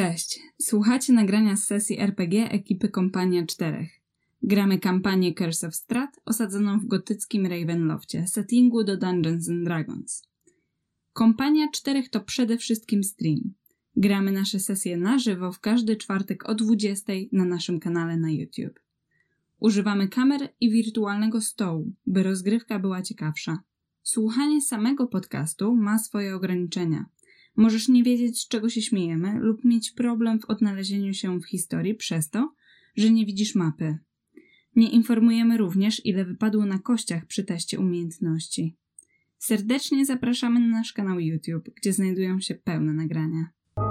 Cześć, słuchacie nagrania z sesji RPG ekipy Kompania 4. Gramy kampanię Curse of Strahd osadzoną w gotyckim Ravenloftie, settingu do Dungeons & Dragons. Kompania 4 to przede wszystkim stream. Gramy nasze sesje na żywo w każdy czwartek o 20 na naszym kanale na YouTube. Używamy kamer i wirtualnego stołu, by rozgrywka była ciekawsza. Słuchanie samego podcastu ma swoje ograniczenia. Możesz nie wiedzieć, z czego się śmiejemy lub mieć problem w odnalezieniu się w historii przez to, że nie widzisz mapy. Nie informujemy również, ile wypadło na kościach przy teście umiejętności. Serdecznie zapraszamy na nasz kanał YouTube, gdzie znajdują się pełne nagrania.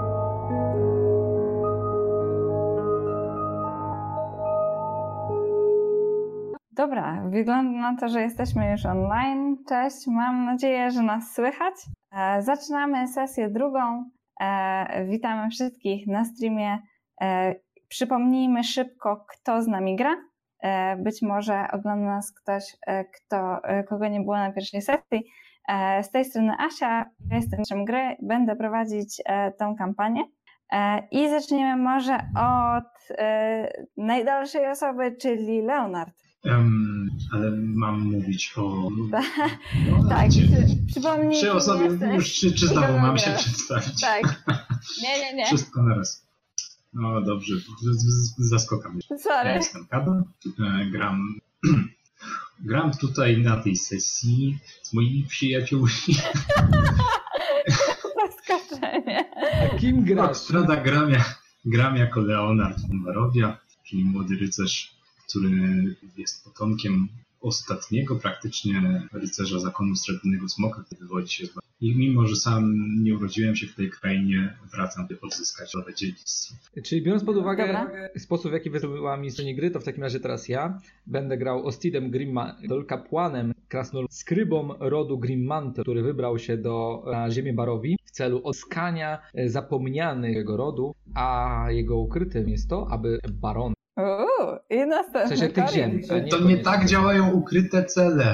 Dobra, wygląda na to, że jesteśmy już online. Cześć, mam nadzieję, że nas słychać. Zaczynamy sesję drugą. Witamy wszystkich na streamie. Przypomnijmy szybko, kto z nami gra. Być może ogląda nas ktoś, kogo nie było na pierwszej sesji. Z tej strony Asia, ja jestem mistrzem gry, będę prowadzić tą kampanię. I zaczniemy może od najdalszej osoby, czyli Leonard. Ale mam mówić o... Tak, przypomnij... 3 osoby, już czy znowu mam się przedstawić? Tak, nie. Wszystko na raz. No dobrze, zaskokam. Sorry. Ja jestem Kada, gram tutaj na tej sesji z moimi przyjaciółmi. Zaskoczenie. A kim grasz? Strada gram jako Leonard von Barowia, czyli młody rycerz, który jest potomkiem ostatniego praktycznie rycerza zakonu Srebrnego Smoka, który wywodzi się z... I mimo, że sam nie urodziłem się w tej krainie, wracam, by odzyskać nowe dziedzictwo. Czyli biorąc pod uwagę sposób, w jaki wysyła mi scenie gry, to w takim razie teraz ja będę grał Ostidem Grimmantle, kapłanem krasnoludem, skrybą rodu Grimmantle, który wybrał się na ziemię Barowi w celu odzyskania zapomnianych jego rodu, a jego ukrytym jest to, aby baron. I następny w sensie tych ziem. To nie tak działają ukryte cele.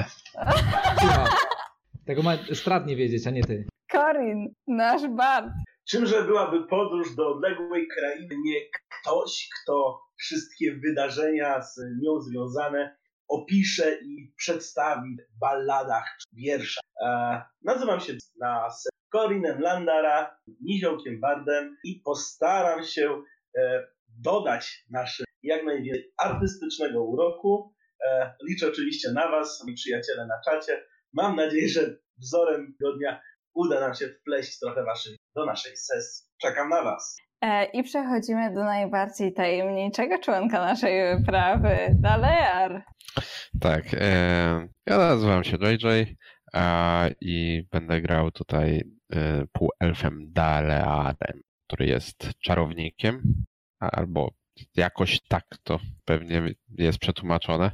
Tego ma Strahd nie wiedzieć, a nie ty. Corin, nasz bard. Czymże byłaby podróż do odległej krainy, nie ktoś, kto wszystkie wydarzenia z nią związane opisze i przedstawi w balladach czy wierszach. Nazywam się Corinem Landara, niziołkiem bardem i postaram się dodać naszym jak najwięcej artystycznego uroku. Liczę oczywiście na Was, moi przyjaciele na czacie. Mam nadzieję, że wzorem tygodnia uda nam się wpleść trochę do naszej sesji. Czekam na Was. I przechodzimy do najbardziej tajemniczego członka naszej wyprawy, Dalear. Tak, ja nazywam się JJ i będę grał tutaj półelfem Dalearem, który jest czarownikiem, albo jakoś tak to pewnie jest przetłumaczone.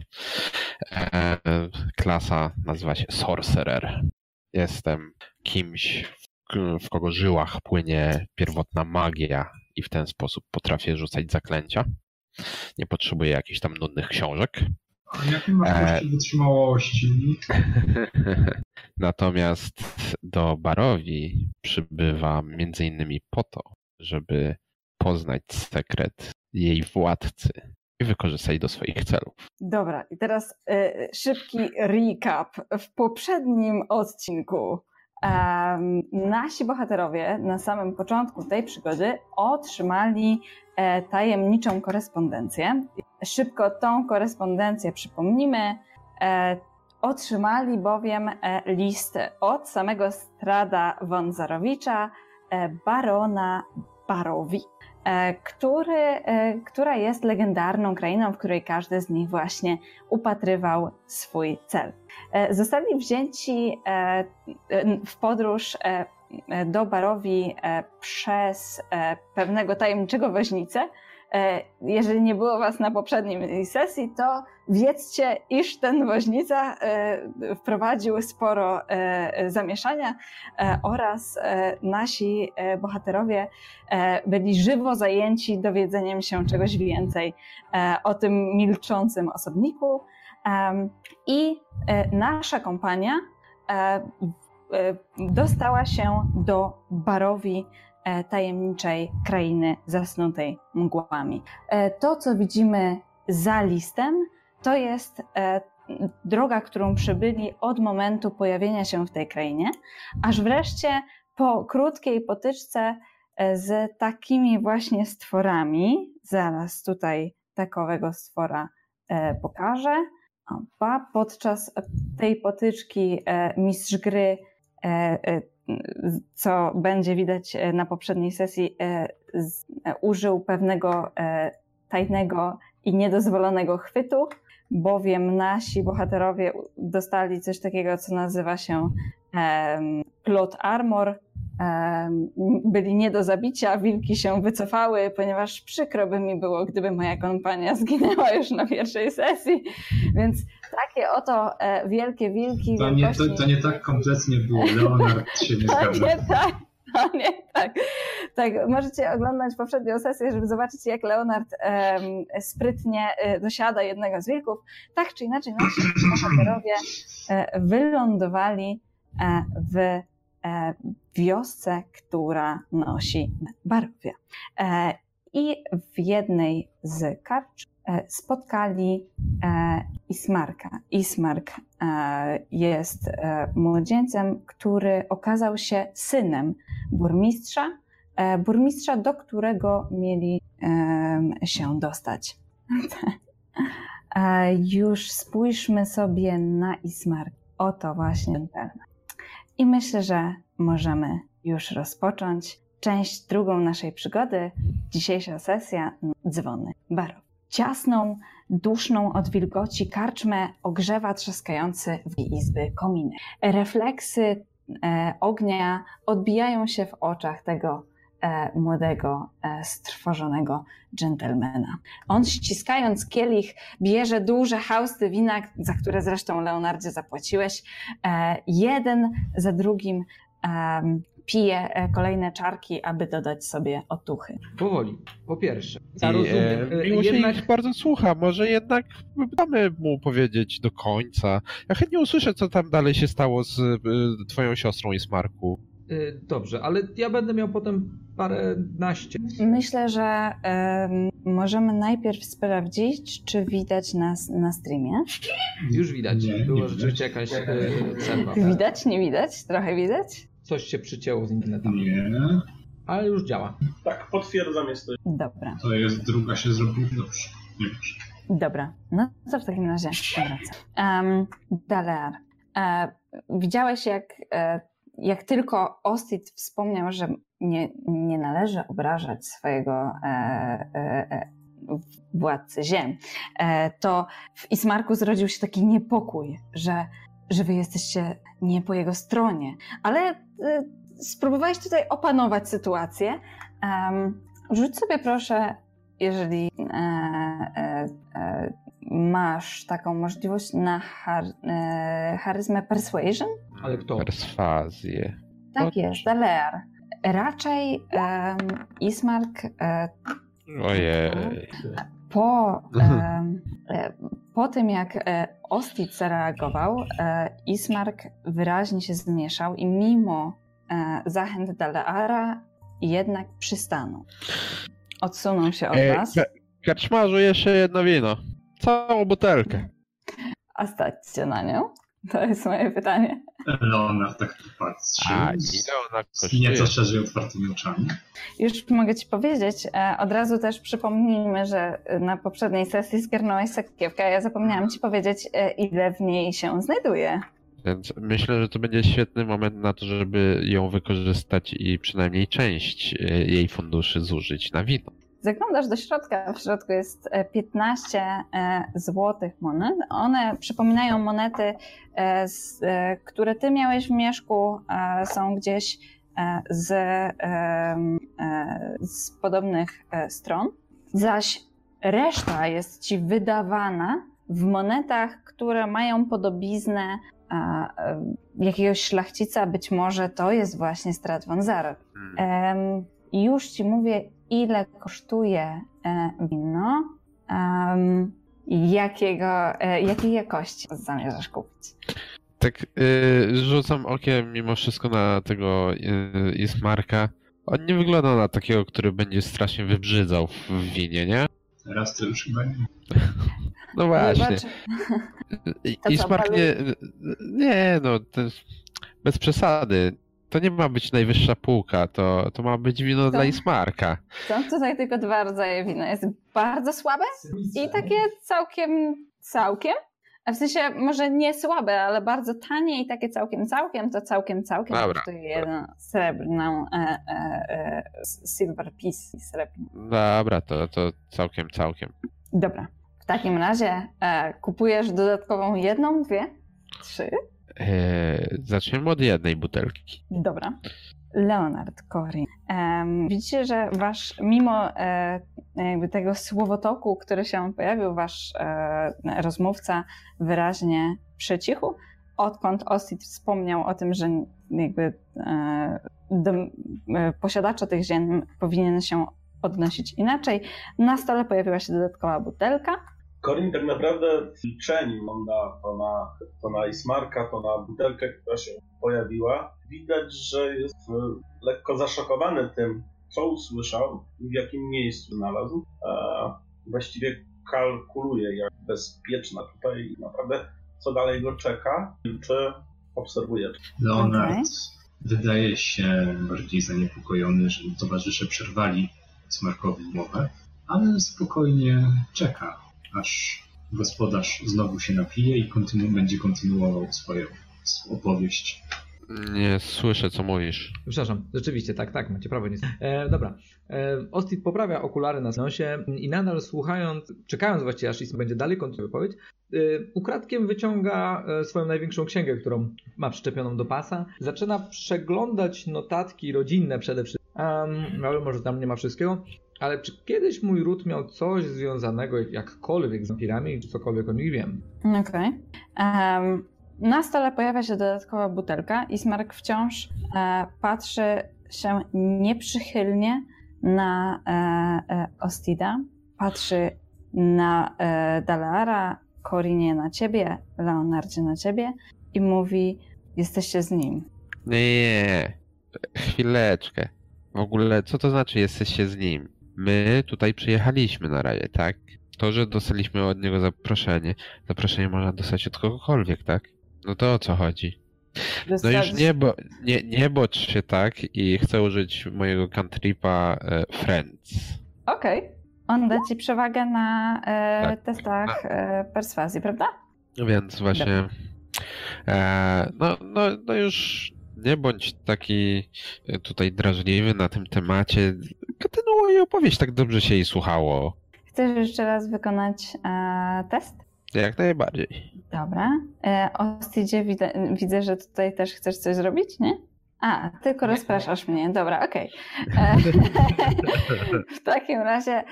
Klasa nazywa się Sorcerer. Jestem kimś, w kogo żyłach płynie pierwotna magia i w ten sposób potrafię rzucać zaklęcia. Nie potrzebuję jakichś tam nudnych książek. A jakie masz kości wytrzymałości? Natomiast do Barowi przybywam między innymi po to, żeby poznać sekret jej władcy i wykorzystać do swoich celów. Dobra, i teraz szybki recap. W poprzednim odcinku nasi bohaterowie na samym początku tej przygody otrzymali tajemniczą korespondencję. Szybko tą korespondencję przypomnimy. Otrzymali bowiem list od samego Strahda von Zarowicza, barona Barowi, która jest legendarną krainą, w której każdy z nich właśnie upatrywał swój cel. Zostali wzięci w podróż do Barowi przez pewnego tajemniczego woźnicę. Jeżeli nie było Was na poprzedniej sesji, to wiedzcie, iż ten woźnica wprowadził sporo zamieszania oraz nasi bohaterowie byli żywo zajęci dowiedzeniem się czegoś więcej o tym milczącym osobniku. I nasza kompania dostała się do Barowi tajemniczej krainy zasnutej mgłami. To, co widzimy za listem, to jest droga, którą przebyli od momentu pojawienia się w tej krainie, aż wreszcie po krótkiej potyczce z takimi właśnie stworami, zaraz tutaj takowego stwora pokażę. Podczas tej potyczki mistrz gry, co będzie widać na poprzedniej sesji, użył pewnego tajnego i niedozwolonego chwytu, bowiem nasi bohaterowie dostali coś takiego, co nazywa się plot armor. Byli nie do zabicia, wilki się wycofały, ponieważ przykro by mi było, gdyby moja kompania zginęła już na pierwszej sesji, więc takie oto wielkie wilki. To nie tak kompletnie było, Leonard się nie zgadza. Nie tak. Tak, możecie oglądać poprzednią sesję, żeby zobaczyć, jak Leonard sprytnie dosiada jednego z wilków. Tak czy inaczej nasi bohaterowie wylądowali w wiosce, która nosi Barowia. I w jednej z karcz spotkali Ismarka. Ismark jest młodzieńcem, który okazał się synem burmistrza, do którego mieli się dostać. Już spójrzmy sobie na Ismark. Oto właśnie ten. I myślę, że możemy już rozpocząć część drugą naszej przygody. Dzisiejsza sesja Dzwony Barowie. Ciasną, duszną od wilgoci karczmę ogrzewa trzaskający w jej izby kominek. Refleksy ognia odbijają się w oczach tego młodego, strwożonego dżentelmena. On, ściskając kielich, bierze duże hausty wina, za które zresztą, Leonardzie, zapłaciłeś. Jeden za drugim pije kolejne czarki, aby dodać sobie otuchy. Powoli, po pierwsze. Ja rozumiem. Miło się ich bardzo słucha, może jednak damy mu powiedzieć do końca. Ja chętnie usłyszę, co tam dalej się stało z twoją siostrą Ismarku. Dobrze, ale ja będę miał potem paręnaście. Myślę, że możemy najpierw sprawdzić, czy widać nas na streamie. Już widać. Było rzeczywiście jakaś przerwa. Widać, nie widać? Trochę widać? Coś się przycięło z internetem. Nie. Ale już działa. Tak, potwierdzam, jest to. Dobra. To jest druga się zrobiła. Dobrze. Dobra, no to w takim razie wracam. Dalear, widziałeś, jak tylko Ostit wspomniał, że nie należy obrażać swojego władcy ziem, to w Ismarku zrodził się taki niepokój, że wy jesteście nie po jego stronie. Ale spróbowałeś tutaj opanować sytuację. Rzuć sobie proszę, jeżeli masz taką możliwość, na charyzmę Persuasion. Ale kto? Perswazję. Tak jest, Dalear. Raczej Ismark Ojej. Po tym, jak Ostit zareagował, Ismark wyraźnie się zmieszał i mimo zachęt Daleara jednak przystanął. Odsunął się od was. Karczmarzu, jeszcze jedno wino. Całą butelkę. A stać się na nią? To jest moje pytanie. Leonard tak patrzy. A ile ona kosztuje? Nieco szerzej otwartymi oczami. Już mogę ci powiedzieć, od razu też przypomnijmy, że na poprzedniej sesji zgarnąłeś sakiewkę, a ja zapomniałam ci powiedzieć, ile w niej się znajduje. Więc myślę, że to będzie świetny moment na to, żeby ją wykorzystać i przynajmniej część jej funduszy zużyć na wino. Zaglądasz do środka, w środku jest 15 złotych monet. One przypominają monety, które ty miałeś w mieszku, są gdzieś z podobnych stron. Zaś reszta jest ci wydawana w monetach, które mają podobiznę jakiegoś szlachcica. Być może to jest właśnie Strat von Zar. Już ci mówię, ile kosztuje wino, jakiej jakości zamierzasz kupić. Tak, rzucam okiem mimo wszystko na tego Ismarka. On nie wygląda na takiego, który będzie strasznie wybrzydzał w winie, nie? Teraz to już chyba nie. No właśnie. To I co, Smark nie, no, bez przesady. To nie ma być najwyższa półka, to ma być wino dla Ismarka. Są tutaj tylko 2 rodzaje wina. Jest bardzo słabe i takie całkiem. A w sensie może nie słabe, ale bardzo tanie i takie całkiem, to całkiem. Dobra. To jedną srebrną silver piece srebrną. Dobra, to całkiem. Dobra. W takim razie kupujesz dodatkową 1, 2, 3? Zaczniemy od jednej butelki. Dobra. Leonard, Corin. Widzicie, że mimo jakby tego słowotoku, który się pojawił, wasz rozmówca wyraźnie przycichł, odkąd Ostit wspomniał o tym, że jakby posiadacza tych ziem powinien się odnosić inaczej. Na stole pojawiła się dodatkowa butelka. Corin tak naprawdę w milczeniu to na Ismarka, to na butelkę, która się pojawiła. Widać, że jest lekko zaszokowany tym, co usłyszał i w jakim miejscu znalazł. Właściwie kalkuluje, jak bezpieczna tutaj naprawdę, co dalej go czeka, czy obserwuje. Leonard wydaje się bardziej zaniepokojony, że towarzysze przerwali Ismarkowi mowę, ale spokojnie czeka, aż gospodarz znowu się napije i będzie kontynuował swoją opowieść. Nie słyszę, co mówisz. Przepraszam, rzeczywiście, tak, macie prawo. Dobra. Ostit poprawia okulary na nosie i nadal czekając właściwie, aż Ismark będzie dalej kontynuował wypowiedź, ukradkiem wyciąga swoją największą księgę, którą ma przyczepioną do pasa. Zaczyna przeglądać notatki rodzinne przede wszystkim. Ale może tam nie ma wszystkiego. Ale czy kiedyś mój ród miał coś związanego jakkolwiek z wampirami, czy cokolwiek o nich wiem? Okej. Na stole pojawia się dodatkowa butelka. Ismark wciąż patrzy się nieprzychylnie na Ostida. Patrzy na Daleara, Corinie na ciebie, Leonardzie na ciebie i mówi: jesteście z nim. Nie, chwileczkę. W ogóle, co to znaczy jesteście z nim? My tutaj przyjechaliśmy na razie, tak? To, że dostaliśmy od niego zaproszenie można dostać od kogokolwiek, tak? No to o co chodzi? No już nie bocz się tak i chcę użyć mojego cantripa Friends. Okej. On da ci przewagę na testach perswazji, prawda? Więc właśnie no już nie bądź taki tutaj drażliwy na tym temacie. Kontynuuj opowieść, tak dobrze się jej słuchało. Chcesz jeszcze raz wykonać test? Jak najbardziej. Dobra. Ostidzie, widzę, że tutaj też chcesz coś zrobić, nie? Tylko rozpraszasz mnie. Dobra, okej. W takim razie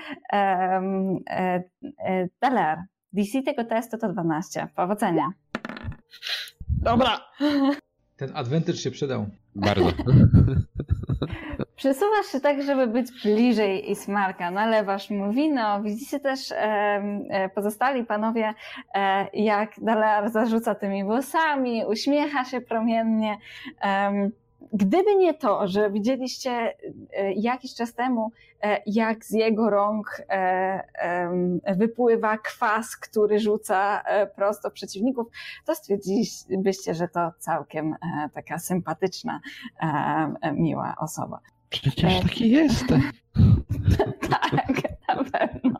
Dalar, DC tego testu to 12. Powodzenia. Dobra. Ten advantage się przydał. Bardzo. Przesuwasz się tak, żeby być bliżej Ismarka, nalewasz mu wino. Widzicie też pozostali panowie, jak Dalar zarzuca tymi włosami, uśmiecha się promiennie. Gdyby nie to, że widzieliście jakiś czas temu, jak z jego rąk wypływa kwas, który rzuca prosto przeciwników, to stwierdzilibyście, że to całkiem taka sympatyczna, miła osoba. Przecież taki jestem. Tak, na pewno.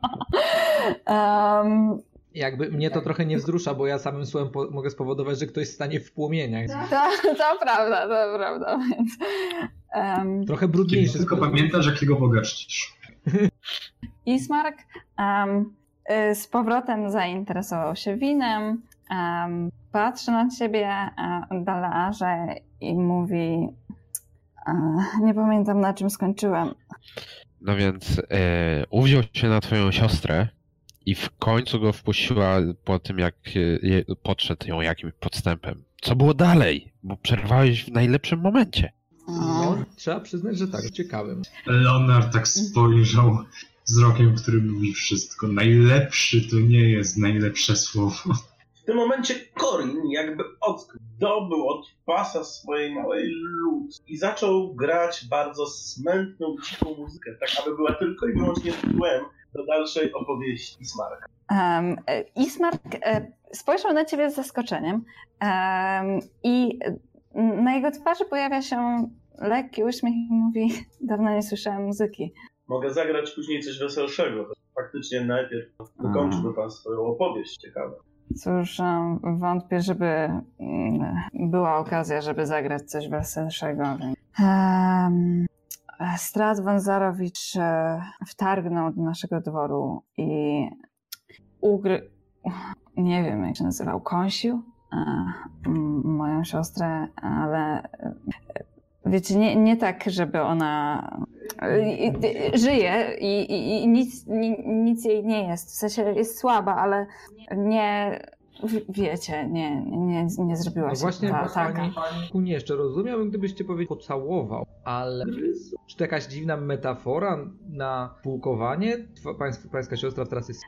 Jakby mnie to trochę nie wzrusza, bo ja samym słowem mogę spowodować, że ktoś stanie w płomieniach. To prawda. Więc, trochę brudniejszy. Tylko pamiętasz, jakiego Boga czcisz. Ismark z powrotem zainteresował się winem, patrzy na ciebie, Dalarze, i mówi: nie pamiętam, na czym skończyłem. No więc uwziął się na twoją siostrę i w końcu go wpuściła po tym, jak podszedł ją jakimś podstępem. Co było dalej? Bo przerwałeś w najlepszym momencie. No, trzeba przyznać, że tak, ciekawym. Leonard tak spojrzał wzrokiem, który mówi wszystko. Najlepszy to nie jest najlepsze słowo. W tym momencie Corin jakby dobył od pasa swojej małej lutni i zaczął grać bardzo smętną, cichą muzykę, tak aby była tylko i wyłącznie tłem do dalszej opowieści Ismarka. Ismark spojrzał na ciebie z zaskoczeniem i na jego twarzy pojawia się lekki uśmiech i mówi: dawno nie słyszałem muzyki. Mogę zagrać później coś weselszego. Faktycznie najpierw dokończyłby pan swoją opowieść ciekawą. Cóż, wątpię, żeby była okazja, żeby zagrać coś weselszego. Strat Wązarowicz wtargnął do naszego dworu i nie wiem jak się nazywał, kąsił moją siostrę, ale wiecie, nie tak, żeby ona żyje i nic jej nie jest. W sensie jest słaba, ale nie, wiecie, nie zrobiła no się właśnie, taka. Pani jeszcze rozumiałbym, gdybyście powiedzieli pocałował, ale czy to jakaś dziwna metafora na pułkowanie? Pańska siostra teraz jest...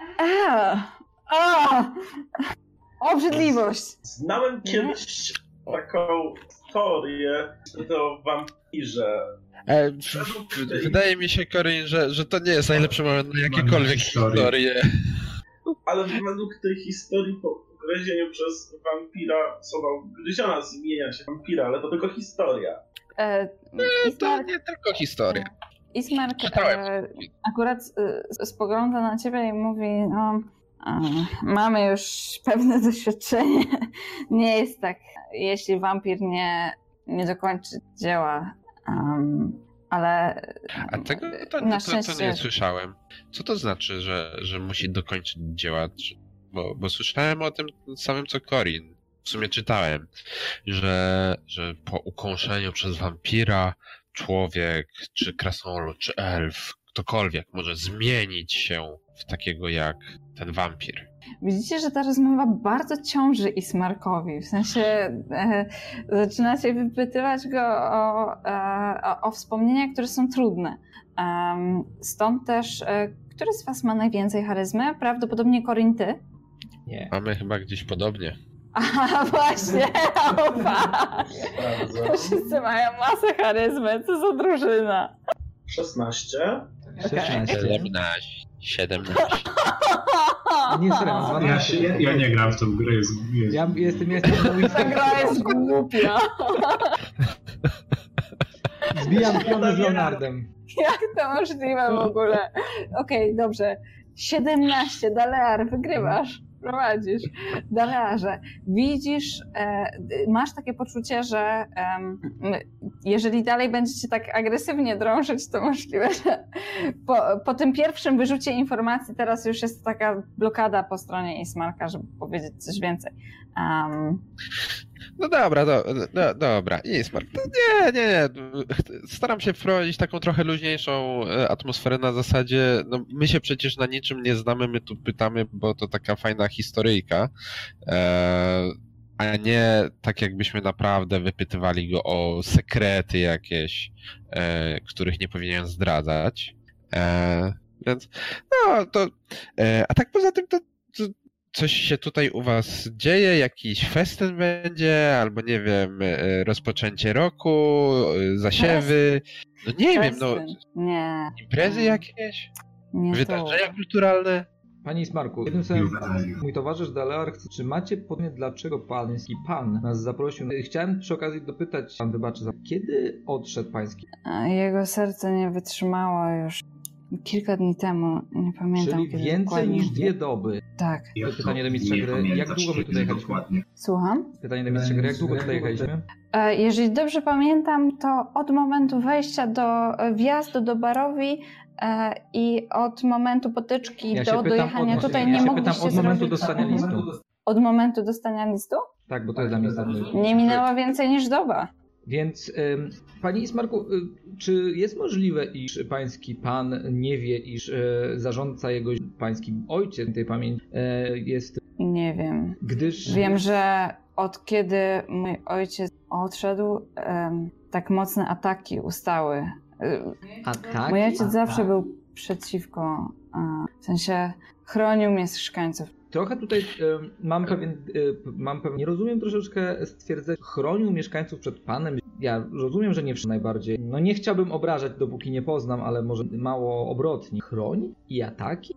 Obrzydliwość! Znałem kiedyś taką historię o wampirze. Wydaje mi się, Corin, że to nie jest najlepszy moment na jakiekolwiek historie. Ale według tej historii po ugryzieniu przez wampira osoba ugryziona zmienia się wampira, ale to tylko historia. To nie tylko historia. Ismark akurat spogląda na ciebie i mówi: no, mamy już pewne doświadczenie. Nie jest tak, jeśli wampir nie dokończy dzieła. Ale a tego to nie słyszałem. Co to znaczy, że musi dokończyć dzieła? Bo słyszałem o tym samym co Corin. W sumie czytałem, że po ukąszeniu przez wampira człowiek, czy krasnolud, czy elf, ktokolwiek może zmienić się w takiego jak ten wampir. Widzicie, że ta rozmowa bardzo ciąży Ismarkowi. W sensie zaczynacie wypytywać go o wspomnienia, które są trudne. Stąd też, który z was ma najwięcej charyzmy? Prawdopodobnie Corin, ty? Nie. Mamy chyba gdzieś podobnie. Aha, właśnie. Wszyscy mają masę charyzmy. Co za drużyna? 16. 17. Nie, serio, 12. Ja nie gram w tą grę. Ja jestem na Ta gra jest głupia. Zbijam pionę z Leonardem. Jak to możliwe w ogóle? Okej, dobrze. 17. Dalear, wygrywasz. Prowadzisz. Dalearze, widzisz, masz takie poczucie, że jeżeli dalej będziecie tak agresywnie drążyć, to możliwe, że po tym pierwszym wyrzucie informacji teraz już jest taka blokada po stronie Ismarka, żeby powiedzieć coś więcej. No dobra, Ismark. Nie. Staram się wprowadzić taką trochę luźniejszą atmosferę na zasadzie, no my się przecież na niczym nie znamy, my tu pytamy, bo to taka fajna historyjka, a nie tak jakbyśmy naprawdę wypytywali go o sekrety jakieś, których nie powinien zdradzać. Więc no to, a tak poza tym to coś się tutaj u was dzieje? Jakiś festyn będzie? Albo nie wiem, rozpoczęcie roku, zasiewy? No nie wiem, no. Nie. Imprezy jakieś? Nie wydarzenia kulturalne? Panie Ismarku, jednym słowem, mój towarzysz Dalear, czy macie podnie, dlaczego pański pan nas zaprosił? Chciałem przy okazji dopytać, pan wybaczy, kiedy odszedł pański? Jego serce nie wytrzymało już kilka dni temu, nie pamiętam. Czyli więcej dokładnie. niż 2 doby. Tak. Pytanie do mistrza gry, jak długo my tutaj jechaliśmy? Słucham? Pytanie do mistrza gry, jak długo tutaj jechaliśmy? Jeżeli dobrze pamiętam, to od momentu wejścia do wjazdu do Barowi i od momentu potyczki do dojechania tutaj nie mogliście od momentu dostania listu. Od momentu dostania listu? Tak, bo to jest dla mnie istotne. Nie minęła więcej niż doba. Więc, panie Ismarku, czy jest możliwe, iż pański pan nie wie, iż zarządca jego, pański ojciec tej pamięci jest... Nie wiem. Gdyż... Wiem, że od kiedy mój ojciec odszedł, tak mocne ataki ustały. Ataki? Mój ojciec zawsze był przeciwko, w sensie chronił mnie z szkańców. Trochę tutaj mam nie rozumiem troszeczkę stwierdzenia, chronił mieszkańców przed panem. Ja rozumiem, że nie wszyscy najbardziej. No nie chciałbym obrażać, dopóki nie poznam, ale może mało obrotni. Chroni i ataki?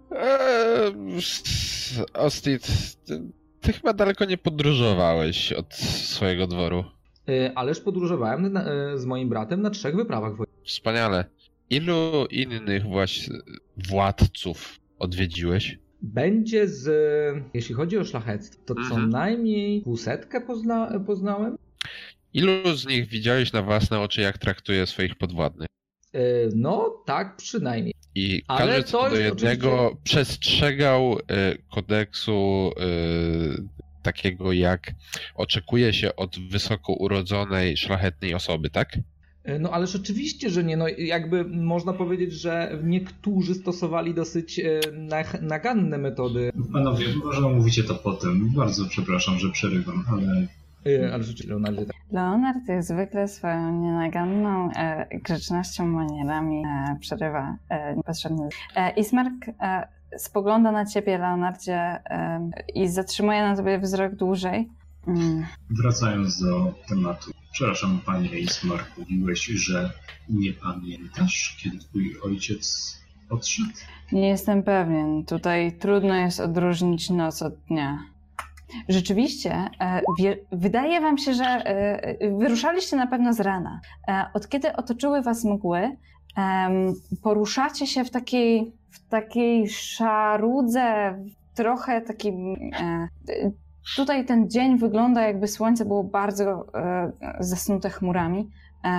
Ostid, ty chyba daleko nie podróżowałeś od swojego dworu. Ależ podróżowałem z moim bratem na 3 wyprawach wojennych. Wspaniale. Ilu innych właśnie władców odwiedziłeś? Będzie jeśli chodzi o szlachectwo, to co najmniej 200 poznałem. Ilu z nich widziałeś na własne oczy, jak traktuje swoich podwładnych? No, tak przynajmniej. I Ale każdy co do jednego oczywiście przestrzegał kodeksu takiego, jak oczekuje się od wysoko urodzonej, szlachetnej osoby, tak? No ale rzeczywiście, że nie. No jakby można powiedzieć, że niektórzy stosowali dosyć naganne metody. Panowie, może omówicie to potem. Bardzo przepraszam, że przerywam, ale... Ale rzeczywiście Leonardzie tak. Leonard jak zwykle swoją nienaganną grzecznością, manierami przerywa niepotrzebnie. Ismark spogląda na ciebie, Leonardzie, i zatrzymuje na tobie wzrok dłużej. Wracając do tematu. Przepraszam, panie Ismark, mówiłeś, że nie pamiętasz, kiedy twój ojciec odszedł? Nie jestem pewien. Tutaj trudno jest odróżnić noc od dnia. Rzeczywiście, wydaje wam się, że wyruszaliście na pewno z rana. Od kiedy otoczyły was mgły, poruszacie się w takiej szarudze, trochę takim... Tutaj ten dzień wygląda, jakby słońce było bardzo zasnute chmurami.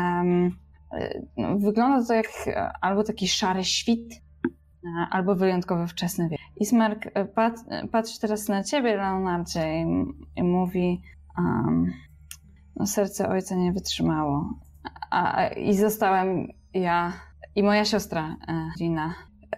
Wygląda to jak albo taki szary świt, albo wyjątkowo wczesny wieczór. Ismark patrzy teraz na ciebie, Leonardzie, i mówi: no, serce ojca nie wytrzymało. I zostałem ja i moja siostra Gina.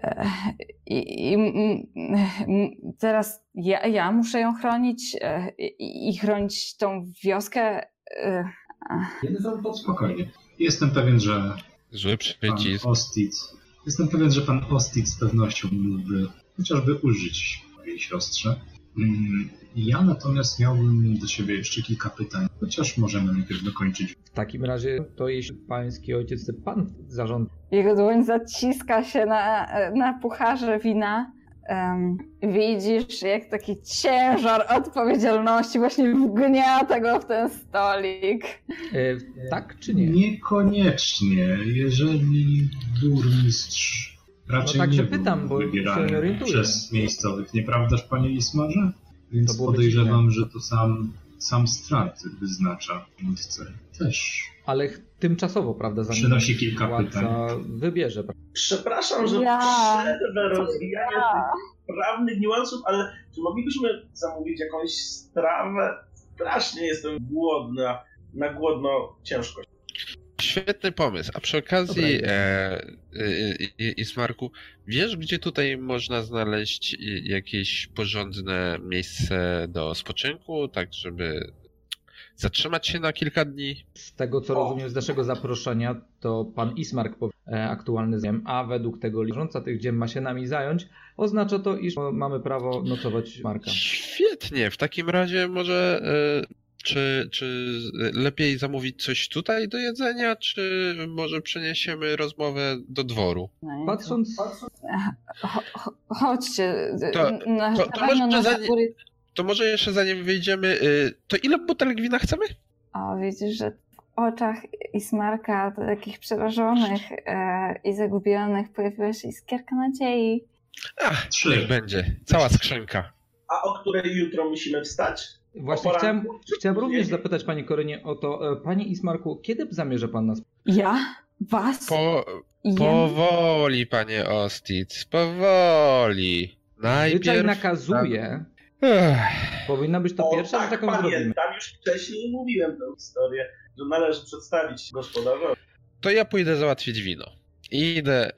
Teraz ja muszę ją chronić i chronić tą wioskę. Spokojnie. Jestem pewien, że Zły przycisk. Jestem pewien, że pan Ostid z pewnością mógłby chociażby użyć mojej siostrze. Ja natomiast miałbym do ciebie jeszcze kilka pytań, chociaż możemy najpierw dokończyć. W takim razie to jeśli pański ojciec chce pan zarządzać. Jego dłoń zaciska się na pucharze wina. Widzisz, jak taki ciężar odpowiedzialności właśnie wgniata go w ten stolik. Tak czy nie? Niekoniecznie, jeżeli burmistrz raczej no także nie pytam, bo wybierany przez miejscowych, nieprawdaż, panie Ismarze? Więc podejrzewam, że to sam straty wyznacza wódcę też. Ale tymczasowo, prawda? Przynosi kilka pytań. Wybierze. Przepraszam, że przerwę rozwijanie tych prawnych niuansów, ale czy moglibyśmy zamówić jakąś strawę? Strasznie jestem głodny, na głodno ciężko. Świetny pomysł. A przy okazji, Ismarku, wiesz, gdzie tutaj można znaleźć jakieś porządne miejsce do spoczynku, tak żeby zatrzymać się na kilka dni? Z tego, co rozumiem z naszego zaproszenia, to pan Ismark, aktualny ziem, a według tego rządca tych ziem ma się nami zająć, oznacza to, iż mamy prawo nocować Marka. Świetnie. W takim razie może... Czy lepiej zamówić coś tutaj do jedzenia, czy może przeniesiemy rozmowę do dworu? Patrząc... Chodźcie. To może jeszcze zanim wyjdziemy, to ile butelek wina chcemy? O, widzisz, że w oczach Ismarka, takich przerażonych i zagubionych, pojawiła się iskierka nadziei. Ach, niech będzie. Cała skrzynka. A o której jutro musimy wstać? Właśnie chciałem również zapytać pani Korynie o to. Panie Ismarku, kiedy zamierza pan nas... Ja? Was? Powoli, panie Ostid, powoli. Zwyczaj nakazuje. Powinna być to pierwsza, tak, że taką zrobimy. Tam już wcześniej mówiłem tę historię, że należy przedstawić gospodarzowi. To ja pójdę załatwić wino. I idę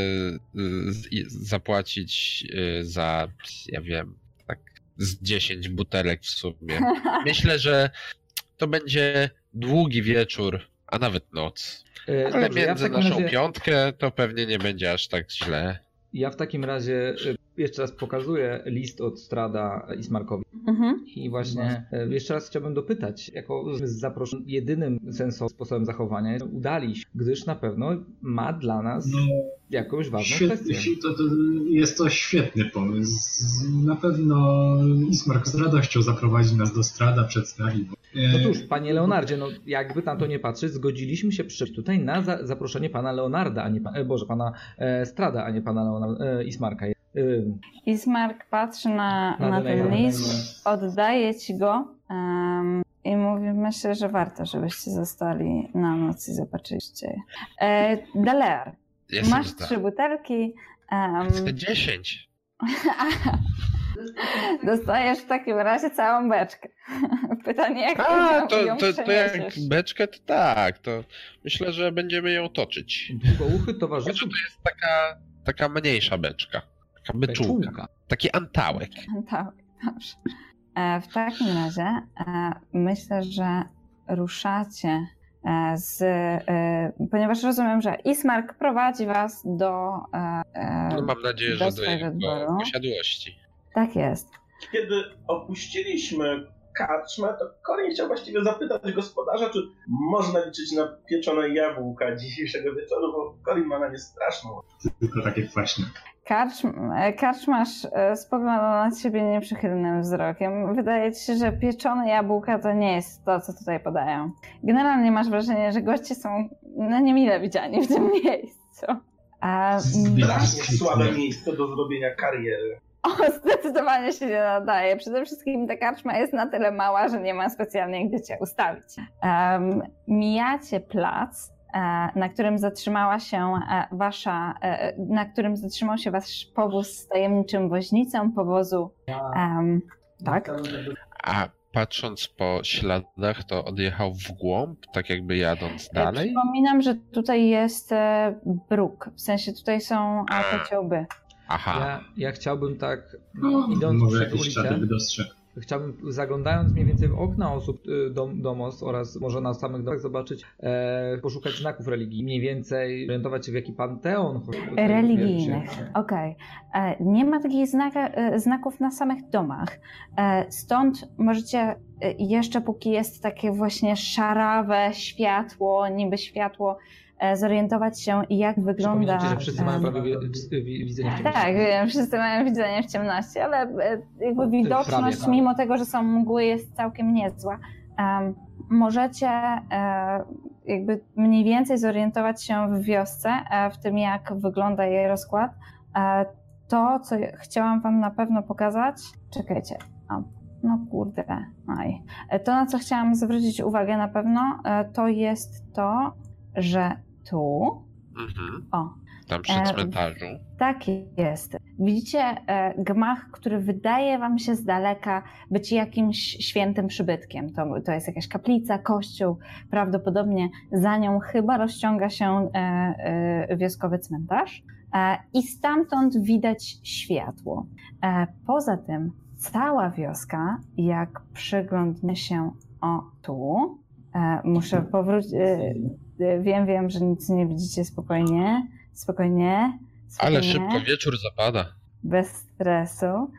zapłacić za, ja wiem, tak z 10 butelek w sumie. Myślę, że to będzie długi wieczór, a nawet noc. Ale dobrze, między naszą piątkę to pewnie nie będzie aż tak źle. Ja w takim razie jeszcze raz pokazuję list od Strada Ismarkowi. I właśnie jeszcze raz chciałbym dopytać, jako zaproszony jedynym sensownym sposobem zachowania udali się, gdyż na pewno ma dla nas jakąś ważną kwestię. Jest to świetny pomysł. Na pewno Ismark z radością zaprowadzi nas do Strada, przedstawi. No cóż, panie Leonardzie, no jakby na to nie patrzeć, zgodziliśmy się przyjść tutaj na zaproszenie pana Leonarda, a nie pana Strada, a nie pana Ismarka. Ismark patrzy na ten list, oddaje ci go i mówi, myślę, że warto, żebyście zostali na noc i zobaczyliście. Dalear, masz 3 butelki. Chcę 10. Dostajesz w takim razie całą beczkę. Pytanie, jak to jak beczkę, to tak. To myślę, że będziemy ją toczyć. Długouchy towarzyszu. To jest taka mniejsza beczka. Taka beczułka. Taki antałek. Antałek, dobrze. W takim razie myślę, że ruszacie ponieważ rozumiem, że Ismark prowadzi was do mam nadzieję, że do jego posiadłości. Tak jest. Kiedy opuściliśmy karczmę, to Corin chciał właściwie zapytać gospodarza, czy można liczyć na pieczone jabłka dzisiejszego wieczoru, bo Corin ma na nie straszną. Tylko takie kwaśne. Karczmarz spogląda na ciebie nieprzychylnym wzrokiem. Wydaje ci się, że pieczone jabłka to nie jest to, co tutaj podają. Generalnie masz wrażenie, że goście są niemile widziani w tym miejscu. Strasznie słabe miejsce do zrobienia kariery. Zdecydowanie się nie nadaje. Przede wszystkim ta karczma jest na tyle mała, że nie ma specjalnie gdzie cię ustawić. Mijacie plac, na którym zatrzymał się wasz powóz z tajemniczym woźnicą powozu. Tak? A patrząc po śladach, to odjechał w głąb, tak jakby jadąc dalej? Przypominam, że tutaj jest bruk, w sensie tutaj są kociołby. Aha. Ja chciałbym tak, idąc przez ulicę, chciałbym, zaglądając mniej więcej w okna osób domostw oraz może na samych domach zobaczyć, poszukać znaków religii. Mniej więcej orientować się, w jaki panteon religijnych. Okej. Nie ma takich znaków na samych domach. Stąd możecie jeszcze, póki jest takie właśnie szarawe światło, niby światło, zorientować się, jak wygląda... Przypominacie, że wszyscy mają prawie widzenie w ciemności. Tak, wiem, wszyscy mają widzenie w ciemności, ale jakby widoczność, mimo tego, że są mgły, jest całkiem niezła. Możecie jakby mniej więcej zorientować się w wiosce, w tym, jak wygląda jej rozkład. To, co chciałam wam na pewno pokazać... Czekajcie. No kurde. To, na co chciałam zwrócić uwagę na pewno, to jest to, że tu... Tam przy cmentarzu. Tak jest. Widzicie gmach, który wydaje wam się z daleka być jakimś świętym przybytkiem. To jest jakaś kaplica, kościół. Prawdopodobnie za nią chyba rozciąga się wioskowy cmentarz. I stamtąd widać światło. Poza tym cała wioska, jak przyglądnie się tu, muszę powrócić... Wiem, że nic nie widzicie, spokojnie. Ale szybko wieczór zapada. Bez stresu.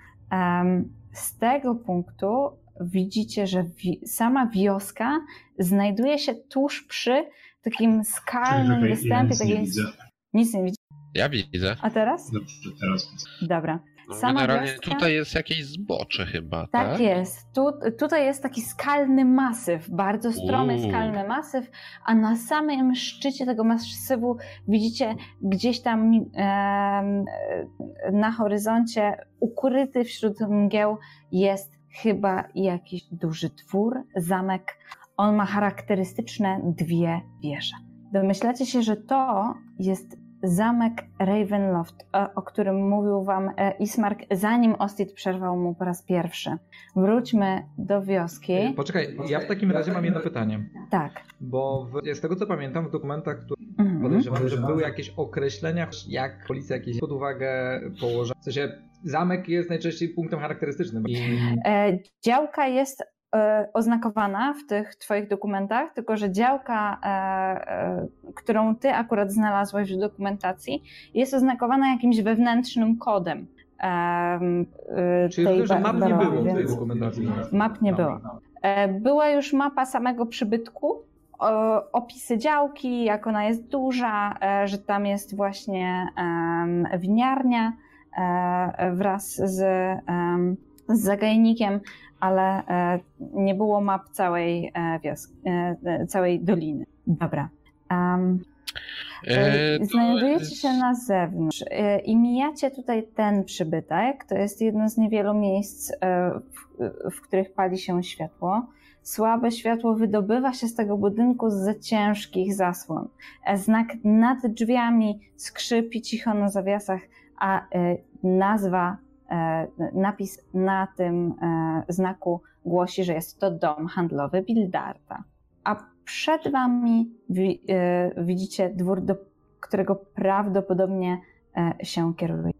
Z tego punktu widzicie, że sama wioska znajduje się tuż przy takim skalnym występie. Nic nie widzę. Ja widzę. A teraz? Dobrze, teraz widzę. Dobra. Generalnie wioska... tutaj jest jakieś zbocze chyba, tak? Tak jest. Tutaj jest taki skalny masyw, bardzo stromy skalny masyw, a na samym szczycie tego masywu widzicie gdzieś tam na horyzoncie, ukryty wśród mgieł, jest chyba jakiś duży twór, zamek. On ma charakterystyczne 2 wieże. Domyślacie się, że to jest zamek Ravenloft, o którym mówił wam Ismark, zanim Ostid przerwał mu po raz pierwszy. Wróćmy do wioski. Poczekaj, ja w takim razie mam jedno pytanie. Tak. Bo z tego co pamiętam w dokumentach, które podejrzewam, że były jakieś określenia, jak policja jakieś pod uwagę położa. W sensie zamek jest najczęściej punktem charakterystycznym. Działka jest oznakowana w tych twoich dokumentach, tylko że działka, którą ty akurat znalazłeś w dokumentacji, jest oznakowana jakimś wewnętrznym kodem. Czyli że map nie było w tej dokumentacji. Map nie było. Była już mapa samego przybytku, opisy działki, jak ona jest duża, że tam jest właśnie winiarnia wraz z zagajnikiem, ale nie było map całej wioski, całej doliny. Dobra. Znajdujecie się na zewnątrz i mijacie tutaj ten przybytek. To jest jedno z niewielu miejsc, w których pali się światło. Słabe światło wydobywa się z tego budynku zza ciężkich zasłon. Znak nad drzwiami skrzypi cicho na zawiasach, a napis na tym znaku głosi, że jest to dom handlowy Bildarta. A przed wami widzicie dwór, do którego prawdopodobnie się kieruje.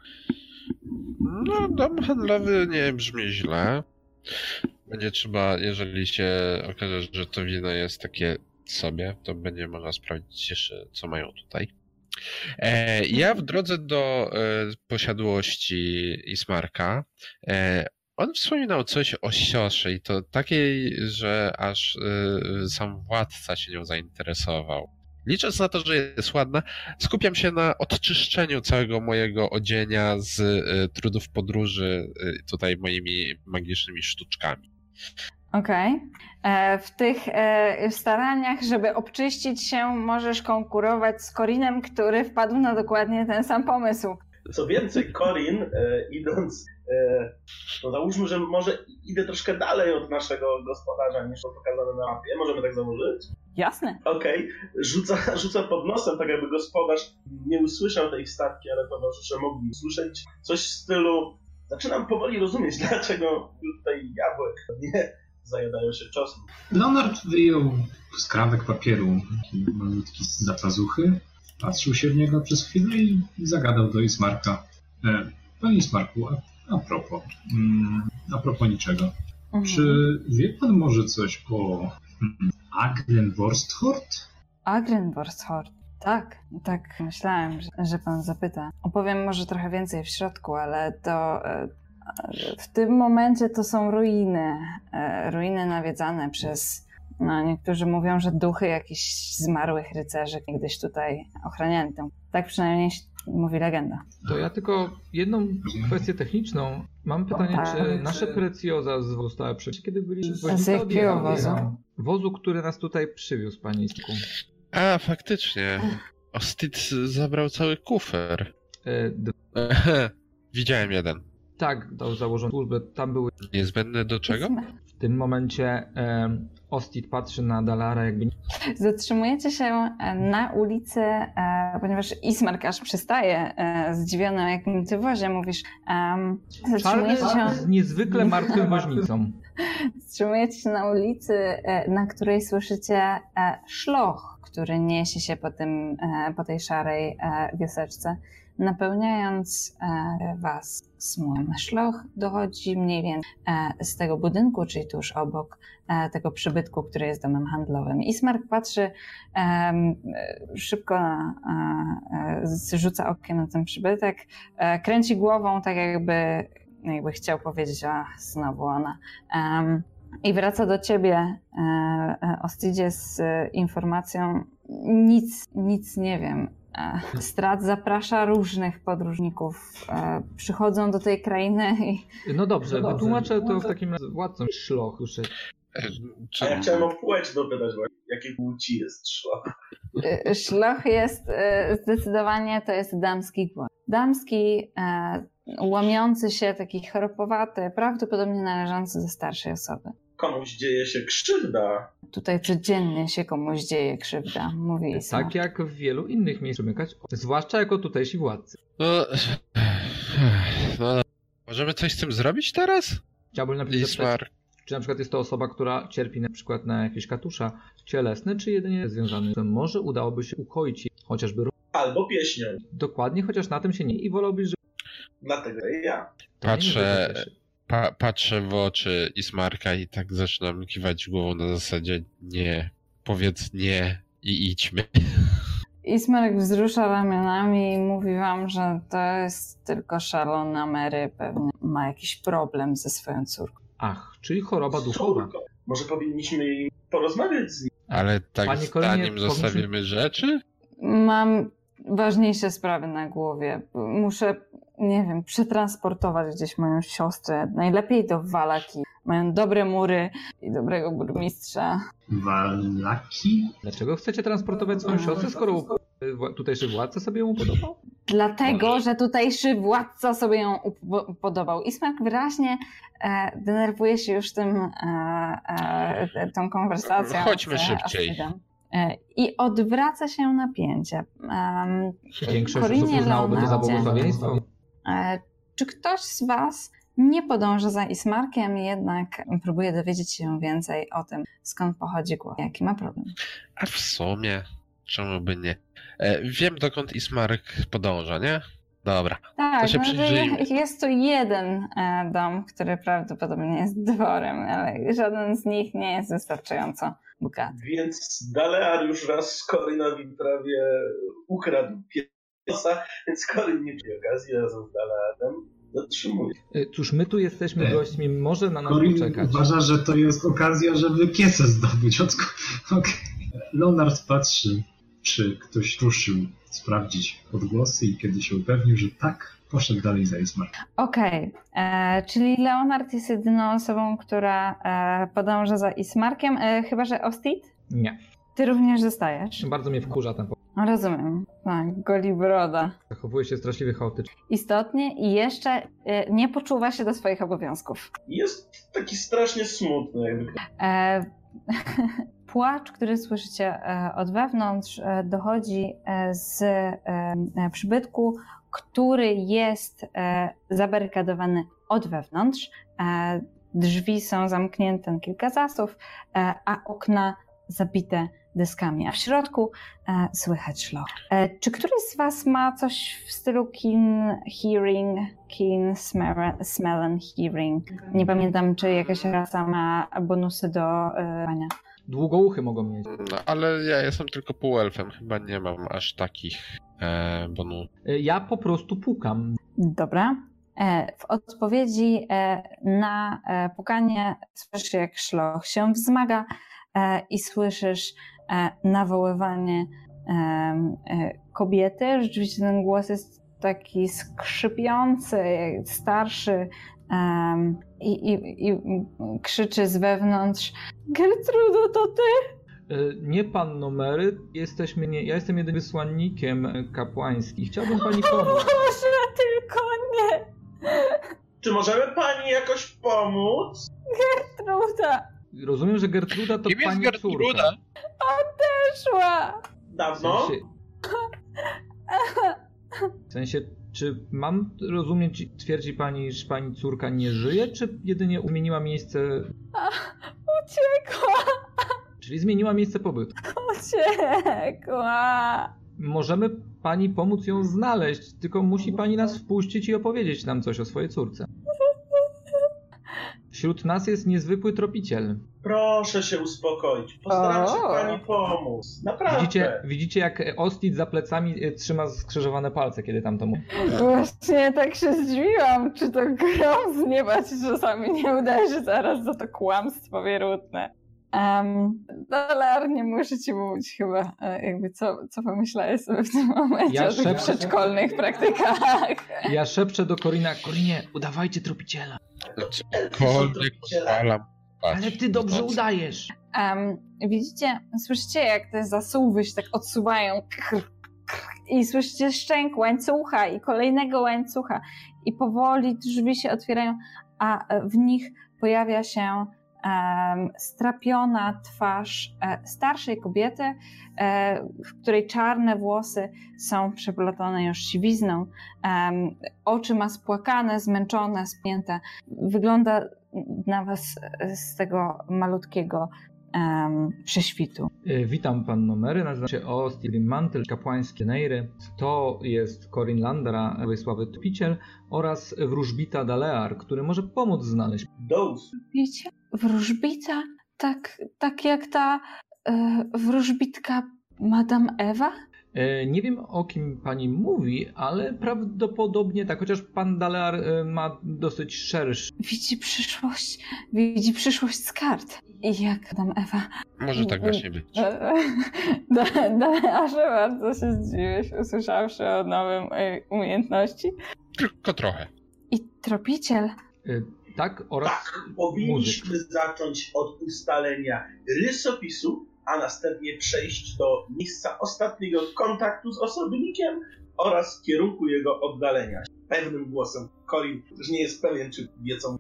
No, dom handlowy nie brzmi źle. Będzie trzeba, jeżeli się okaże, że to wino jest takie sobie, to będzie można sprawdzić jeszcze, co mają tutaj. Ja w drodze do posiadłości Ismarka, on wspominał coś o siostrze i to takiej, że aż sam władca się nią zainteresował. Licząc na to, że jest ładna, skupiam się na odczyszczeniu całego mojego odzienia z trudów podróży tutaj moimi magicznymi sztuczkami. Okej. W tych staraniach, żeby obczyścić się, możesz konkurować z Corinem, który wpadł na dokładnie ten sam pomysł. Co więcej, Corin, idąc, no załóżmy, że może idę troszkę dalej od naszego gospodarza niż to pokazane na mapie. Możemy tak założyć? Jasne. Okej. Rzuca pod nosem, tak jakby gospodarz nie usłyszał tej wstawki, ale towarzysze mogli usłyszeć coś w stylu: zaczynam powoli rozumieć, dlaczego tutaj jabłek nie zajadają się czosnkiem. Leonard wyjął skrawek papieru, taki malutki z zapazuchy, patrzył się w niego przez chwilę i zagadał do Ismarka. Panie Ismarku, a propos niczego. Czy wie pan może coś o Agrenworsthort? Agrenworsthort. Tak, myślałem, że pan zapyta. Opowiem może trochę więcej w środku, ale to w tym momencie to są ruiny nawiedzane przez, niektórzy mówią, że duchy jakichś zmarłych rycerzy niegdyś tutaj ochraniali tę. Tak przynajmniej mówi legenda. To ja tylko jedną kwestię techniczną. Mam pytanie, czy nasze precjoza zostały przecież kiedy byli z jakiego wozu? Wozu, który nas tutaj przywiózł, panie Istku. A, faktycznie. Ostid zabrał cały kufer. Widziałem jeden. Tak, dał założoną służbę. Tam były... Niezbędne do czego? W tym momencie Ostid patrzy na Dalara jakby... Zatrzymujecie się na ulicy, ponieważ Ismark aż przystaje zdziwiony, o jakim ty wozie mówisz. Zatrzymujecie się z niezwykle martwym woźnicą. Zatrzymujecie się na ulicy, na której słyszycie szloch, który niesie się po tej szarej wioseczce, napełniając was smułem. Szloch dochodzi mniej więcej z tego budynku, czyli tuż obok tego przybytku, który jest domem handlowym. Ismark patrzy szybko, rzuca okiem na ten przybytek, kręci głową, tak jakby chciał powiedzieć: a znowu ona. I wraca do ciebie, Ostidzie, z informacją: nic nie wiem. Strat zaprasza różnych podróżników. Przychodzą do tej krainy i... No dobrze, wytłumaczę to w takim razie władcą szloch. A ja chciałem o płeć dopytać, jakiej płci jest szloch? Szloch jest zdecydowanie, to jest damski głos. Damski, łamiący się, taki choropowaty, prawdopodobnie należący do starszej osoby. Komuś dzieje się krzywda. Tutaj codziennie się komuś dzieje krzywda, mówi Ismark. Tak jak w wielu innych miejscach przymykać, zwłaszcza jako tutejsi władcy. No, możemy coś z tym zrobić teraz? Chciałbym napisać, czy na przykład jest to osoba, która cierpi na przykład na jakieś katusza cielesne, czy jedynie związany z tym. Może udałoby się ukoić chociażby... Albo pieśnią. Dokładnie, chociaż na tym się nie... I wolałbyś, żeby... Dlatego ja. Patrzę Patrzę w oczy Ismarka i tak zaczynam kiwać głową na zasadzie nie, powiedz nie i idźmy. Ismark wzrusza ramionami i mówi wam, że to jest tylko szalona Mary, pewnie ma jakiś problem ze swoją córką. Ach, czyli choroba duchowa. Córko, może powinniśmy porozmawiać z nim. Ale tak Panie zdaniem Kolinie, zostawimy rzeczy? Mam ważniejsze sprawy na głowie. Muszę, nie wiem, przetransportować gdzieś moją siostrę. Najlepiej do Walaki. Mają dobre mury i dobrego burmistrza. Walaki? Dlaczego chcecie transportować swoją siostrę, skoro tutejszy władca sobie ją podobał? Dlatego, że tutejszy władca sobie ją upodobał. Ismark wyraźnie denerwuje się już tą konwersacją. Chodźmy szybciej. I odwraca się napięcie. Większość osób Korinie uznałoby to za Leonardzie, błogosławieństwo. czy ktoś z was nie podąża za Ismarkiem, jednak próbuje dowiedzieć się więcej o tym, skąd pochodzi głos, jaki ma problem? A w sumie, czemu by nie? Wiem, dokąd Ismark podąża, nie? Dobra, Tak, to się przyjrzyjmy. jest tu jeden dom, który prawdopodobnie jest dworem, ale żaden z nich nie jest wystarczająco bogaty. Więc Dalear już raz Korynowi prawie ukradł piesa, więc Koryn nie miał okazji razem z Dalearem zatrzymuje. Cóż, my tu jesteśmy gośćmi, może na nas Corin poczekać. uważa, że to jest okazja, żeby piesę zdobyć. Okay. Leonard patrzy, czy ktoś ruszył sprawdzić odgłosy i kiedy się upewnił, że tak, poszedł dalej za Ismarkiem. Okej, czyli Leonard jest jedyną osobą, która podąża za Ismarkiem, chyba że Ostit? Nie. Ty również zostajesz. Bardzo mnie wkurza ten Rozumiem. Tak, goli broda. zachowuje się straszliwie chaotycznie. Istotnie i jeszcze nie poczuwa się do swoich obowiązków. Jest taki strasznie smutny. Jakby. Płacz, który słyszycie od wewnątrz, dochodzi z przybytku, który jest zabarykadowany od wewnątrz. Drzwi są zamknięte na kilka zasów, a okna zabite deskami, a w środku słychać szloch. Czy któryś z was ma coś w stylu keen hearing, keen smell and hearing? Nie pamiętam, czy jakaś rasa ma bonusy do pania. Długouchy mogą mieć. No, ale ja jestem tylko półelfem, chyba nie mam aż takich bonusów. Ja po prostu pukam. Dobra. W odpowiedzi na pukanie słyszysz, jak szloch się wzmaga i słyszysz nawoływanie kobiety. Rzeczywiście ten głos jest taki skrzypiący, starszy i krzyczy z wewnątrz: Gertrudo, to ty? Nie, panno Mary, ja jestem jedynym wysłannikiem kapłańskim. Chciałbym pani pomóc. Boże, tylko nie! Czy możemy pani jakoś pomóc? Gertruda! Rozumiem, że Gertruda to Kim jest pani Gertruda? córka. Szła! Dawno? W sensie, czy mam rozumieć, twierdzi pani, że pani córka nie żyje, czy jedynie zmieniła miejsce... Uciekła! Czyli zmieniła miejsce pobytu. Uciekła! Możemy pani pomóc ją znaleźć, tylko musi pani nas wpuścić i opowiedzieć nam coś o swojej córce. Wśród nas jest niezwykły tropiciel. Proszę się uspokoić. Postaram się pani pomóc. Naprawdę. Widzicie jak Ostit za plecami trzyma skrzyżowane palce, kiedy tam to mówi. Właśnie tak się zdziwiłam, czy to grom z nieba ci czasami nie uderzy zaraz za to kłamstwo wierutne. Dalear, nie muszę ci mówić chyba, jakby co pomyślałeś sobie w tym momencie o tych przedszkolnych praktykach. Ja szepczę do Korina: Korinie, udawajcie tropiciela. Ale ty dobrze udajesz. Widzicie, słyszycie jak te zasuwy się tak odsuwają i słyszycie szczęk łańcucha i kolejnego łańcucha i powoli drzwi się otwierają, a w nich pojawia się strapiona twarz starszej kobiety, w której czarne włosy są przeplatone już siwizną. Oczy ma spłakane, zmęczone, spięte. Wygląda na was z tego malutkiego prześwitu. Witam panno Mary, nazywam się Osti Mantel, kapłańskie Neyry. To jest Corin Landra, Wojsławy Tupiciel oraz wróżbita Dalear, który może pomóc znaleźć. Wiecie, wróżbita? Tak jak ta wróżbitka Madame Ewa? Nie wiem, o kim pani mówi, ale prawdopodobnie tak, chociaż pan Dalear ma dosyć szerszy. Widzi przyszłość z kart. I jak Madame Ewa? Może tak właśnie być. Dalearze, bardzo się zdziwiłeś, usłyszawszy o nowym umiejętności. Tylko trochę. I tropiciel. Tak, oraz powinniśmy muzyk. zacząć od ustalenia rysopisu, a następnie przejść do miejsca ostatniego kontaktu z osobnikiem oraz kierunku jego oddalenia. Pewnym głosem Corin już nie jest pewien, czy wie co.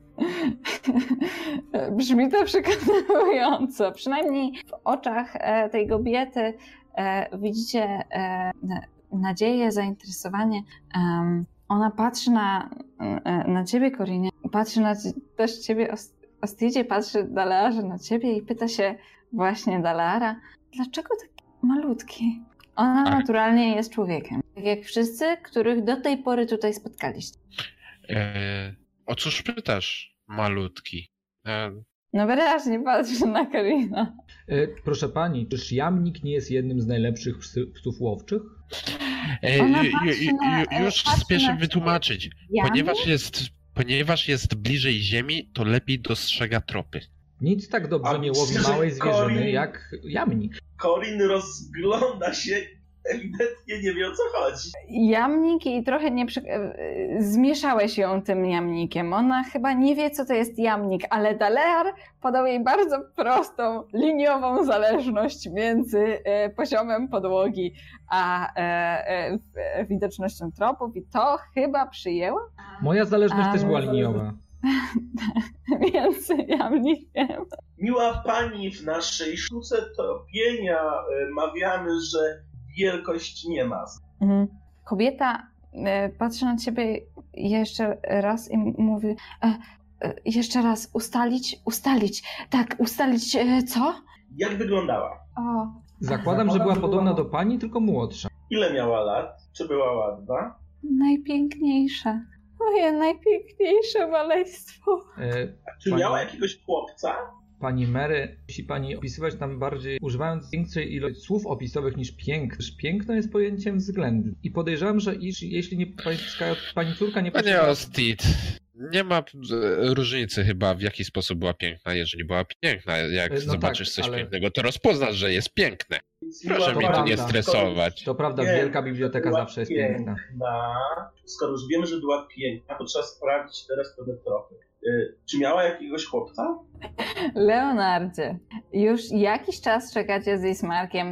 Brzmi to przekonująco. Przynajmniej w oczach tej kobiety widzicie nadzieję, zainteresowanie. Ona patrzy na ciebie, Corinie. Patrzy też ciebie, Ostidzie, patrzy Dalearze na ciebie i pyta się właśnie Daleara, dlaczego taki malutki? Ona naturalnie jest człowiekiem. Tak jak wszyscy, których do tej pory tutaj spotkaliście. O cóż pytasz, malutki? No wyraźnie patrzy na Corina. Proszę pani, czyż jamnik nie jest jednym z najlepszych psów łowczych? Już spieszę wytłumaczyć. Ponieważ jest bliżej ziemi, to lepiej dostrzega tropy. Nic tak dobrze nie łowi małej zwierzyny jak jamnik. Corin rozgląda się, ewidentnie nie wie, o co chodzi. Jamnik i trochę zmieszałeś ją tym jamnikiem. Ona chyba nie wie, co to jest jamnik, ale Dalear podał jej bardzo prostą, liniową zależność między poziomem podłogi a widocznością tropów i to chyba przyjęła. Moja zależność też była liniowa. Więc jamnikiem. Miła pani, w naszej sztuce tropienia mawiamy, że wielkość nie ma. Kobieta patrzy na ciebie jeszcze raz i mówi jeszcze raz, ustalić. Tak, ustalić co? Jak wyglądała? Zakładam, że była podobna do pani, tylko młodsza. Ile miała lat? Czy była ładna? Najpiękniejsza. Moje najpiękniejsze maleństwo. Czy miała jakiegoś chłopca? Pani Mary, musi pani opisywać tam bardziej, używając większej ilości słów opisowych niż piękno. Piękno jest pojęciem względnym. I podejrzewam, że jeśli nie pani córka nie Panie Ostid, nie ma różnicy chyba, w jaki sposób była piękna. Jeżeli była piękna, jak zobaczysz coś pięknego, to rozpoznasz, że jest piękne. Proszę mnie tu nie stresować. To prawda, wielka biblioteka zawsze jest piękna. Skoro już wiemy, że była piękna, to trzeba sprawdzić teraz pewne tropy. Czy miała jakiegoś chłopca? Leonardzie, już jakiś czas czekacie z Ismarkiem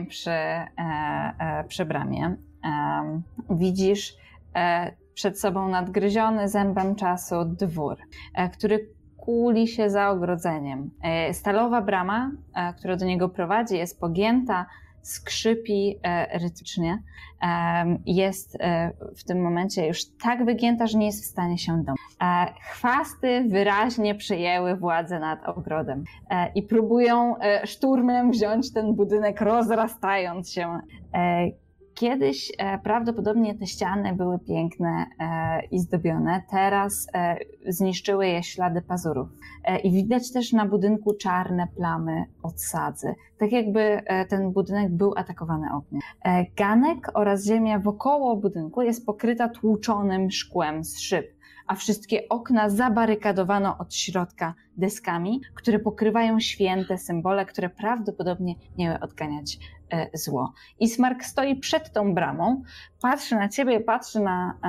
przy bramie. Widzisz przed sobą nadgryziony zębem czasu dwór, który kuli się za ogrodzeniem. Stalowa brama, która do niego prowadzi, jest pogięta, skrzypi rytmicznie. Jest w tym momencie już tak wygięta, że nie jest w stanie się domknąć. Chwasty wyraźnie przejęły władzę nad ogrodem i próbują szturmem wziąć ten budynek, rozrastając się. Kiedyś prawdopodobnie te ściany były piękne i zdobione, teraz zniszczyły je ślady pazurów. I widać też na budynku czarne plamy od sadzy, tak jakby ten budynek był atakowany ogniem. Ganek oraz ziemia wokoło budynku jest pokryta tłuczonym szkłem z szyb, a wszystkie okna zabarykadowano od środka deskami, które pokrywają święte symbole, które prawdopodobnie miały odganiać zło. Ismark stoi przed tą bramą, patrzy na ciebie, patrzy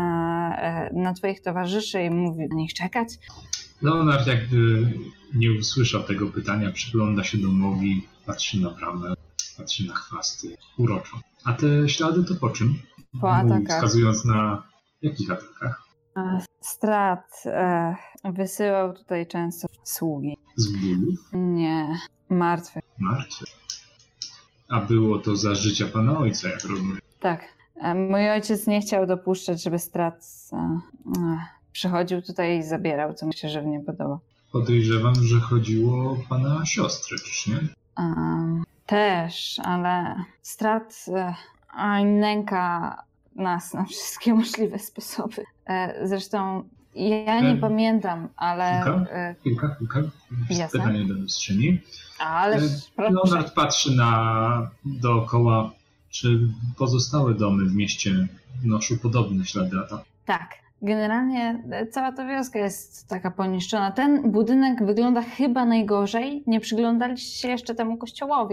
na twoich towarzyszy i mówi, na nich czekać. Leonard jakby nie usłyszał tego pytania, przygląda się domowi, patrzy na bramę, patrzy na chwasty, uroczo. A te ślady to po czym? Po atakach. Wskazując na jakich atakach? Strat wysyłał tutaj często sługi. Z bólów? Nie, martwych. Martwych? A było to za życia pana ojca, jak rozumiem. Tak. Mój ojciec nie chciał dopuszczać, żeby Strat przychodził tutaj i zabierał, co mi się żywnie podoba. Podejrzewam, że chodziło o pana siostrę, czyż nie? Też, ale Strat nęka nas na wszystkie możliwe sposoby. Zresztą ja nie pamiętam, ale... Kilka. Jasne. Pytanie do mistrzyni. Ale Leonard patrzy dookoła, czy pozostałe domy w mieście noszą podobne ślady ataku. Tak. Generalnie cała ta wioska jest taka poniszczona. Ten budynek wygląda chyba najgorzej. Nie przyglądaliście się jeszcze temu kościołowi,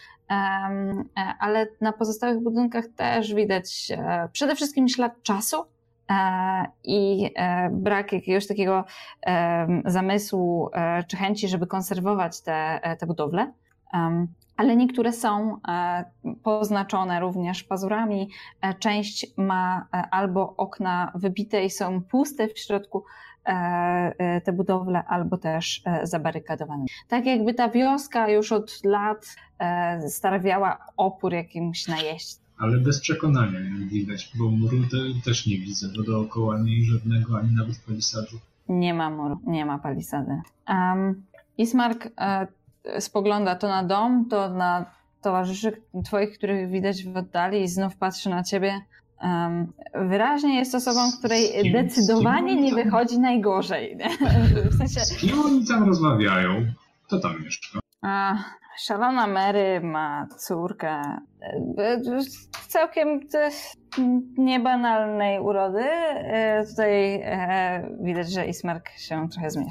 ale na pozostałych budynkach też widać przede wszystkim ślad czasu i brak jakiegoś takiego zamysłu czy chęci, żeby konserwować te budowle. Ale niektóre są poznaczone również pazurami. Część ma albo okna wybite i są puste w środku te budowle, albo też zabarykadowane. Tak jakby ta wioska już od lat stawiała opór jakimś najeźdźcom. Ale bez przekonania, jak widać, bo muru też nie widzę, bo dookoła nie żadnego, ani nawet palisadu. Nie ma muru, nie ma palisady. Ismark spogląda to na dom, to na towarzyszy twoich, których widać w oddali i znów patrzy na ciebie. Wyraźnie jest osobą, której zdecydowanie nie wychodzi najgorzej. W sensie... Z kim oni tam rozmawiają? Kto tam mieszka? Szalona Mary ma córkę całkiem niebanalnej urody. Tutaj widać, że Ismark się trochę zmienia.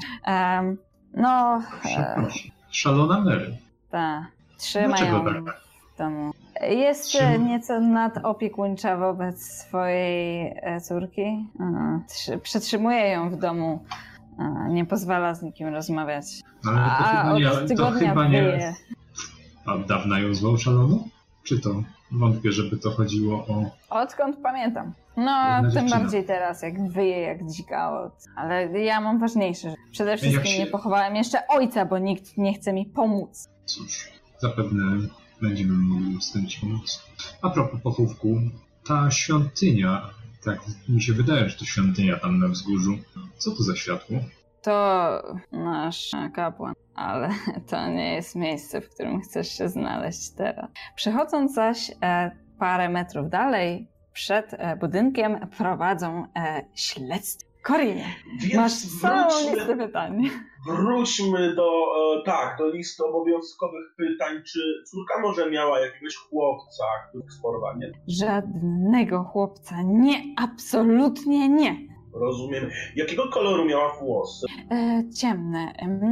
Proszę. Szalona Mary. Tak. Trzymają w domu. Jest nieco nadopiekuńcza wobec swojej córki. Przetrzymuje ją w domu. Nie pozwala z nikim rozmawiać. Ale od tygodnia wyje. A dawna ją zwał szaloną? Czy to wątpię, żeby to chodziło o... Odkąd pamiętam. Tym bardziej teraz, jak wyje jak dzika. Ale ja mam ważniejsze. Przede wszystkim nie pochowałem jeszcze ojca, bo nikt nie chce mi pomóc. Cóż, zapewne będziemy mogli z tym ci pomóc. A propos pochówku, ta świątynia, tak mi się wydaje, że to świątynia tam na wzgórzu. Co to za światło? To nasz kapłan, ale to nie jest miejsce, w którym chcesz się znaleźć teraz. Przechodząc zaś parę metrów dalej, przed budynkiem prowadzą śledztwo. Korinie, masz całą listę pytań. Wróćmy do listy obowiązkowych pytań. Czy córka może miała jakiegoś chłopca, który sporował, nie? Żadnego chłopca. Nie, absolutnie nie. Rozumiem. Jakiego koloru miała włosy? Ciemne,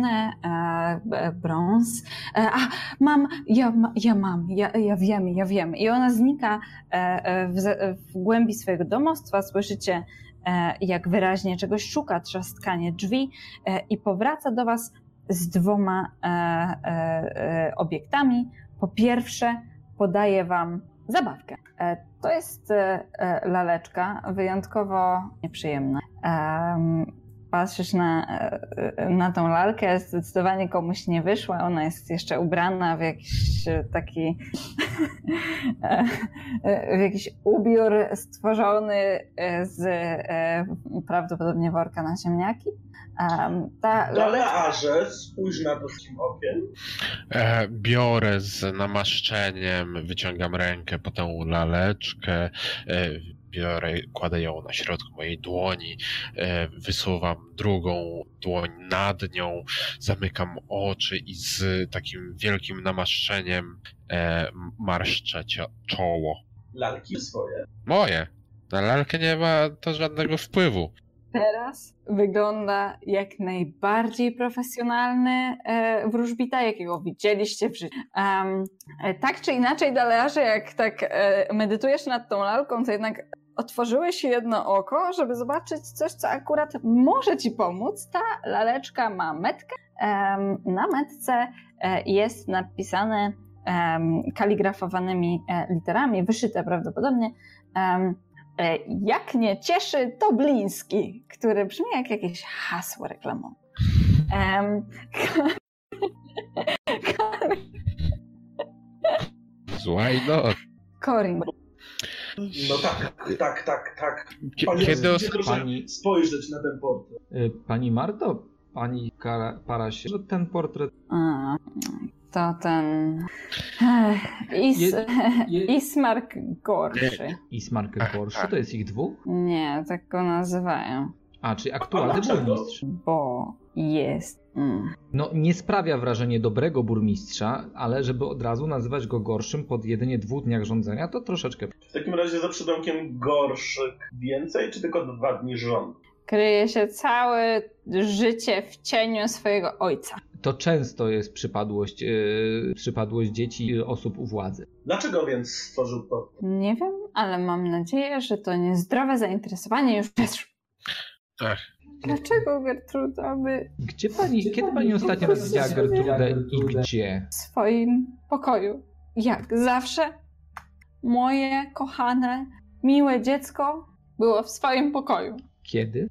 brąz. Ja wiem. I ona znika w głębi swojego domostwa. Słyszycie, jak wyraźnie czegoś szuka, trzaskanie drzwi i powraca do was z 2 obiektami. Po pierwsze, podaje wam zabawkę. To jest laleczka, wyjątkowo nieprzyjemna. Patrzysz na tą lalkę, zdecydowanie komuś nie wyszła. Ona jest jeszcze ubrana w jakiś taki w jakiś ubiór stworzony z prawdopodobnie worka na ziemniaki. Dalearze, spójrz na to takim okiem. Biorę z namaszczeniem, wyciągam rękę po tę laleczkę, kładę ją na środku mojej dłoni, wysuwam drugą dłoń nad nią, zamykam oczy i z takim wielkim namaszczeniem marszczę czoło. Lalki swoje. Moje. Na lalkę nie ma to żadnego wpływu. Teraz wygląda jak najbardziej profesjonalny wróżbita, jakiego widzieliście w życiu. Tak czy inaczej, Dalearze, jak tak medytujesz nad tą lalką, to jednak otworzyłeś jedno oko, żeby zobaczyć coś, co akurat może ci pomóc. Ta laleczka ma metkę. Na metce jest napisane kaligrafowanymi literami, wyszyte prawdopodobnie, jak nie cieszy, to Bliński, który brzmi jak jakieś hasło reklamowe. Słuchaj, no. Corin. No tak. Pani spojrzeć na ten portret. Pani Marto, pani para się, że ten portret... To ten... Ismark Gorszy. Ismark Gorszy? To jest ich dwóch? Nie, tak go nazywają. A, czyli aktualny burmistrz. Bo jest... No, nie sprawia wrażenia dobrego burmistrza, ale żeby od razu nazywać go gorszym po jedynie 2 dniach rządzenia, to troszeczkę. W takim razie za przydomkiem Gorszyk więcej, czy tylko 2 dni rządu? Kryje się całe życie w cieniu swojego ojca. To często jest przypadłość dzieci i osób u władzy. Dlaczego więc stworzył to? Nie wiem, ale mam nadzieję, że to niezdrowe zainteresowanie już przeszło. Ach. Dlaczego Gertruda by... Kiedy pani ostatnio raz widziała Gertrudę i gdzie? W swoim pokoju. Jak zawsze moje kochane, miłe dziecko było w swoim pokoju. Kiedy?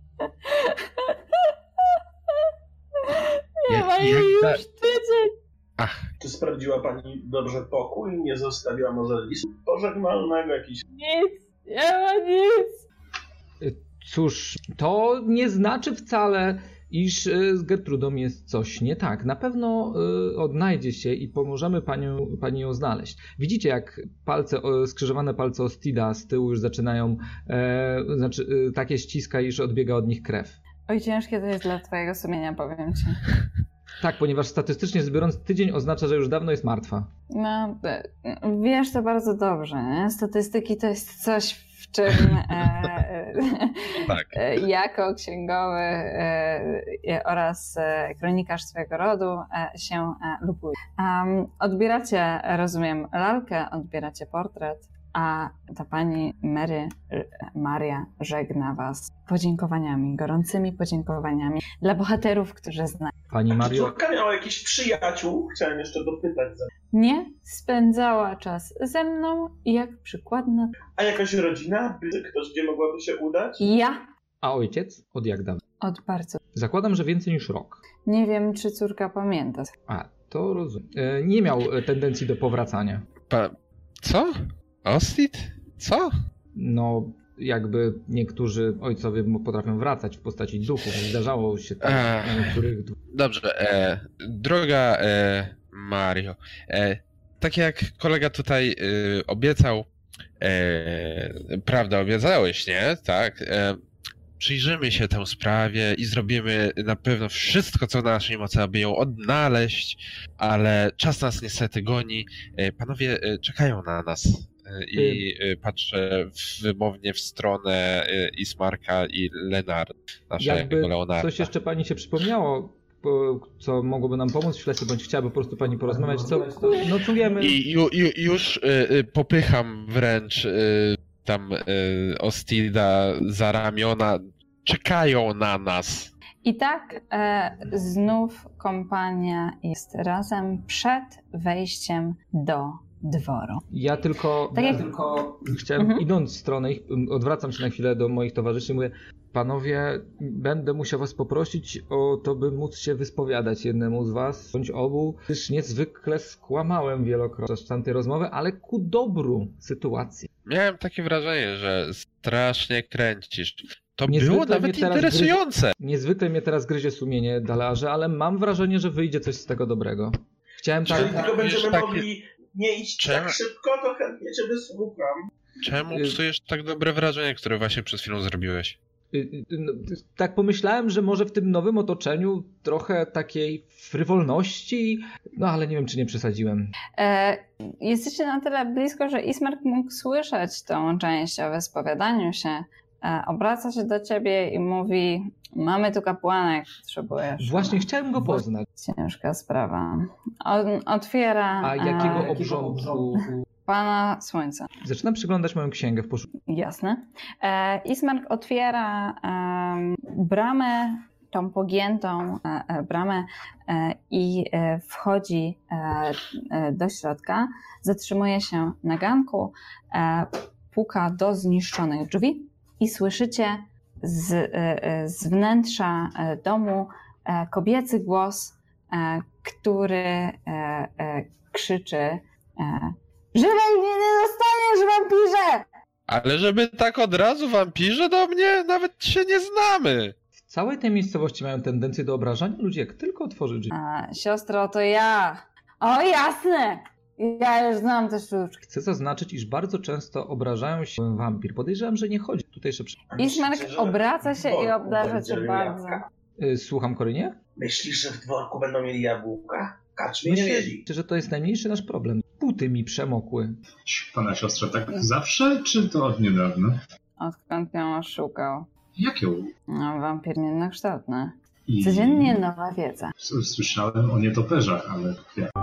Nie ma już tydzień. Ach. Czy sprawdziła pani dobrze pokój? Nie zostawiła może listu pożegnalnego jakiś? Nic, nie ma nic. Cóż, to nie znaczy wcale, iż z Gertrudą jest coś nie tak. Na pewno odnajdzie się i pomożemy pani ją znaleźć. Widzicie, jak skrzyżowane palce Ostida z tyłu już zaczynają, takie ściska, iż odbiega od nich krew. Oj, ciężkie to jest dla twojego sumienia, powiem ci. Tak, ponieważ statystycznie biorąc tydzień oznacza, że już dawno jest martwa. No, wiesz to bardzo dobrze, nie? Statystyki to jest coś, w czym tak. Jako księgowy oraz kronikarz swojego rodu się lubuje. Odbieracie, rozumiem, lalkę, odbieracie portret, a ta pani Maria żegna was podziękowaniami, gorącymi podziękowaniami dla bohaterów, którzy znają. Pani Mario... Czy córka miała jakichś przyjaciół? Chciałem jeszcze dopytać. Nie, spędzała czas ze mną jak przykładna. A jakaś rodzina? Ktoś, gdzie mogłaby się udać? Ja. A ojciec? Od jak dawno? Od bardzo. Zakładam, że więcej niż rok. Nie wiem, czy córka pamięta. A, to rozumiem. Nie miał tendencji do powracania. Co? Ostid? Co? No, jakby niektórzy ojcowie potrafią wracać w postaci duchów. Zdarzało się tak na niektórych... Dobrze, droga Mario, tak jak kolega tutaj obiecał, prawda, obiecałeś, nie? Tak? Przyjrzymy się tę sprawie i zrobimy na pewno wszystko, co w naszej mocy, aby ją odnaleźć, ale czas nas niestety goni. Panowie czekają na nas. I patrzę wymownie w stronę Ismarka i naszego Leonarda. Coś jeszcze pani się przypomniało, co mogłoby nam pomóc w śledztwie, bądź chciałaby po prostu pani porozmawiać, co nocujemy. I już popycham wręcz tam Ostida za ramiona. Czekają na nas. I tak znów kompania jest razem przed wejściem do dworu. Ja tylko chciałem, idąc w stronę ich, odwracam się na chwilę do moich towarzyszy i mówię: panowie, będę musiał was poprosić o to, by móc się wyspowiadać jednemu z was, bądź obu, gdyż niezwykle skłamałem wielokrotnie w tamtej rozmowy, ale ku dobru sytuacji. Miałem takie wrażenie, że strasznie kręcisz. To było nawet interesujące. Niezwykle mnie teraz gryzie sumienie, Dalarze, ale mam wrażenie, że wyjdzie coś z tego dobrego. Chciałem tak... Jeżeli tylko będziemy mogli nie iść tak szybko, to chętnie cię wysłucham. Czemu psujesz tak dobre wrażenie, które właśnie przed chwilą zrobiłeś? Tak pomyślałem, że może w tym nowym otoczeniu trochę takiej frywolności, no ale nie wiem, czy nie przesadziłem. Jesteście na tyle blisko, że Ismark mógł słyszeć tą część o wyspowiadaniu się. Obraca się do ciebie i mówi: mamy tu kapłanek, potrzebujesz. Właśnie chciałem go poznać. Ciężka sprawa. On otwiera... A jakiego obrządku? Pana Słońca. Zaczynam przyglądać moją księgę w poszukiwaniu. Jasne. Ismark otwiera bramę, tą pogiętą bramę i wchodzi do środka. Zatrzymuje się na ganku, puka do zniszczonych drzwi i słyszycie z wnętrza domu kobiecy głos, który krzyczy: żywej mnie nie dostaniesz, wampirze! Ale żeby tak od razu wampirze do mnie? Nawet się nie znamy. W całej tej miejscowości mają tendencję do obrażania ludzi, jak tylko otworzy drzwi. Siostro, to ja. O jasne! Ja już znam te sztuczki. Chcę zaznaczyć, iż bardzo często obrażają się wampir. Podejrzewam, że nie chodzi tutaj jeszcze... Ismark obraca się i obdarza cię bardzo. Słucham, Korynie? Myślisz, że w dworku będą mieli jabłka? Kaczmy nie mieli. Myślę, że to jest najmniejszy nasz problem. Buty mi przemokły. Pana siostra tak zawsze, czy to od niedawna? Odkąd ją oszukał? Jak ją? No, wampir niejednokształtny. Codziennie nowa wiedza. Słyszałem o nietoperzach, ale jak?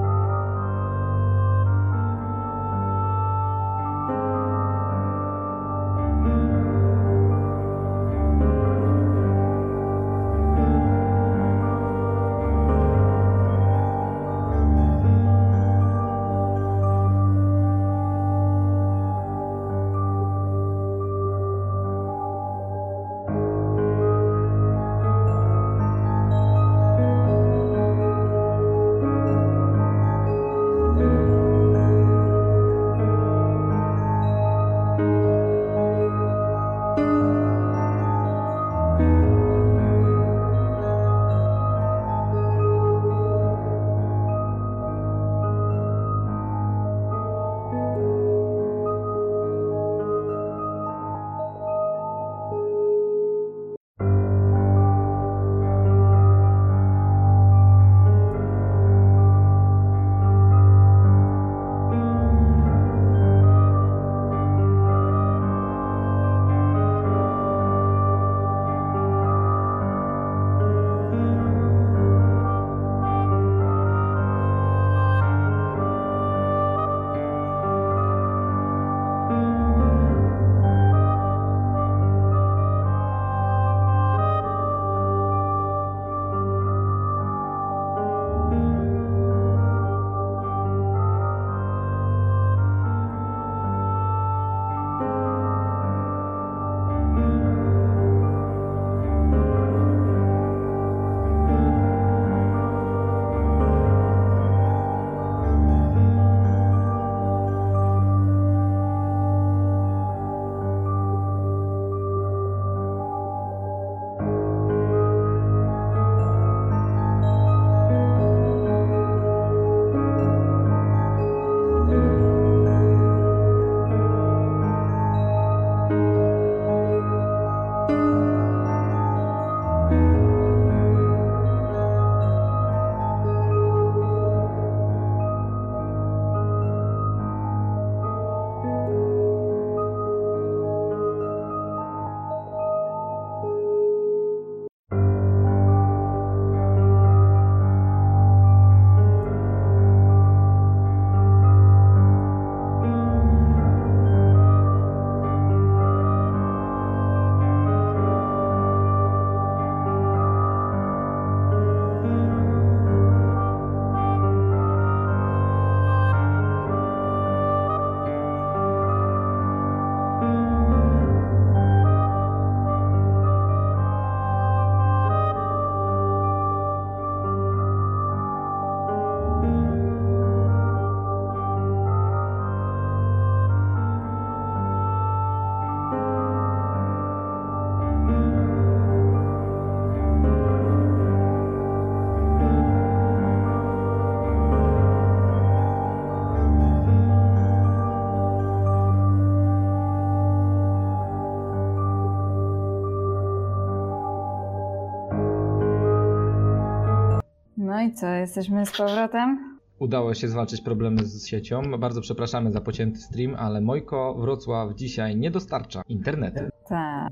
No i co, jesteśmy z powrotem? Udało się zwalczyć problemy z siecią. Bardzo przepraszamy za pocięty stream, ale Mojko Wrocław dzisiaj nie dostarcza internetu. Tak.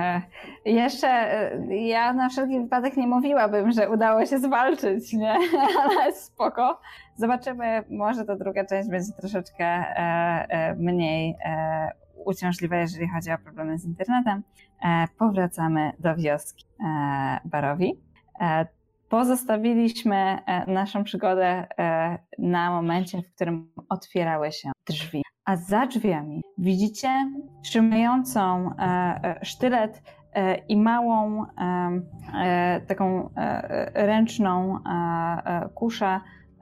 Jeszcze ja na wszelki wypadek nie mówiłabym, że udało się zwalczyć, nie? Ale spoko. Zobaczymy, może ta druga część będzie troszeczkę mniej uciążliwa, jeżeli chodzi o problemy z internetem. Powracamy do wioski Barowi. Pozostawiliśmy naszą przygodę na momencie, w którym otwierały się drzwi. A za drzwiami widzicie trzymającą sztylet i małą taką ręczną kuszę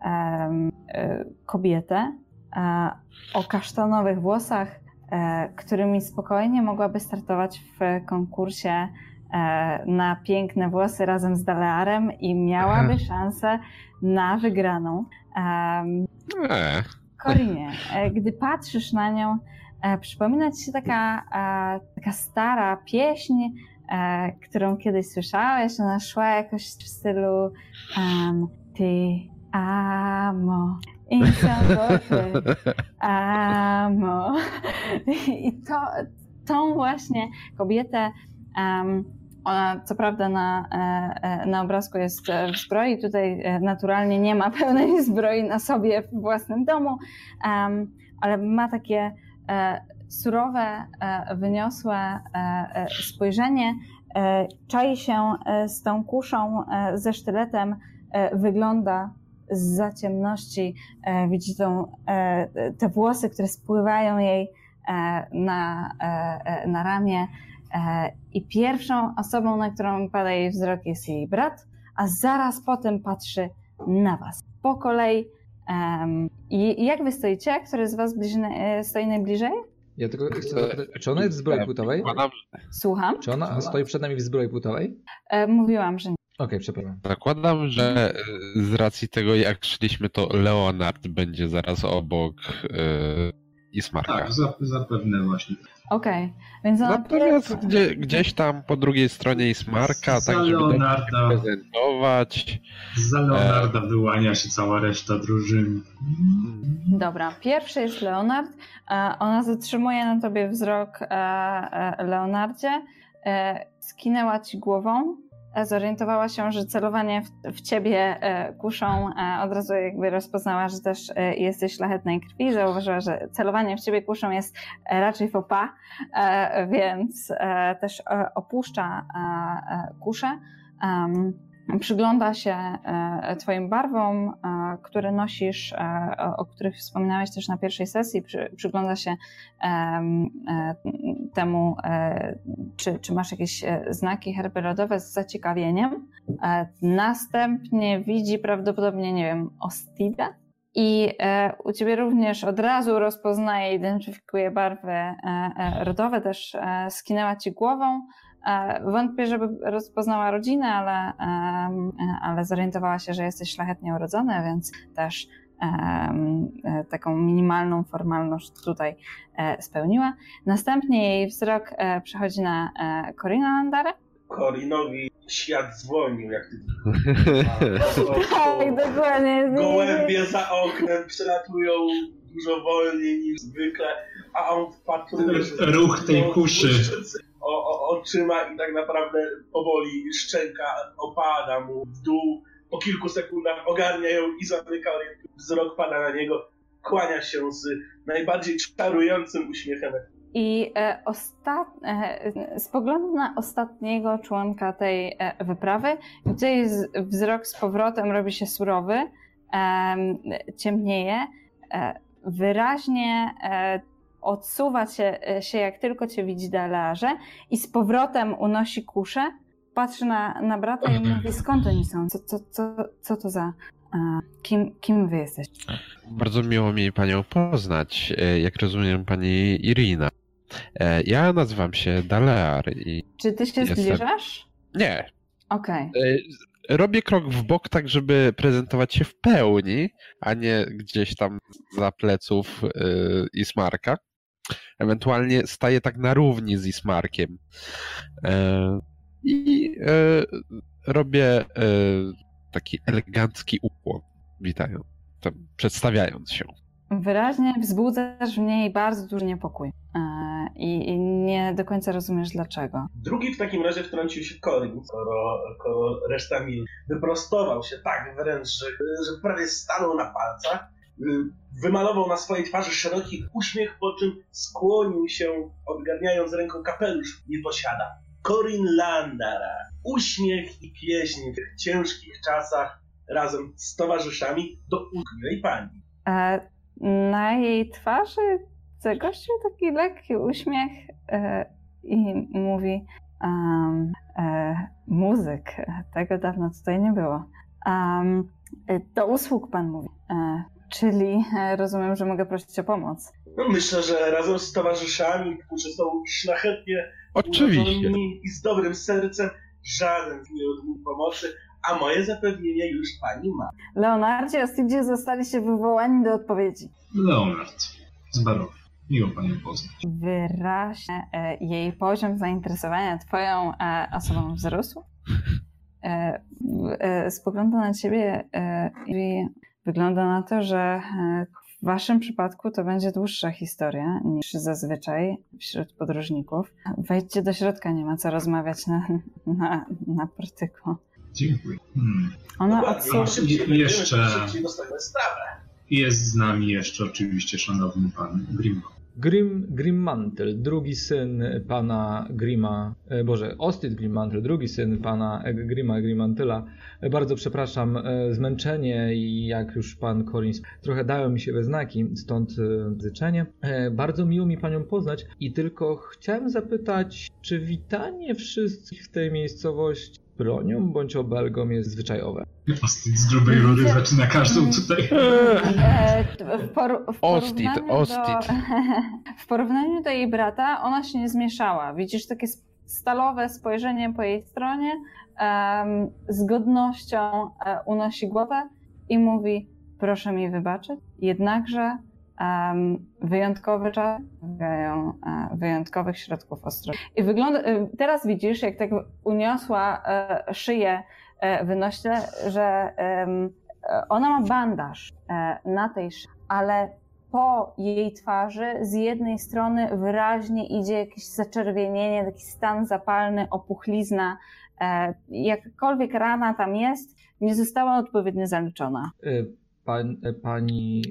kobietę o kasztanowych włosach, którymi spokojnie mogłaby startować w konkursie na piękne włosy razem z Dalearem i miałaby szansę na wygraną. Corinie, gdy patrzysz na nią, przypomina ci się taka stara pieśń, którą kiedyś słyszałeś. Ona szła jakoś w stylu Ti amo, insabote, amo. I tą właśnie kobietę, ona co prawda na obrazku jest w zbroi, tutaj naturalnie nie ma pełnej zbroi na sobie w własnym domu, ale ma takie surowe, wyniosłe spojrzenie, czai się z tą kuszą, ze sztyletem, wygląda zza ciemności, widzi te włosy, które spływają jej na ramię i pierwszą osobą, na którą pada jej wzrok, jest jej brat, a zaraz potem patrzy na was po kolei. I jak wy stoicie? Który z was stoi najbliżej? Ja tylko chcę zapytać, czy ona jest w zbroi płytowej? Słucham? Czy ona stoi przed nami w zbroi płytowej? Mówiłam, że nie. Okej, przepraszam. Zakładam, że z racji tego, jak szliśmy, to Leonard będzie zaraz obok Ismarka. Tak, zapewne właśnie. Okej, więc ona... Natomiast gdzieś tam po drugiej stronie Ismarka, tak żeby Leonarda prezentować. Za Leonarda wyłania się cała reszta drużyny. Dobra, pierwszy jest Leonard. Ona zatrzymuje na tobie wzrok, Leonardzie. Skinęła ci głową. Zorientowała się, że celowanie w ciebie kuszą, od razu jakby rozpoznała, że też jesteś szlachetnej krwi. Zauważyła, że celowanie w ciebie kuszą jest raczej faux pas, więc też opuszcza kuszę. Przygląda się twoim barwom, które nosisz, o których wspominałeś też na pierwszej sesji. Przygląda się temu, czy masz jakieś znaki herby rodowe z zaciekawieniem. Następnie widzi prawdopodobnie, nie wiem, Ostidę. I u ciebie również od razu rozpoznaje, identyfikuje barwy rodowe, też skinęła ci głową. Wątpię, żeby rozpoznała rodzinę, ale zorientowała się, że jesteś szlachetnie urodzony, więc też taką minimalną formalność tutaj spełniła. Następnie jej wzrok przechodzi na Corinna Landarę. Corinowi świat zwolnił, jak ty. Tak, dokładnie. Gołębie za oknem przelatują dużo wolniej niż zwykle, a on wpatruje ruch tej kuszy oczyma i tak naprawdę powoli szczęka opada mu w dół. Po kilku sekundach ogarnia ją i zamyka wzrok, pada na niego, kłania się z najbardziej czarującym uśmiechem. I spogląda na ostatniego członka tej wyprawy, gdzie wzrok z powrotem robi się surowy, ciemnieje, wyraźnie odsuwa się jak tylko cię widzi Dalearze i z powrotem unosi kuszę, patrzy na brata i mówi, skąd oni są? Co to za... Kim wy jesteście? Bardzo miło mi panią poznać. Jak rozumiem, pani Irina. Ja nazywam się Dalear i... Czy ty się zbliżasz? Nie. Okej. Robię krok w bok tak, żeby prezentować się w pełni, a nie gdzieś tam za pleców Ismarka. Ewentualnie staję tak na równi z Ismarkiem. I robię taki elegancki ukłon, przedstawiając się. Wyraźnie wzbudzasz w niej bardzo duży niepokój i nie do końca rozumiesz dlaczego. Drugi w takim razie wtrącił się Corin, skoro reszta Mil wyprostował się tak wręcz, że prawie stanął na palcach. Wymalował na swojej twarzy szeroki uśmiech, po czym skłonił się, odgarniając ręką kapelusz, nie posiada. Corin Landara. Uśmiech i pieśń w tych ciężkich czasach razem z towarzyszami do uczciwej pani. Na jej twarzy zagościł taki lekki uśmiech i mówi, muzyk, tego dawno tutaj nie było. Do usług pan mówi, czyli rozumiem, że mogę prosić o pomoc. No myślę, że razem z towarzyszami, którzy są szlachetnie oczywiście urodzonymi i z dobrym sercem, żaden nie odmówi pomocy, a moje zapewnienie już pani ma. Leonardzie, Ostidzie zostaliście wywołani do odpowiedzi. Leonard z Barowi. Miło panią poznać. Wyraźnie jej poziom zainteresowania twoją osobą wzrósł. Spogląda na ciebie i wygląda na to, że w waszym przypadku to będzie dłuższa historia niż zazwyczaj wśród podróżników. Wejdźcie do środka, nie ma co rozmawiać na portyku. Dziękuję. Ona szybciej dostajemy sprawę. Jest z nami jeszcze oczywiście szanowny pan Grimmantle. Grimmantle, drugi syn pana Ostid Grimmantle, drugi syn pana Grimmantela. Bardzo przepraszam, zmęczenie i jak już pan Collins trochę dają mi się we znaki, stąd życzenie. Bardzo miło mi panią poznać i tylko chciałem zapytać, czy witanie wszystkich w tej miejscowości bronią bądź obelgą jest zwyczajowe? Ostid z grubej rury zaczyna każdą tutaj. W porównaniu do jej brata ona się nie zmieszała. Widzisz takie stalowe spojrzenie po jej stronie, z godnością unosi głowę i mówi: proszę mi wybaczyć, jednakże wyjątkowe czasy wymagają wyjątkowych środków ostrożności. I teraz widzisz, jak tak uniosła szyję wynośle, że ona ma bandaż na tej szyi, ale po jej twarzy z jednej strony wyraźnie idzie jakieś zaczerwienienie, taki stan zapalny, opuchlizna. Jakakolwiek rana tam jest, nie została odpowiednio zaleczona. Pani...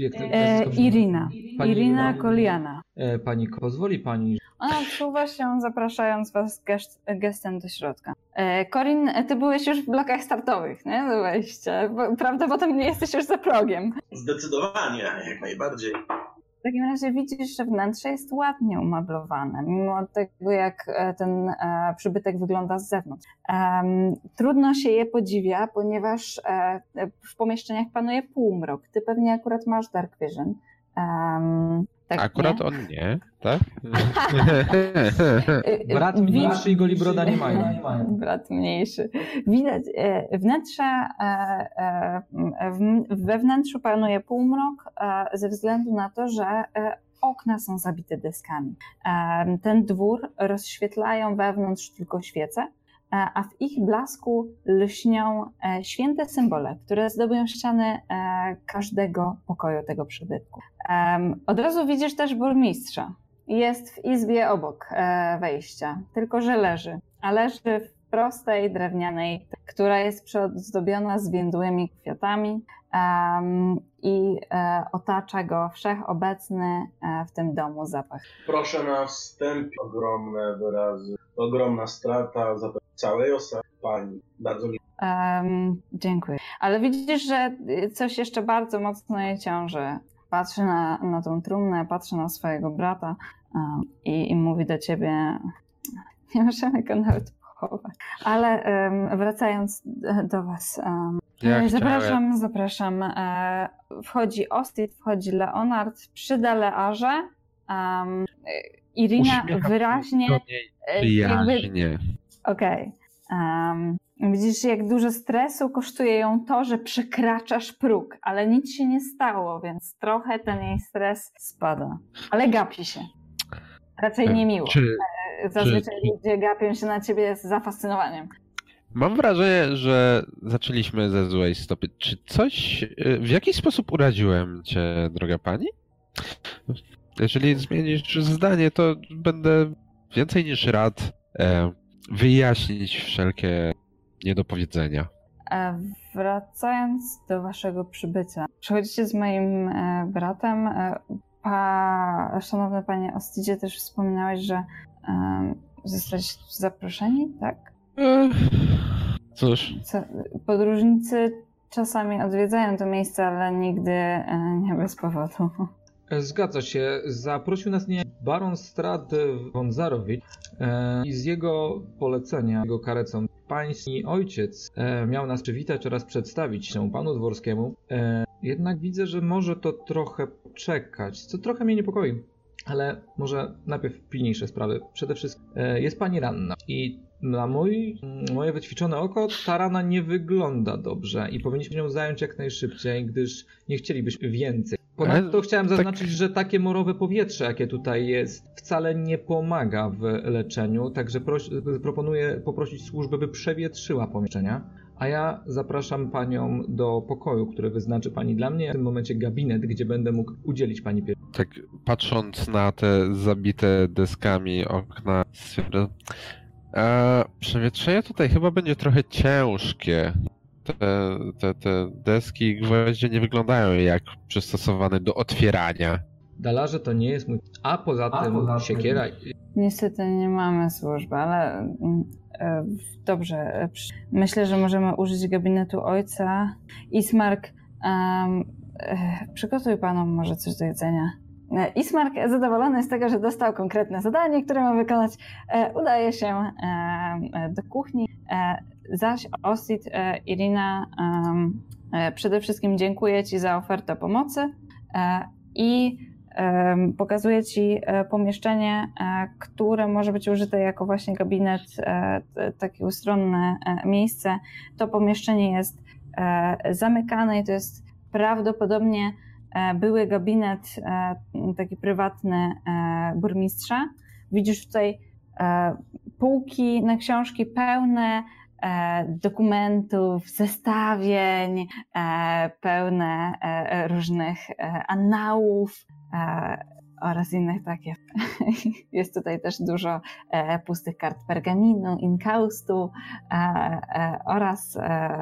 Irina Koliana. Pani, pozwoli pani... Ona odsuwa się, zapraszając was gestem do środka. Corin, ty byłeś już w blokach startowych, nie? Do wejścia. Prawdopodobnie jesteś już za progiem. Zdecydowanie, jak najbardziej. W takim razie widzisz, że wnętrze jest ładnie umeblowane, mimo tego, jak ten przybytek wygląda z zewnątrz. Trudno się je podziwia, ponieważ w pomieszczeniach panuje półmrok. Ty pewnie akurat masz Dark Vision. Tak, akurat nie? on nie, tak? Brat mniejszy i Golibroda nie mają. Brat mniejszy. Widać, wnętrze, we wnętrzu panuje półmrok ze względu na to, że okna są zabite deskami. Ten dwór rozświetlają wewnątrz tylko świece, a w ich blasku lśnią święte symbole, które zdobią ściany każdego pokoju tego przybytku. Od razu widzisz też burmistrza. Jest w izbie obok wejścia, tylko że leży. A leży w prostej, drewnianej, która jest przyozdobiona zwiędłymi kwiatami i otacza go wszechobecny w tym domu zapach. Proszę na wstępie ogromne wyrazy, ogromna strata całej osoby pani. Bardzo mi... Dziękuję. Ale widzisz, że coś jeszcze bardzo mocno jej ciąży. Patrzy na tą trumnę, patrzy na swojego brata i mówi do ciebie: nie możemy go nawet pochować. Ale wracając do was, zapraszam. Wchodzi Ostid, wchodzi Leonard przy Delearze. Irina wyraźnie... Przyjaźnie. Okej. Widzisz, jak dużo stresu kosztuje ją to, że przekraczasz próg, ale nic się nie stało, więc trochę ten jej stres spada. Ale gapi się. Raczej niemiło. Zazwyczaj ludzie gapią się na ciebie z zafascynowaniem. Mam wrażenie, że zaczęliśmy ze złej stopy. Czy coś, w jakiś sposób uraziłem cię, droga pani? Jeżeli zmienisz zdanie, to będę więcej niż rad wyjaśnić wszelkie niedopowiedzenia. Wracając do waszego przybycia. Przychodzicie z moim bratem. Szanowny panie Ostidzie, też wspominałeś, że zostaliście zaproszeni, tak? Cóż. Podróżnicy czasami odwiedzają to miejsce, ale nigdy nie bez powodu. Zgadza się. Zaprosił nas nie baron Strad von Zarowicz i z jego polecenia, jego karecą, pański ojciec miał nas przywitać oraz przedstawić się panu dworskiemu. Jednak widzę, że może to trochę poczekać, co trochę mnie niepokoi. Ale może najpierw pilniejsze sprawy. Przede wszystkim jest pani ranna i Na moje wyćwiczone oko ta rana nie wygląda dobrze i powinniśmy ją zająć jak najszybciej, gdyż nie chcielibyśmy więcej. Ponadto chciałem zaznaczyć, że takie morowe powietrze, jakie tutaj jest, wcale nie pomaga w leczeniu, także proponuję poprosić służbę, by przewietrzyła pomieszczenia, a ja zapraszam panią do pokoju, który wyznaczy pani dla mnie, w tym momencie gabinet, gdzie będę mógł udzielić pani pierwszej. Tak patrząc na te zabite deskami okna, stwierdzam, przewietrzenie tutaj chyba będzie trochę ciężkie. Te deski i gwoździe nie wyglądają jak przystosowane do otwierania. Dalarze to nie jest mój... A poza tym siekiera... Niestety nie mamy służby, ale dobrze. Myślę, że możemy użyć gabinetu ojca. Ismark, przygotuj panom może coś do jedzenia. Ismark, zadowolony z tego, że dostał konkretne zadanie, które ma wykonać, udaje się do kuchni. Zaś Ostit, Irina, przede wszystkim dziękuję ci za ofertę pomocy i pokazuję ci pomieszczenie, które może być użyte jako właśnie gabinet, takie ustronne miejsce. To pomieszczenie jest zamykane i to jest prawdopodobnie były gabinet taki prywatny burmistrza. Widzisz tutaj półki na książki pełne dokumentów, zestawień, pełne różnych annałów oraz innych takich. Jest tutaj też dużo pustych kart pergaminu, inkaustu oraz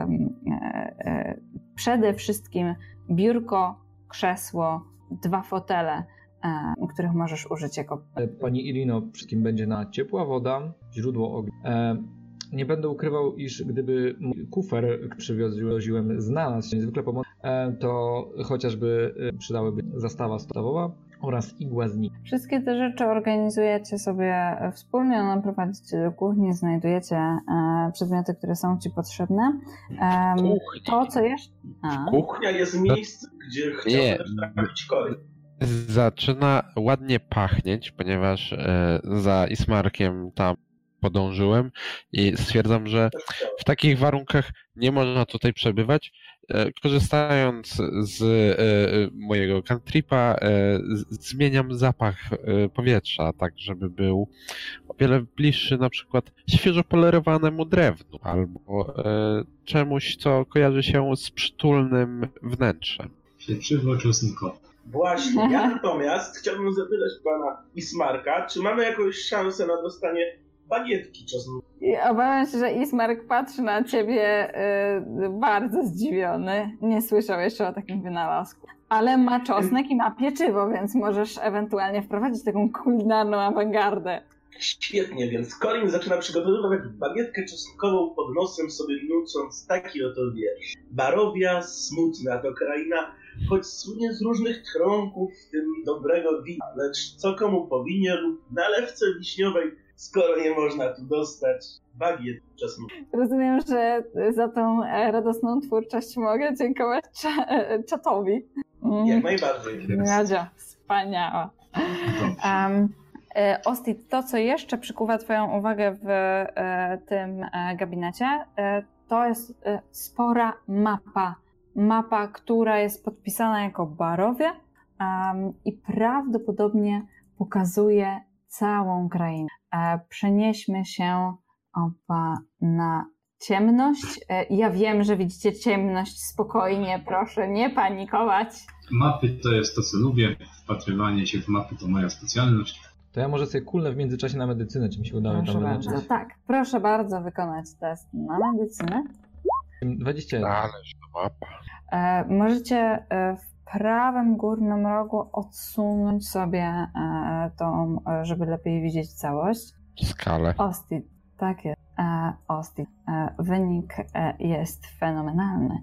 przede wszystkim biurko, krzesło, 2 fotele, których możesz użyć jako... Pani Irino, wszystkim będzie na ciepła woda, źródło ognia. Nie będę ukrywał, iż gdyby kufer przywoziłem znalazł się niezwykle pomocny, to chociażby przydałyby zastawa stołowa oraz igła z niej. Wszystkie te rzeczy organizujecie sobie wspólnie, ona prowadzicie do kuchni, znajdujecie przedmioty, które są ci potrzebne. To, co jeszcze... Kuchnia jest miejsce, gdzie chciałbym trafić Corin. Zaczyna ładnie pachnieć, ponieważ za Ismarkiem tam podążyłem i stwierdzam, że w takich warunkach nie można tutaj przebywać. Korzystając z mojego cantripa, zmieniam zapach powietrza, tak żeby był o wiele bliższy na przykład świeżo polerowanemu drewnu albo czemuś, co kojarzy się z przytulnym wnętrzem. Pieczywo-czosnkowe. Właśnie, ja natomiast chciałbym zapytać pana Ismarka, czy mamy jakąś szansę na dostanie bagietki czosnkowej? Obawiam się, że Ismark patrzy na ciebie bardzo zdziwiony. Nie słyszał jeszcze o takim wynalazku. Ale ma czosnek i ma pieczywo, więc możesz ewentualnie wprowadzić taką kulinarną awangardę. Świetnie, więc Corin zaczyna przygotowywać bagietkę czosnkową pod nosem, sobie nucąc taki oto wiersz. Barowia smutna to kraina, choć słynie z różnych trąków, w tym dobrego wina. Lecz co komu powinie lub nalewce wiśniowej, skoro nie można tu dostać bagiet czosnkowej. Rozumiem, że za tą radosną twórczość mogę dziękować czatowi. Jak najbardziej. Jadzia, wspaniała. Ostit, to co jeszcze przykuwa twoją uwagę w tym gabinecie, to jest spora mapa. Mapa, która jest podpisana jako Barowia i prawdopodobnie pokazuje całą krainę. Przenieśmy się na ciemność. Ja wiem, że widzicie ciemność, spokojnie, proszę nie panikować. Mapy to jest to, co lubię. Wpatrywanie się w mapy to moja specjalność. To ja może sobie kulnę w międzyczasie na medycynę, czy mi się udało tam wyleczyć. Tak, proszę bardzo wykonać test na medycynę. 21. Ależ to mapa. Możecie w prawym górnym rogu odsunąć sobie tą, żeby lepiej widzieć całość. Skalę. Ostit, tak jest. Ostit. Wynik jest fenomenalny.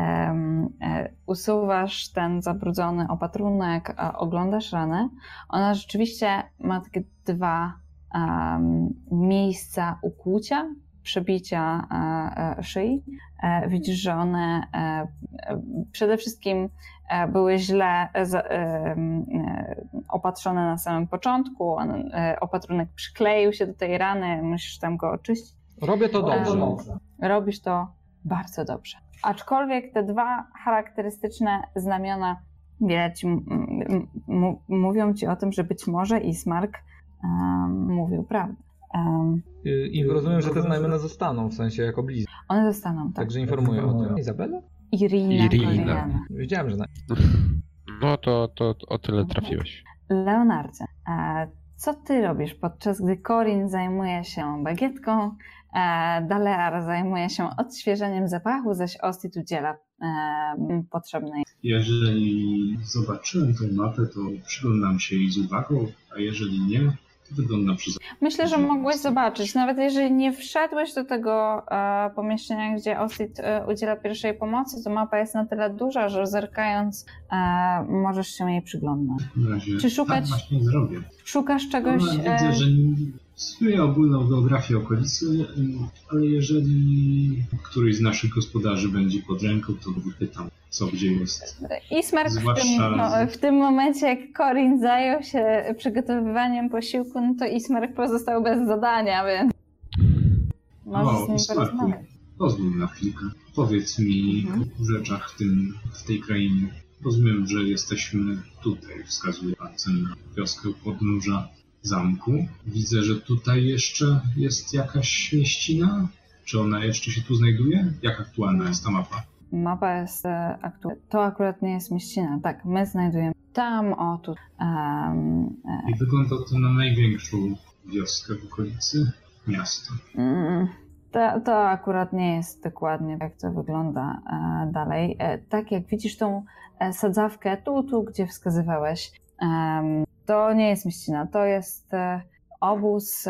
Usuwasz ten zabrudzony opatrunek, oglądasz ranę. Ona rzeczywiście ma takie 2 miejsca ukłucia, przebicia szyi. Widzisz, że one przede wszystkim były źle opatrzone na samym początku. Opatrunek przykleił się do tej rany, musisz tam go oczyścić. Robię to dobrze. Robisz to bardzo dobrze. Aczkolwiek te dwa charakterystyczne znamiona wiele ci mówią ci o tym, że być może Ismark mówił prawdę. I rozumiem, że te znamiona zostaną, w sensie jako blizny. One zostaną, tak. Także informuję o tym. Izabela? Irina. Wiedziałem, że... No to o tyle trafiłeś. Leonardzie, co ty robisz, podczas gdy Corin zajmuje się bagietką, Dalear zajmuje się odświeżeniem zapachu, zaś Ostit udziela potrzebnej. Jeżeli zobaczyłem tę mapę, to przyglądam się jej z uwagą, a jeżeli nie, to wyglądam przez... Myślę, że mogłeś zobaczyć, nawet jeżeli nie wszedłeś do tego pomieszczenia, gdzie Ostit udziela pierwszej pomocy, to mapa jest na tyle duża, że zerkając możesz się jej przyglądnąć. W razie Czy szukać... Tak właśnie zrobię. Szukasz czegoś... Widzę, że studiuję ogólną geografię okolicy, ale jeżeli któryś z naszych gospodarzy będzie pod ręką, to wypytam, co gdzie jest. Ismark Zwłaszcza... w tym momencie, jak Corin zajął się przygotowywaniem posiłku, no to Ismark pozostał bez zadania, więc możesz z nim porozmawiać. Pozwól na chwilkę. Powiedz mi o rzeczach w tej krainie. Rozumiem, że jesteśmy tutaj, wskazuje palce na wioskę u podnóża zamku. Widzę, że tutaj jeszcze jest jakaś mieścina? Czy ona jeszcze się tu znajduje? Jak aktualna jest ta mapa? Mapa jest aktualna. To akurat nie jest mieścina. Tak, my znajdujemy tam, o tu. I wygląda to na największą wioskę w okolicy miasta. To akurat nie jest dokładnie jak to wygląda dalej. Tak jak widzisz tą sadzawkę tu, gdzie wskazywałeś, to nie jest mieścina, to jest obóz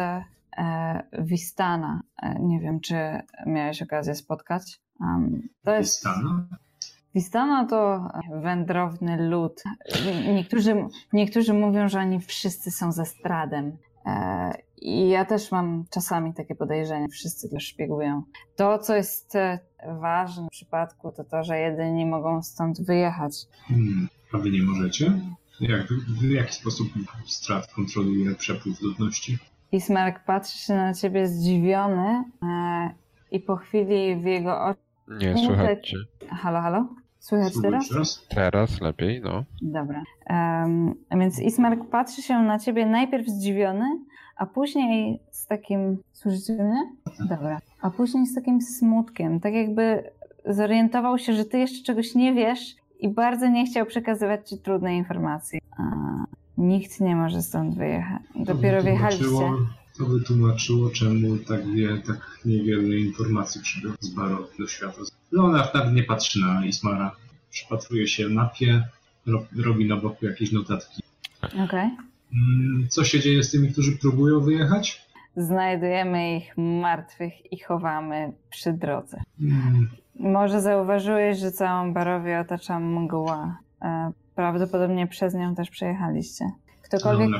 Vistana. Nie wiem, czy miałeś okazję spotkać. To jest... Vistana? Vistana to wędrowny lud. Niektórzy mówią, że oni wszyscy są ze Stradem. I ja też mam czasami takie podejrzenie, wszyscy też szpiegują. To, co jest ważne w przypadku, to to, że jedyni mogą stąd wyjechać. A wy nie możecie? W jaki sposób Strad kontroluje przepływ ludności? Ismark patrzy się na ciebie zdziwiony i po chwili w jego oczach... Nie, słychać cię. Halo? Słychać teraz? Teraz lepiej, no. Dobra. Więc Ismark patrzy się na ciebie najpierw zdziwiony, a później z takim... Słyszycie mnie? Dobra. A później z takim smutkiem. Tak jakby zorientował się, że ty jeszcze czegoś nie wiesz i bardzo nie chciał przekazywać ci trudnej informacji. Nikt nie może stąd wyjechać. Dopiero wjechaliście. To wytłumaczyło, czemu tak niewiele informacji przybyło z Barowi do świata. Leonard nawet nie patrzy na Ismara. Przypatruje się mapie, robi na boku jakieś notatki. Okej. Co się dzieje z tymi, którzy próbują wyjechać? Znajdujemy ich martwych i chowamy przy drodze. Może zauważyłeś, że całą Barowię otacza mgła. Prawdopodobnie przez nią też przejechaliście. Ktokolwiek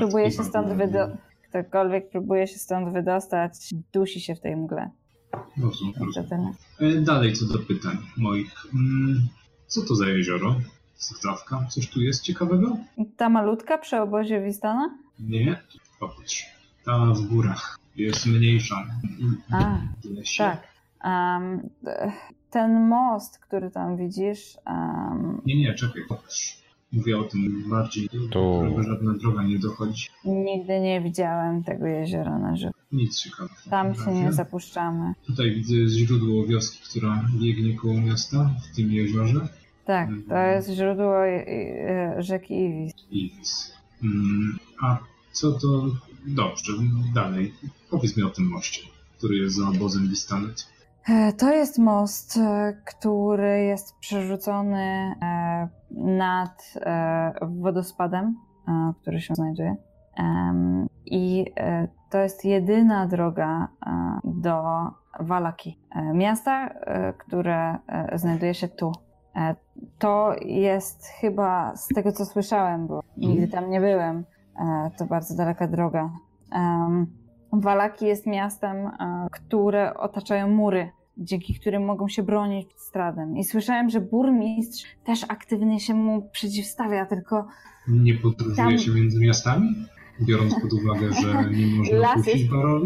próbuje się stąd wydostać, dusi się w tej mgle. Rozumiem. Dalej co do pytań moich. Co to za jezioro? Sadzawka? Coś tu jest ciekawego? Ta malutka przy obozie Vistana? Nie, popatrz. Ta w górach jest mniejsza. Tak. Ten most, który tam widzisz... Nie, czekaj, popatrz. Mówię o tym bardziej, do którego żadna droga nie dochodzi. Nigdy nie widziałem tego jeziora na żywo. Nic ciekawego. Tam się nie zapuszczamy. Tutaj widzę źródło wioski, która biegnie koło miasta, w tym jeziorze. Tak, to jest źródło rzeki Iwis. A co to... Dobrze, dalej. Powiedz mi o tym moście, który jest za obozem Vistanet. To jest most, który jest przerzucony nad wodospadem, który się znajduje. I to jest jedyna droga do Vallaki, miasta, które znajduje się tu. To jest chyba, z tego co słyszałem, bo nigdy tam nie byłem, to bardzo daleka droga. Vallaki jest miastem, które otaczają mury, dzięki którym mogą się bronić przed Stradem. I słyszałem, że burmistrz też aktywnie się mu przeciwstawia, tylko... Nie podróżuje się między miastami? Biorąc pod uwagę, że nie można opuścić Barowi?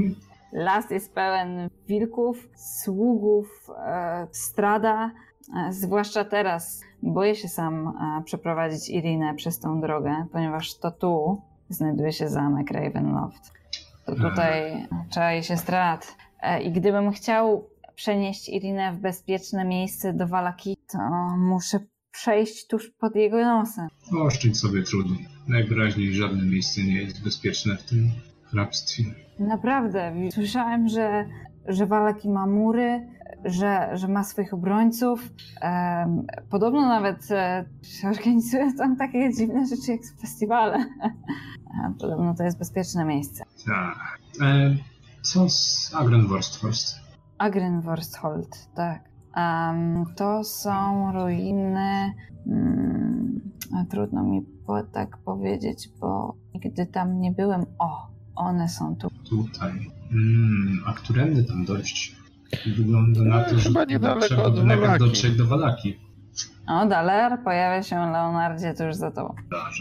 Las jest pełen wilków, sługów, strada. Zwłaszcza teraz boję się sam przeprowadzić Irinę przez tą drogę, ponieważ to tu znajduje się zamek Ravenloft. To tutaj czai się Strahd. I gdybym chciał przenieść Irinę w bezpieczne miejsce do Vallaki, to muszę przejść tuż pod jego nosem. Oszczędź sobie trudu. Najwyraźniej żadne miejsce nie jest bezpieczne w tym hrabstwie. Naprawdę. Słyszałem, że Vallaki ma mury, że ma swoich obrońców. Podobno nawet organizują tam takie dziwne rzeczy jak festiwale. Podobno to jest bezpieczne miejsce. Tak. Co z Agrenvorstholst? Agrenvorsthold, tak. To są ruiny... trudno mi tak powiedzieć, bo nigdy tam nie byłem. O, one są tu. Tutaj. A którędy tam dojść? Wygląda na to, że chyba niedaleko trzeba od Vallaki. dotrzeć do Vallaki. O, Daler, pojawia się Leonardzie tuż za tobą. Dobrze.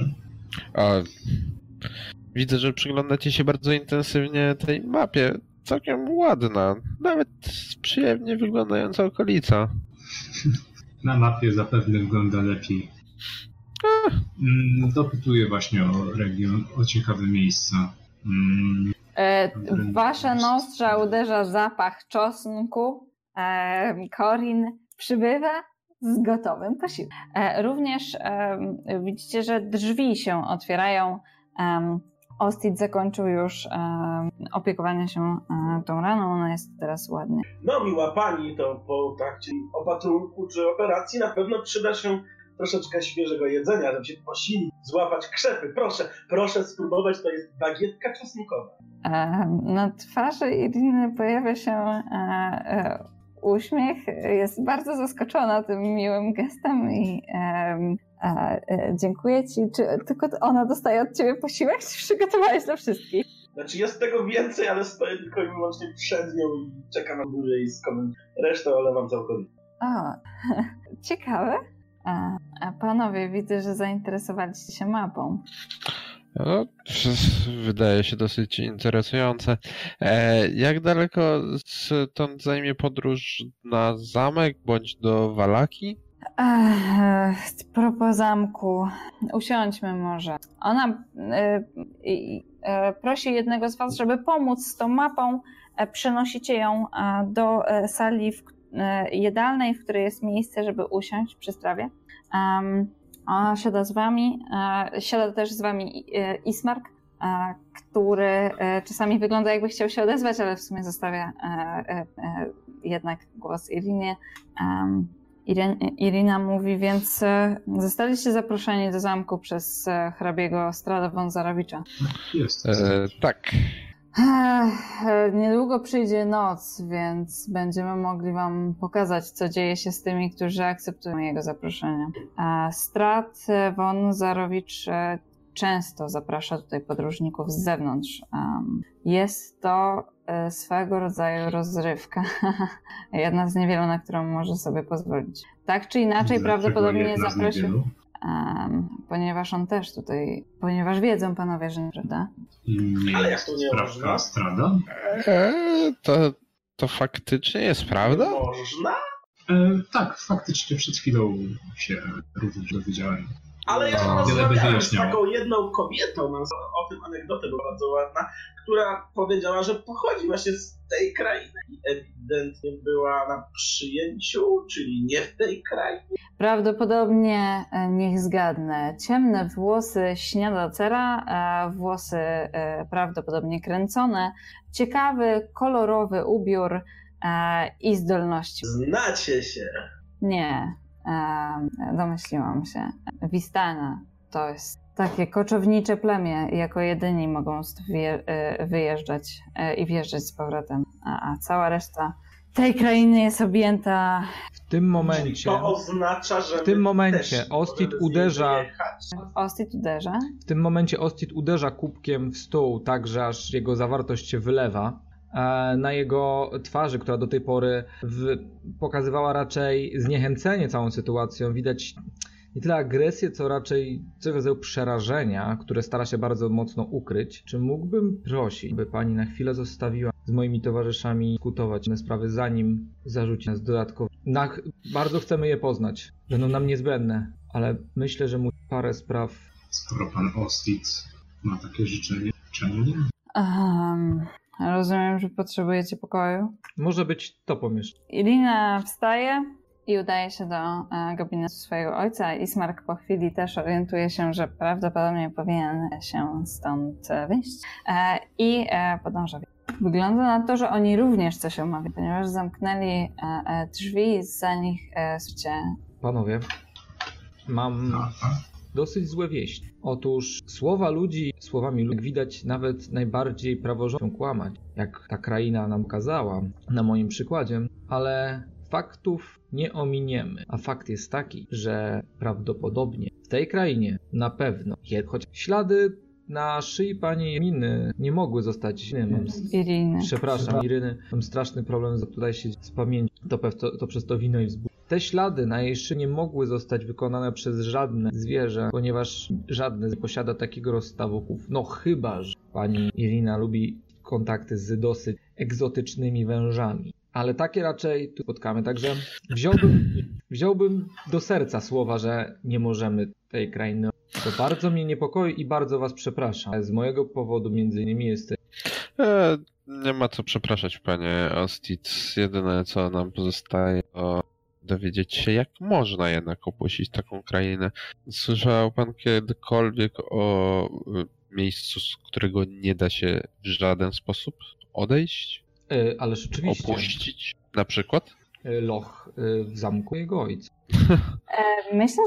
Widzę, że przyglądacie się bardzo intensywnie tej mapie. Całkiem ładna. Nawet przyjemnie wyglądająca okolica. Na mapie zapewne wygląda lepiej. Dopytuję właśnie o region, o ciekawe miejsca. Wasze nozdrza uderza zapach czosnku. Corin przybywa z gotowym posiłkiem. Również widzicie, że drzwi się otwierają. Ostid zakończył już opiekowanie się tą raną, ona jest teraz ładnie. No miła pani, to po trakcie opatrunku czy operacji na pewno przyda się troszeczkę świeżego jedzenia, żeby się posilić, złapać krzepy. Proszę spróbować, to jest bagietka czosnkowa. Na twarzy Iriny pojawia się uśmiech, jest bardzo zaskoczona tym miłym gestem i dziękuję ci. Czy tylko ona dostaje od ciebie posiłek, czy przygotowałeś dla wszystkich? Znaczy jest tego więcej, ale stoję tylko i wyłącznie przed nią i czekam na górę i resztę olewam całkowicie. O, ciekawe. A panowie, widzę, że zainteresowaliście się mapą. No, wydaje się dosyć interesujące. Jak daleko stąd zajmie podróż na zamek bądź do Vallaki? Propos zamku, usiądźmy może. Ona prosi jednego z was, żeby pomóc z tą mapą. Przenosicie ją do sali jadalnej, w której jest miejsce, żeby usiąść przy strawie. Ona siada z wami, siada też z wami Ismark, który czasami wygląda jakby chciał się odezwać, ale w sumie zostawia jednak głos Irinie. Irina mówi, więc zostaliście zaproszeni do zamku przez hrabiego Strahda von Zarovicza. Jest. Tak. Niedługo przyjdzie noc, więc będziemy mogli wam pokazać, co dzieje się z tymi, którzy akceptują jego zaproszenie. Strahd von Zarovicz często zaprasza tutaj podróżników z zewnątrz. Jest to swego rodzaju rozrywka. Jedna z niewielu, na którą może sobie pozwolić. Tak czy inaczej, prawdopodobnie zaprosił... ponieważ on też tutaj... Ponieważ wiedzą panowie, że nie, prawda? Ale jak to nie sprawka Strahda? To faktycznie jest prawda? Można? Tak, faktycznie przed chwilą się również dowiedziałem. Ale ja rozmawiałem z taką jedną kobietą, o tym anegdotę była bardzo ładna, która powiedziała, że pochodzi właśnie z tej krainy i ewidentnie była na przyjęciu, czyli nie w tej krainie. Prawdopodobnie, niech zgadnę, ciemne włosy śniadacera, włosy prawdopodobnie kręcone, ciekawy, kolorowy ubiór i zdolności. Znacie się. Nie, domyśliłam się. Vistana to jest takie koczownicze plemię, jako jedyni mogą wyjeżdżać i wjeżdżać z powrotem, a cała reszta tej krainy jest objęta... W tym momencie... To oznacza, że w tym momencie Ostid uderza... Ostid uderza? W tym momencie Ostid uderza kubkiem w stół, tak że aż jego zawartość się wylewa. Na jego twarzy, która do tej pory pokazywała raczej zniechęcenie całą sytuacją, widać nie tyle agresję, co raczej coś w rodzaju przerażenia, które stara się bardzo mocno ukryć. Czy mógłbym prosić, by pani na chwilę zostawiła z moimi towarzyszami dyskutować te sprawy, zanim zarzuci nas dodatkowo. Bardzo chcemy je poznać. Będą nam niezbędne, ale myślę, że parę spraw... Skoro pan Ostit ma takie życzenie, czemu nie? Rozumiem, że potrzebujecie pokoju. Może być to pomieszczenie. Irina wstaje i udaje się do gabinetu swojego ojca. Ismark po chwili też orientuje się, że prawdopodobnie powinien się stąd wyjść i podąża. Wygląda na to, że oni również coś omawiają, ponieważ zamknęli drzwi, za nich słuchajcie. Panowie, mam dosyć złe wieści. Otóż słowami ludzi, jak widać, nawet najbardziej praworządni chcą kłamać, jak ta kraina nam kazała, na moim przykładzie, ale faktów nie ominiemy. A fakt jest taki, że prawdopodobnie w tej krainie na pewno, choć ślady na szyi pani Iriny nie mogły zostać Iriny. Przepraszam, Iryny. Mam straszny problem tutaj z pamięcią. To przez to wino i wzbór. Te ślady na jej szyi nie mogły zostać wykonane przez żadne zwierzę, ponieważ żadne nie posiada takiego rozstawu. No chyba, że pani Irina lubi kontakty z dosyć egzotycznymi wężami. Ale takie raczej tu spotkamy. Także wziąłbym do serca słowa, że nie możemy tej krainy. To bardzo mnie niepokoi i bardzo was przepraszam. Z mojego powodu między innymi jest... Nie ma co przepraszać, panie Ostit. Jedyne co nam pozostaje to dowiedzieć się, jak można jednak opuścić taką krainę. Słyszał pan kiedykolwiek o miejscu, z którego nie da się w żaden sposób odejść? Ależ oczywiście. Opuścić na przykład? Loch w zamku jego ojca. Myślę,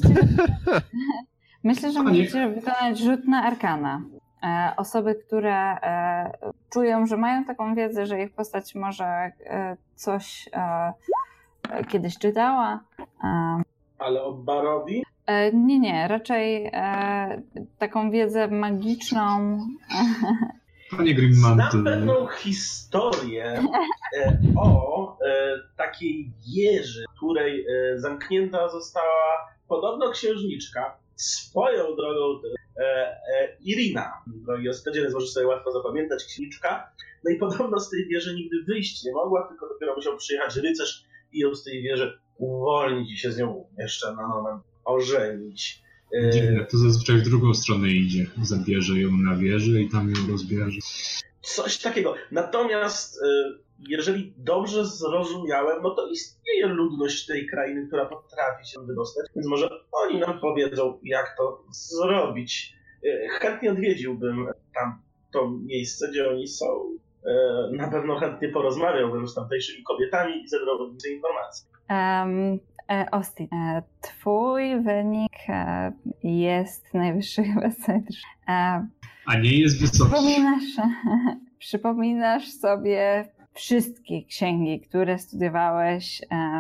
że możecie wykonać rzut na Arkana. Osoby, które czują, że mają taką wiedzę, że ich postać może coś kiedyś czytała. Ale o Barowi? Nie, raczej taką wiedzę magiczną. Panie Grimmantle. Znam pewną historię o takiej wieży, w której zamknięta została podobno księżniczka. Swoją drogą Irina, drogi Ostydzie, możesz sobie łatwo zapamiętać, księżniczka. No i podobno z tej wieży nigdy wyjść nie mogła, tylko dopiero musiał przyjechać rycerz i ją z tej wieży uwolnić i się z nią jeszcze na moment ożenić. Dziwne, to zazwyczaj w drugą stronę idzie. Zabierze ją na wieżę i tam ją rozbierze. Coś takiego. Natomiast jeżeli dobrze zrozumiałem, no to istnieje ludność tej krainy, która potrafi się wydostać, więc może oni nam powiedzą, jak to zrobić. Chętnie odwiedziłbym tam to miejsce, gdzie oni są. Na pewno chętnie porozmawiałbym z tamtejszymi kobietami i zebrałbym więcej informacji. Ostit, twój wynik jest najwyższy chyba z A nie jest wysoki. Przypominasz sobie wszystkie księgi, które studiowałeś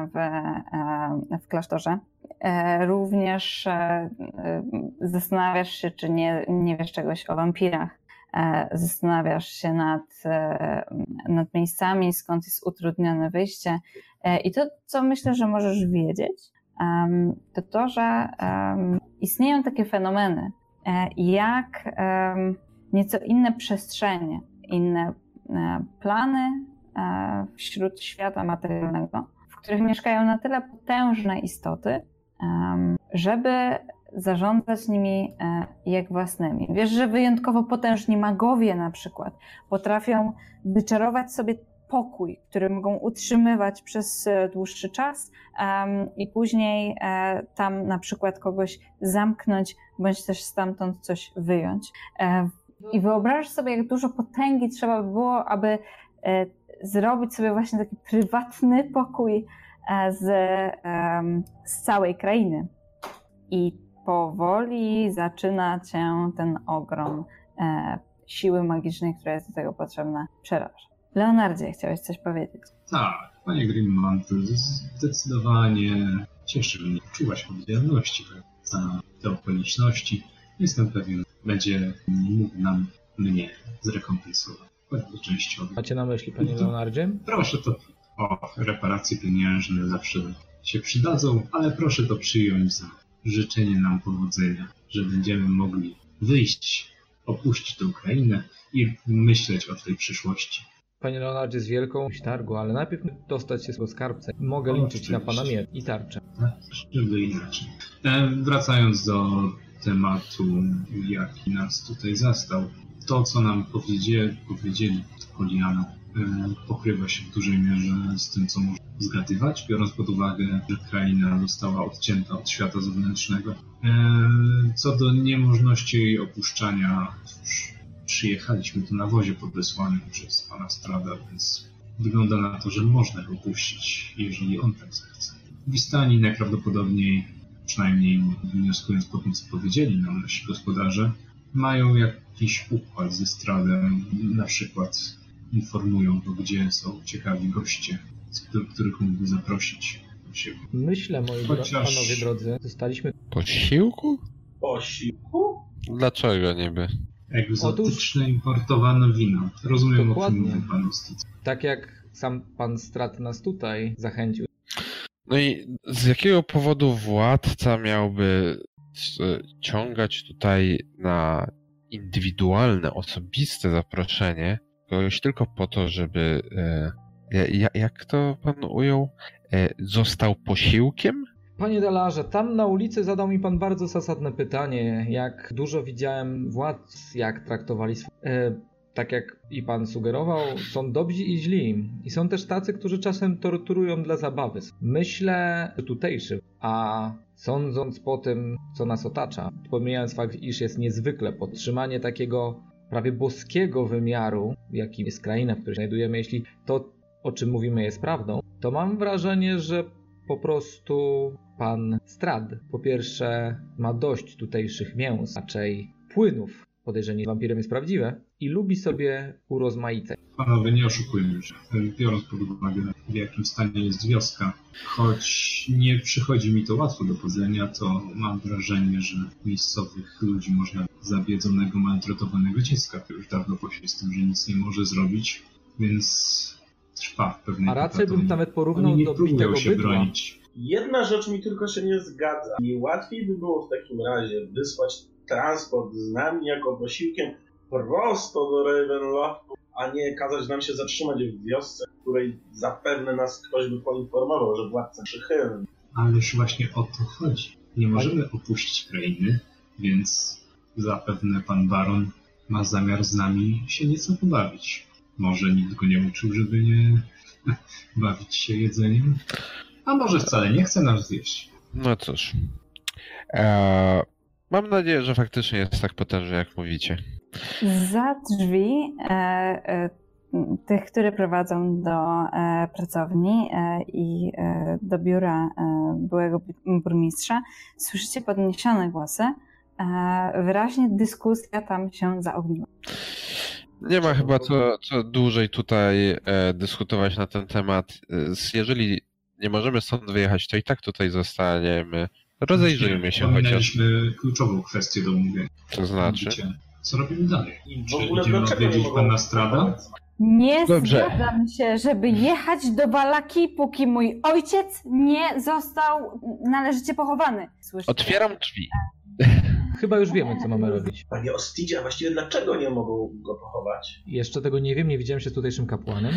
w klasztorze. Również zastanawiasz się, czy nie wiesz czegoś o wampirach. Zastanawiasz się nad miejscami, skąd jest utrudnione wyjście. I to, co myślę, że możesz wiedzieć, to, że istnieją takie fenomeny, jak nieco inne przestrzenie, inne plany wśród świata materialnego, w których mieszkają na tyle potężne istoty, żeby zarządzać nimi jak własnymi. Wiesz, że wyjątkowo potężni magowie na przykład potrafią wyczarować sobie pokój, który mogą utrzymywać przez dłuższy czas i później tam na przykład kogoś zamknąć, bądź też stamtąd coś wyjąć. I wyobrażasz sobie, jak dużo potęgi trzeba by było, aby zrobić sobie właśnie taki prywatny pokój z całej krainy. I powoli zaczyna cię ten ogrom siły magicznej, która jest do tego potrzebna, przeraża. Leonardzie, chciałeś coś powiedzieć? Tak, panie Grimmantle, zdecydowanie cieszy mnie. Czuła się odpowiedzialności za te okoliczności. Jestem pewien, będzie mógł mnie zrekompensować. Choćby częściowo. Macie na myśli, panie Leonardzie? Proszę to. Reparacje pieniężne zawsze się przydadzą, ale proszę to przyjąć za życzenie nam powodzenia, że będziemy mogli wyjść, opuścić tę Ukrainę i myśleć o tej przyszłości. Panie Leonardzie, z wielką targu, ale najpierw dostać się z tego skarbca. Mogę liczyć na pana miecz i tarczę. Żeby inaczej. Wracając do tematu, jaki nas tutaj zastał. To, co nam powiedzieli Poliana, pokrywa się w dużej mierze z tym, co można zgadywać, biorąc pod uwagę, że kraina została odcięta od świata zewnętrznego. Co do niemożności jej opuszczania, cóż, przyjechaliśmy tu na wozie podesłanym przez pana Strada, więc wygląda na to, że można go puścić, jeżeli on tak zechce. Wistani najprawdopodobniej, przynajmniej wnioskując po tym, co powiedzieli nam nasi gospodarze, mają jakiś układ ze Stradem, na przykład informują go, gdzie są ciekawi goście, których mógłby zaprosić do siebie. Myślę, panowie drodzy, zostaliśmy... Posiłku? Posiłku? Dlaczego niby? Egzotyczne importowane wino. Rozumiem, dokładnie. O czym mówi pan Ostic. Tak jak sam pan Strat nas tutaj zachęcił. No i z jakiego powodu władca miałby ciągać tutaj na indywidualne, osobiste zaproszenie kogoś tylko po to, żeby, jak to pan ujął, został posiłkiem? Panie Dalarze, tam na ulicy zadał mi pan bardzo zasadne pytanie, jak dużo widziałem władz, jak traktowali tak jak i pan sugerował, są dobrzy i źli. I są też tacy, którzy czasem torturują dla zabawy. Myślę, że tutejszy, a sądząc po tym, co nas otacza, pomijając fakt, iż jest niezwykle podtrzymanie takiego prawie boskiego wymiaru, jakim jest kraina, w której się znajdujemy, jeśli to, o czym mówimy, jest prawdą, to mam wrażenie, że po prostu pan Strad po pierwsze ma dość tutejszych mięs, raczej płynów. Podejrzenie z wampirem jest prawdziwe i lubi sobie urozmaicać. Panowie, nie oszukujmy się. Biorąc pod uwagę, w jakim stanie jest wioska, choć nie przychodzi mi to łatwo do powiedzenia, to mam wrażenie, że miejscowych ludzi można zabiedzonego, maltretowanego dziecka, który już dawno poszli z tym, że nic nie może zrobić, więc trwa w pewnej A raczej bym nawet porównał Oni nie do próbują bitego się bydła. bronić. Jedna rzecz mi tylko się nie zgadza. I łatwiej by było w takim razie wysłać transport z nami jako posiłkiem prosto do Ravenloftu, a nie kazać nam się zatrzymać w wiosce, w której zapewne nas ktoś by poinformował, że władca przychylny. Ależ właśnie o to chodzi. Nie możemy opuścić krainy, więc zapewne pan baron ma zamiar z nami się nieco pobawić. Może nikt go nie uczył, żeby nie bawić się jedzeniem, a może wcale nie chce nas zjeść. No cóż. Mam nadzieję, że faktycznie jest tak potężny, jak mówicie. Za drzwi tych, które prowadzą do pracowni i do biura byłego burmistrza, słyszycie podniesione głosy. Wyraźnie dyskusja tam się zaogniła. Nie ma chyba co dłużej tutaj dyskutować na ten temat. Jeżeli nie możemy stąd wyjechać, to i tak tutaj zostaniemy. Rozejrzyjmy się chociaż. Pominęliśmy kluczową kwestię do omówienia. To znaczy? Co robimy dalej? I w Czy ogóle idziemy dlaczego odwiedzić nie mogą pana Strada? Nie Dobrze. zgadzam się, żeby jechać do Balaki, póki mój ojciec nie został należycie pochowany. Słyszycie? Otwieram drzwi. Chyba już wiemy, co mamy robić. Panie Ostidzie, a właściwie dlaczego nie mogą go pochować? Jeszcze tego nie wiem, nie widziałem się z tutejszym kapłanem.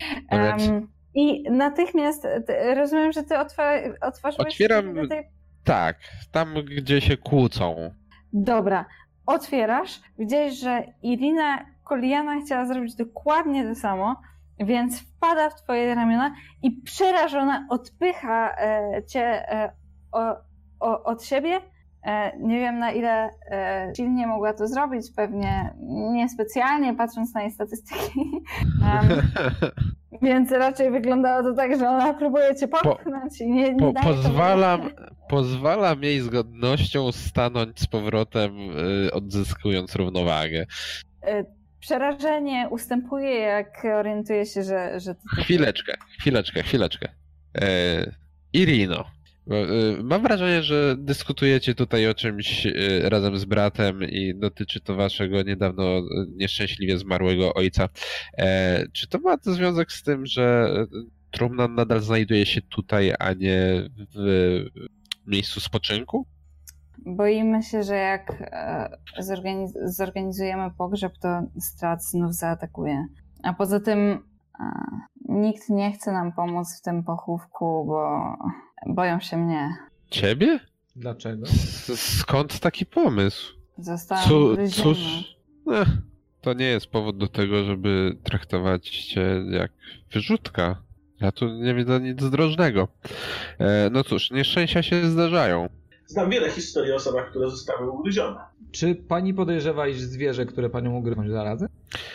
I natychmiast rozumiem, że ty otworzyłeś... Otwieram... Tak, tam gdzie się kłócą. Dobra, otwierasz. Widziałeś, że Irina Koliana chciała zrobić dokładnie to samo, więc wpada w twoje ramiona i przerażona odpycha cię od siebie. Nie wiem, na ile silnie mogła to zrobić, pewnie niespecjalnie, patrząc na jej statystyki. Więc raczej wyglądało to tak, że ona próbuje cię popchnąć i nie daje Pozwalam jej z godnością stanąć z powrotem, odzyskując równowagę. Przerażenie ustępuje, jak orientuje się, że to... Chwileczkę. Irino, mam wrażenie, że dyskutujecie tutaj o czymś razem z bratem i dotyczy to waszego niedawno nieszczęśliwie zmarłego ojca. Czy to ma związek z tym, że trumna nadal znajduje się tutaj, a nie w miejscu spoczynku? Boimy się, że jak zorganizujemy pogrzeb, to Strad znów zaatakuje. A poza tym Nikt nie chce nam pomóc w tym pochówku, bo boją się mnie. Ciebie? Dlaczego? Skąd taki pomysł? Zostałam ugryziona. Cóż, to nie jest powód do tego, żeby traktować cię jak wyrzutka. Ja tu nie widzę nic zdrożnego. No cóż, nieszczęścia się zdarzają. Znam wiele historii o osobach, które zostały ugryzione. Czy pani podejrzewa, iż zwierzę, które panią ugryzą, zarazę?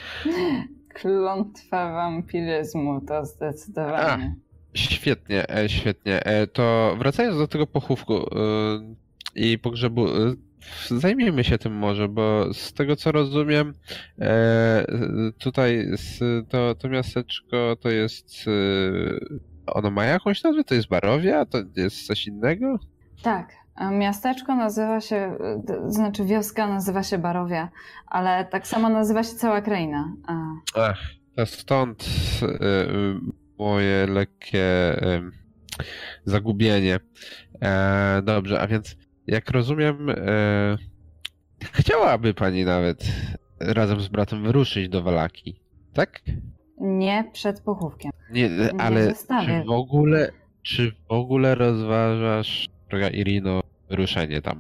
Klątwa wampiryzmu to zdecydowanie. Świetnie, świetnie. To wracając do tego pochówku i pogrzebu, zajmijmy się tym może, bo z tego co rozumiem, tutaj to miasteczko to jest, ono ma jakąś nazwę? To jest Barowia? To jest coś innego? Tak, miasteczko nazywa się, znaczy wioska nazywa się Barowia, ale tak samo nazywa się cała kraina. Ach, to stąd moje lekkie zagubienie. Dobrze, a więc jak rozumiem, chciałaby pani nawet razem z bratem wyruszyć do Wallaki, tak? Nie przed pochówkiem. Nie, ale zostawię. czy w ogóle rozważasz, droga Irino, wyruszenie tam?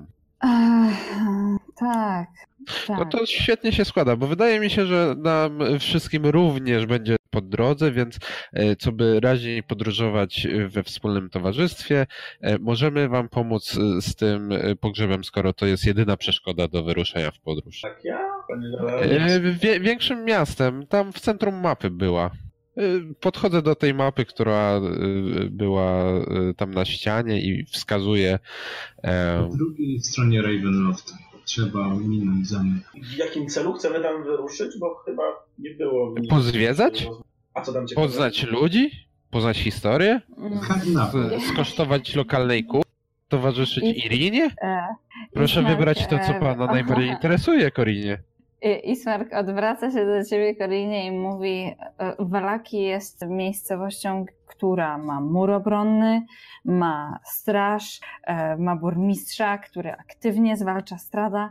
Tak. No to świetnie się składa, bo wydaje mi się, że nam wszystkim również będzie po drodze, więc co by raźniej podróżować we wspólnym towarzystwie, możemy wam pomóc z tym pogrzebem, skoro to jest jedyna przeszkoda do wyruszenia w podróż. Tak ja? Większym miastem, tam w centrum mapy była. Podchodzę do tej mapy, która była tam na ścianie i wskazuje... Po drugiej stronie Ravenloft. Trzeba minąć zamek. W jakim celu chcemy tam wyruszyć? Bo chyba nie było... Pozwiedzać? A co tam ciekawe? Poznać ludzi? Poznać historię? Karnawę. Skosztować lokalnej kuchni? Towarzyszyć Irinie? Proszę Ismark, wybrać to, co pana najbardziej interesuje, Korinie. Ismark odwraca się do ciebie, Korinie, i mówi: Wallaki jest miejscowością, która ma mur obronny, ma straż, ma burmistrza, który aktywnie zwalcza strada.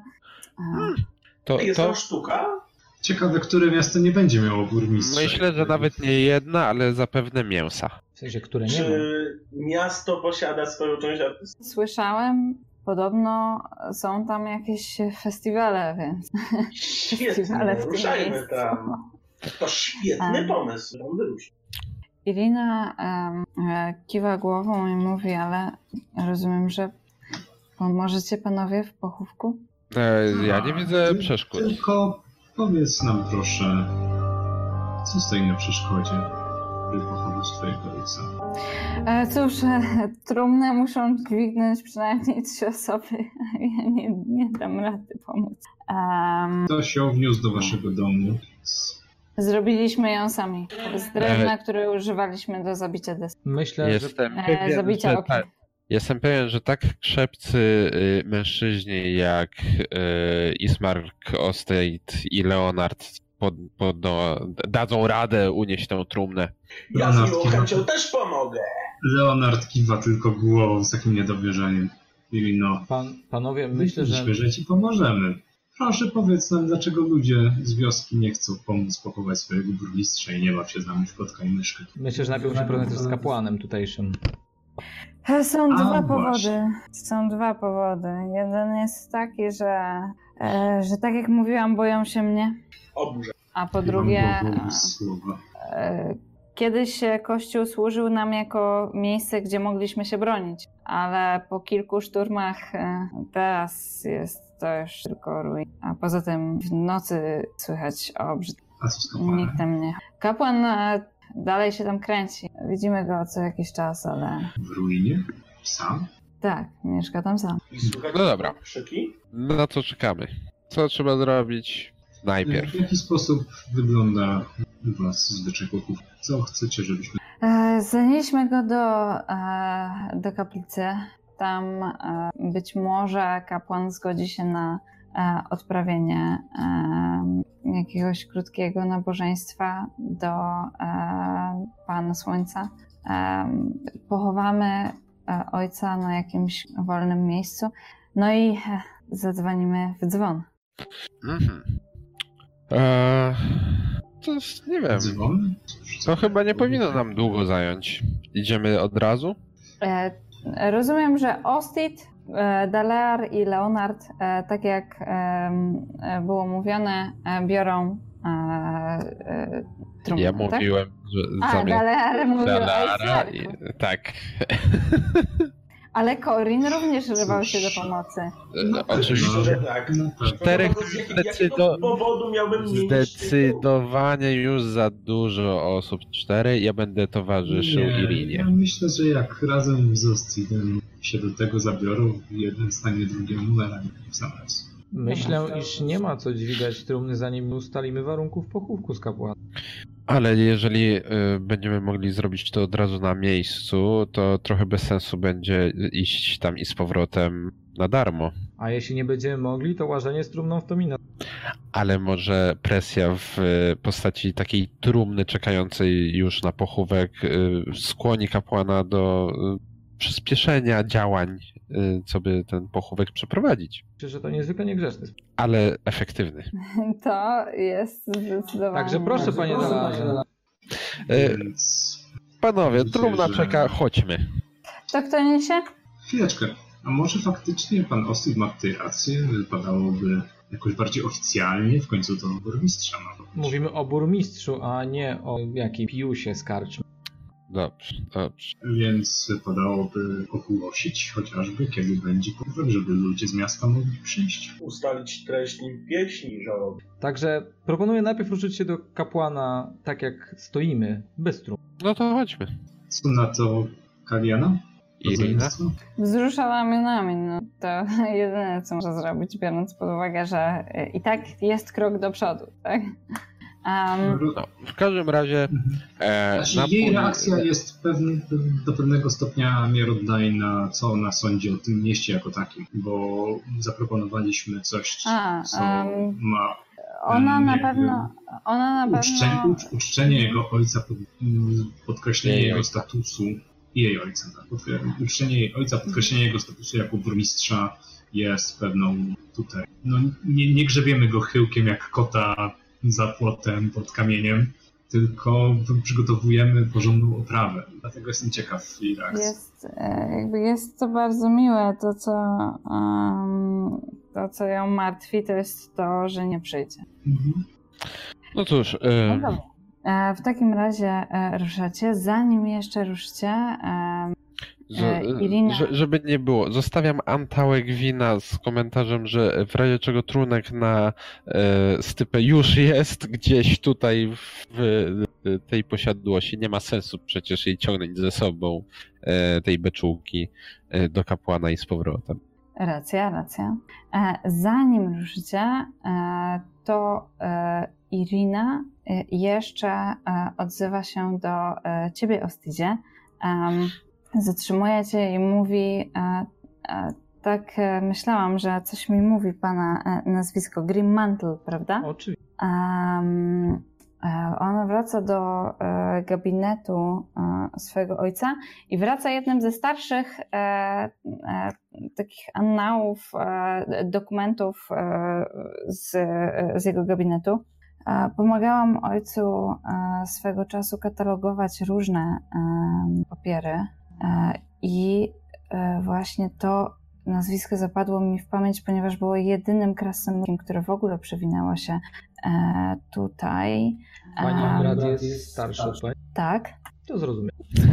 Jest to sztuka? Ciekawe, które miasto nie będzie miało burmistrza. Myślę, że nawet nie jedna, ale zapewne mięsa. W sensie, które nie ma. Czy miasto posiada swoją część artystyczną? Słyszałem, podobno są tam jakieś festiwale, więc... Świetnie, ruszajmy tam. To świetny pomysł, tam wyruszyć. Irina kiwa głową i mówi: ale rozumiem, że pomożecie panowie w pochówku? Ja nie widzę przeszkód. Tylko powiedz nam proszę, co stoi na przeszkodzie przy pochodu z twojego ojca? Cóż, trumnę muszą dźwignąć przynajmniej 3 osoby. Ja nie dam rady pomóc. Ktoś ją wniósł do waszego domu. Zrobiliśmy ją sami. Z drewna, które używaliśmy do zabicia deski. Myślę, Zabicia okien. Jestem pewien, że tak krzepcy mężczyźni jak Ismark, Ostate i Leonard dadzą radę unieść tę trumnę. Ja z miłą chęcią też pomogę. Leonard kiwa tylko głową z takim niedowierzeniem. Irino, panowie, myślę, że ci pomożemy. Proszę powiedz nam, dlaczego ludzie z wioski nie chcą pomóc pochować swojego burmistrza i nie baw się z nami w kotka i myszkę. myślę, że najpierw musi porozmawiać z kapłanem tutejszym. Są dwa powody. Są 2 powody. Jeden jest taki, że tak jak mówiłam, boją się mnie. Oburza. A po drugie, kiedyś Kościół służył nam jako miejsce, gdzie mogliśmy się bronić, ale po kilku szturmach teraz jest to już tylko ruin. A poza tym w nocy słychać obrzyd. A co z kapłanem? Nikt tam nie. Kapłan dalej się tam kręci. Widzimy go co jakiś czas, ale... W ruinie? Sam? Tak, mieszka tam sam. No dobra. Krzyki? Na co czekamy? Co trzeba zrobić najpierw? W jaki sposób wygląda u was zwyczaj pochówku? Co chcecie, żebyśmy... Zanieśmy go do kaplicy. Tam być może kapłan zgodzi się na odprawienie jakiegoś krótkiego nabożeństwa do Pana Słońca. Pochowamy ojca na jakimś wolnym miejscu, no i zadzwonimy w dzwon. to nie wiem. To chyba nie powinno nam długo zająć. Idziemy od razu? Rozumiem, że Ostid, Dalear i Leonard, tak jak było mówione, biorą trumnę, Ja tak? mówiłem, że zamiast Dalear mówił Daleara tak. Ale Corin również rywał się do pomocy. Oczywiście. Że tak. Czterech Z jakiego powodu miałbym nie zdecydowanie już za dużo osób. 4. Ja będę towarzyszył Irinie. Ja myślę, że jak razem z Ostidem się do tego zabiorą, jeden stanie drugiemu na ramię w sam raz. Myślę, iż nie ma co dźwigać trumny, zanim ustalimy warunków pochówku z kapłanem. Ale jeżeli będziemy mogli zrobić to od razu na miejscu, to trochę bez sensu będzie iść tam i z powrotem na darmo. A jeśli nie będziemy mogli, to łażenie z trumną w to minę. Ale może presja w postaci takiej trumny czekającej już na pochówek skłoni kapłana do przyspieszenia działań, co by ten pochówek przeprowadzić. Myślę, że to niezwykle niegrzeczny. Ale efektywny. To jest zdecydowanie... Także proszę, panie Dalarze. Więc Panowie, myślę, trumna że- czeka, chodźmy. To kto niesie? Chwileczkę. A może faktycznie pan Ostid ma tutaj rację? Wypadałoby jakoś bardziej oficjalnie, w końcu to burmistrza ma robić. Mówimy o burmistrzu, a nie o jakiej piusie z karczmy. Dobrze, dobrze. Więc wypadałoby ogłosić chociażby, kiedy będzie pochówek, żeby ludzie z miasta mogli przyjść. ustalić treść pieśni żałoby. Także proponuję najpierw ruszyć się do kapłana tak jak stoimy, bez trum. No to chodźmy. Co na to Kaliana? Irina? Wzrusza ramionami. No, to jedyne, co może zrobić, biorąc pod uwagę, że i tak jest krok do przodu, tak? No, w każdym razie Znaczy, jej reakcja jest do pewnego stopnia miarodajna, co ona sądzi o tym mieście jako takim, bo zaproponowaliśmy coś, co ma Ona na nie pewno... uczczenie jego ojca, podkreślenie jego statusu i jej ojca. Tak? Uczczenie jej ojca, podkreślenie jego statusu jako burmistrza jest pewną tutaj. No, nie grzebiemy go chyłkiem jak kota za płotem pod kamieniem, tylko tylko porządną oprawę. Dlatego jestem ciekaw jej reakcji. Jest to bardzo miłe. To, co ją martwi, to jest to, że nie przyjdzie. no cóż, No dobra. W takim razie ruszacie. Zanim jeszcze ruszycie, Irina... żeby nie było, zostawiam antałek wina z komentarzem, że w razie czego trunek na stypę już jest gdzieś tutaj w tej posiadłości. Nie ma sensu przecież jej ciągnąć ze sobą, tej beczułki, do kapłana i z powrotem. Racja. Zanim ruszycie, to Irina jeszcze odzywa się do ciebie, Ostidzie. Zatrzymuje cię i mówi: tak, myślałam, że coś mi mówi pana nazwisko Grimmantle, prawda? Oczywiście. Ona wraca do gabinetu swojego ojca i wraca jednym ze starszych takich annałów, dokumentów z jego gabinetu. Pomagałam ojcu swego czasu katalogować różne papiery i właśnie to nazwisko zapadło mi w pamięć, ponieważ było jedynym krasnoludkiem, które w ogóle przewinęło się tutaj. Pani brat jest starszy od pani? Tak. To zrozumiem.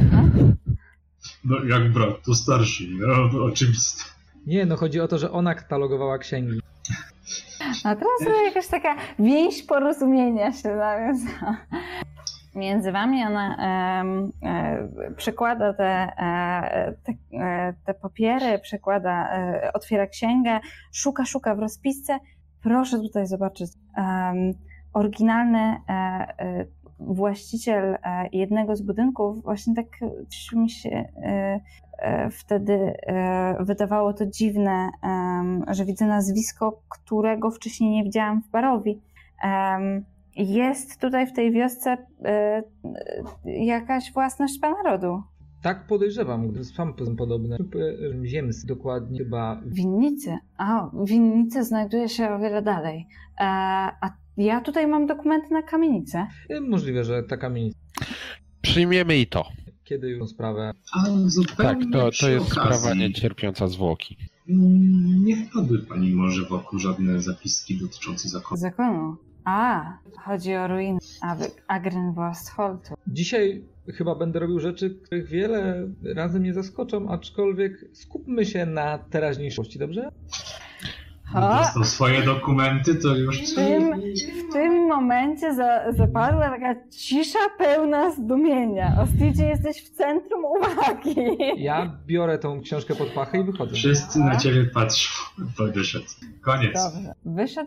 No jak brat, to starszy, no, oczywiste. Nie, no chodzi o to, że ona katalogowała księgi. A teraz jakaś taka więź porozumienia się nawiązała. Między wami ona przekłada te papiery, otwiera księgę, szuka w rozpisce. Proszę tutaj zobaczyć. Oryginalny właściciel jednego z budynków, właśnie tak mi się wtedy wydawało to dziwne, że widzę nazwisko, którego wcześniej nie widziałam w Barowi. Jest tutaj w tej wiosce jakaś własność pana rodu. Tak podejrzewam, gdy sam podobne. Ziemscy, dokładnie chyba. Winnicy. Winnicy znajduje się o wiele dalej. A Ja tutaj mam dokumenty na kamienicę. Możliwe, że ta kamienica. Przyjmiemy i to. Kiedy już sprawę. A zupełnie Tak, to przy jest sprawa okazji, niecierpiąca zwłoki. nie wpadły pani może wokół żadne zapiski dotyczące zakonu? Zakonu. Chodzi o ruiny Agrenwostholtu. Dzisiaj chyba będę robił rzeczy, których wiele razy mnie zaskoczą, aczkolwiek skupmy się na teraźniejszości, dobrze? Dostał swoje dokumenty, to już... W tym momencie zapadła taka cisza pełna zdumienia. Ostidzie, jesteś w centrum uwagi. Ja biorę tą książkę pod pachę i wychodzę. Wszyscy na ciebie patrzą. Wyszedł. Koniec. Dobrze. Wyszedł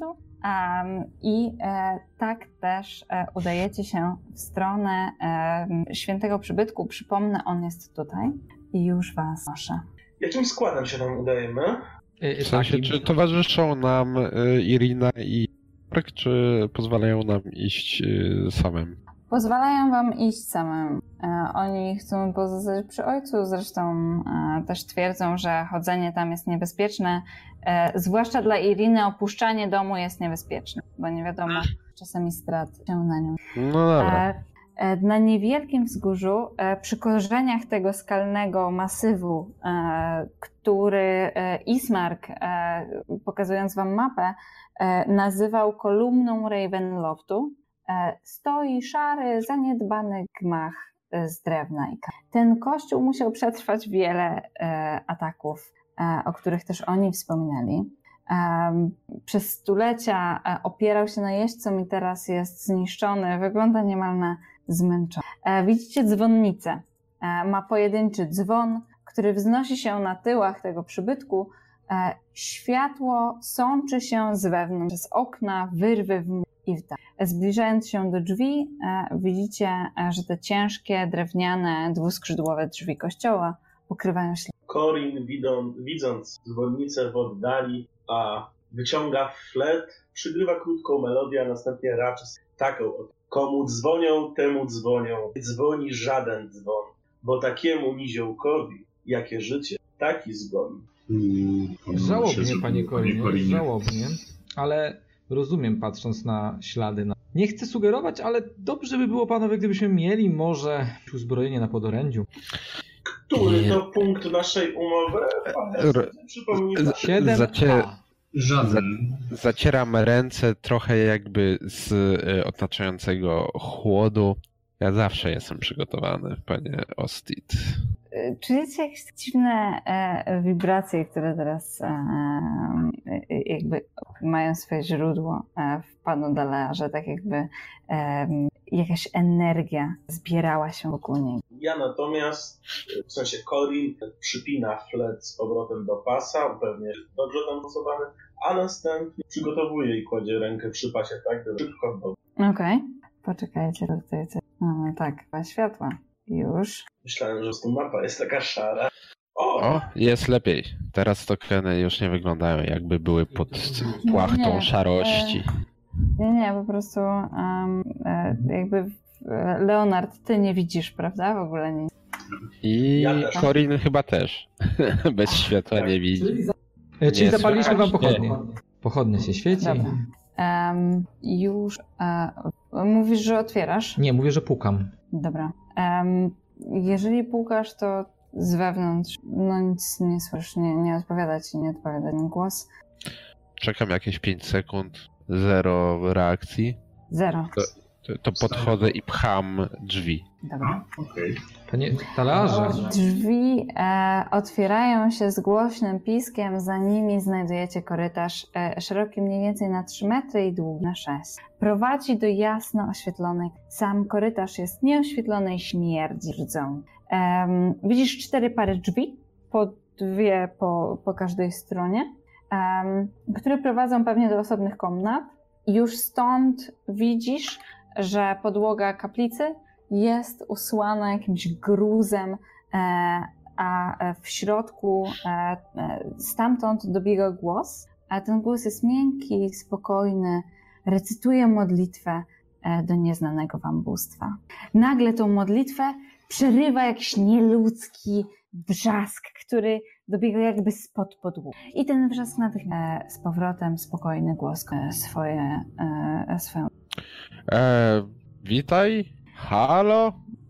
tak też udajecie się w stronę świętego przybytku. Przypomnę, on jest tutaj i już was proszę. Jakim składem się tam udajemy? W sensie, czy towarzyszą nam Irina i Mark, czy pozwalają nam iść samym? Pozwalają wam iść samym. Oni chcą pozostać przy ojcu, zresztą też twierdzą, że chodzenie tam jest niebezpieczne. Zwłaszcza dla Iriny opuszczanie domu jest niebezpieczne, bo nie wiadomo, czasami strat się na nią. No dobra. Na niewielkim wzgórzu, przy korzeniach tego skalnego masywu, który Ismark, pokazując wam mapę, nazywał kolumną Ravenloftu, stoi szary, zaniedbany gmach z drewna. Ten kościół musiał przetrwać wiele ataków, o których też oni wspominali. Przez stulecia opierał się na jeźdźcom i teraz jest zniszczony, wygląda niemal na zmęczony. Widzicie dzwonnicę. Ma pojedynczy dzwon, który wznosi się na tyłach tego przybytku. Światło sączy się z wewnątrz, przez okna, wyrwy w mur i w dal. Zbliżając się do drzwi, widzicie, że te ciężkie, drewniane, dwuskrzydłowe drzwi kościoła pokrywają się. Corin, widząc dzwonnicę w oddali, wyciąga flet, przygrywa krótką melodię, a następnie raczy taką: komu dzwonią, temu dzwonią. Nie dzwoni żaden dzwon, bo takiemu niziołkowi, jakie życie, taki zgon. Żałobnie, panie Corinie, żałobnie, ale rozumiem, patrząc na ślady. Nie chcę sugerować, ale dobrze by było, panowie, gdybyśmy mieli może uzbrojenie na podorędziu. Który to punkt naszej umowy? Przypomnij. 7. Żaden. Zacieram ręce trochę jakby z otaczającego chłodu. Ja zawsze jestem przygotowany, panie Ostid. Czujecie jakieś dziwne wibracje, które teraz jakby mają swoje źródło w panu Dalearze, tak jakby jakaś energia zbierała się wokół niego. Ja natomiast, w sensie Corin, przypina flet z powrotem do pasa, upewnia się, dobrze tam stosowany, a następnie przygotowuje i kładzie rękę przy pasie tak, żeby szybko do... Okej. Poczekajcie, tutaj coś. No tak, światła. Już. Myślałem, że tu mapa jest taka szara. O, jest lepiej. Teraz tokeny już nie wyglądają, jakby były pod płachtą szarości. Nie, po prostu jakby Leonard, ty nie widzisz, prawda? W ogóle nie. I Ja też. Corin chyba też. Bez światła nie widzi. Czyli zapaliliśmy wam pochodnie. Pochodnie się świeci. Dobra. Już mówisz, że otwierasz? Nie, mówię, że pukam. Dobra. Jeżeli pukasz, to z wewnątrz nic nie słyszysz, nie odpowiada ci, nie odpowiada ten głos. Czekam jakieś 5 sekund, 0 reakcji. 0. To podchodzę i pcham drzwi. Dobra. Okej. Panie Talarze. Drzwi otwierają się z głośnym piskiem, za nimi znajdujecie korytarz szeroki mniej więcej na 3 metry i długi na 6. Prowadzi do jasno oświetlonej. Sam korytarz jest nieoświetlony i śmierdzi rdzą. Widzisz 4 pary drzwi, po 2 po każdej stronie, które prowadzą pewnie do osobnych komnat. Już stąd widzisz, że podłoga kaplicy jest usłana jakimś gruzem, a w środku stamtąd dobiega głos, a ten głos jest miękki, spokojny, recytuje modlitwę do nieznanego wam bóstwa. Nagle tą modlitwę przerywa jakiś nieludzki brzask, który dobiega jakby spod podłogi. I ten wrzask natychmiast z powrotem spokojny głos swoją. Witaj, halo.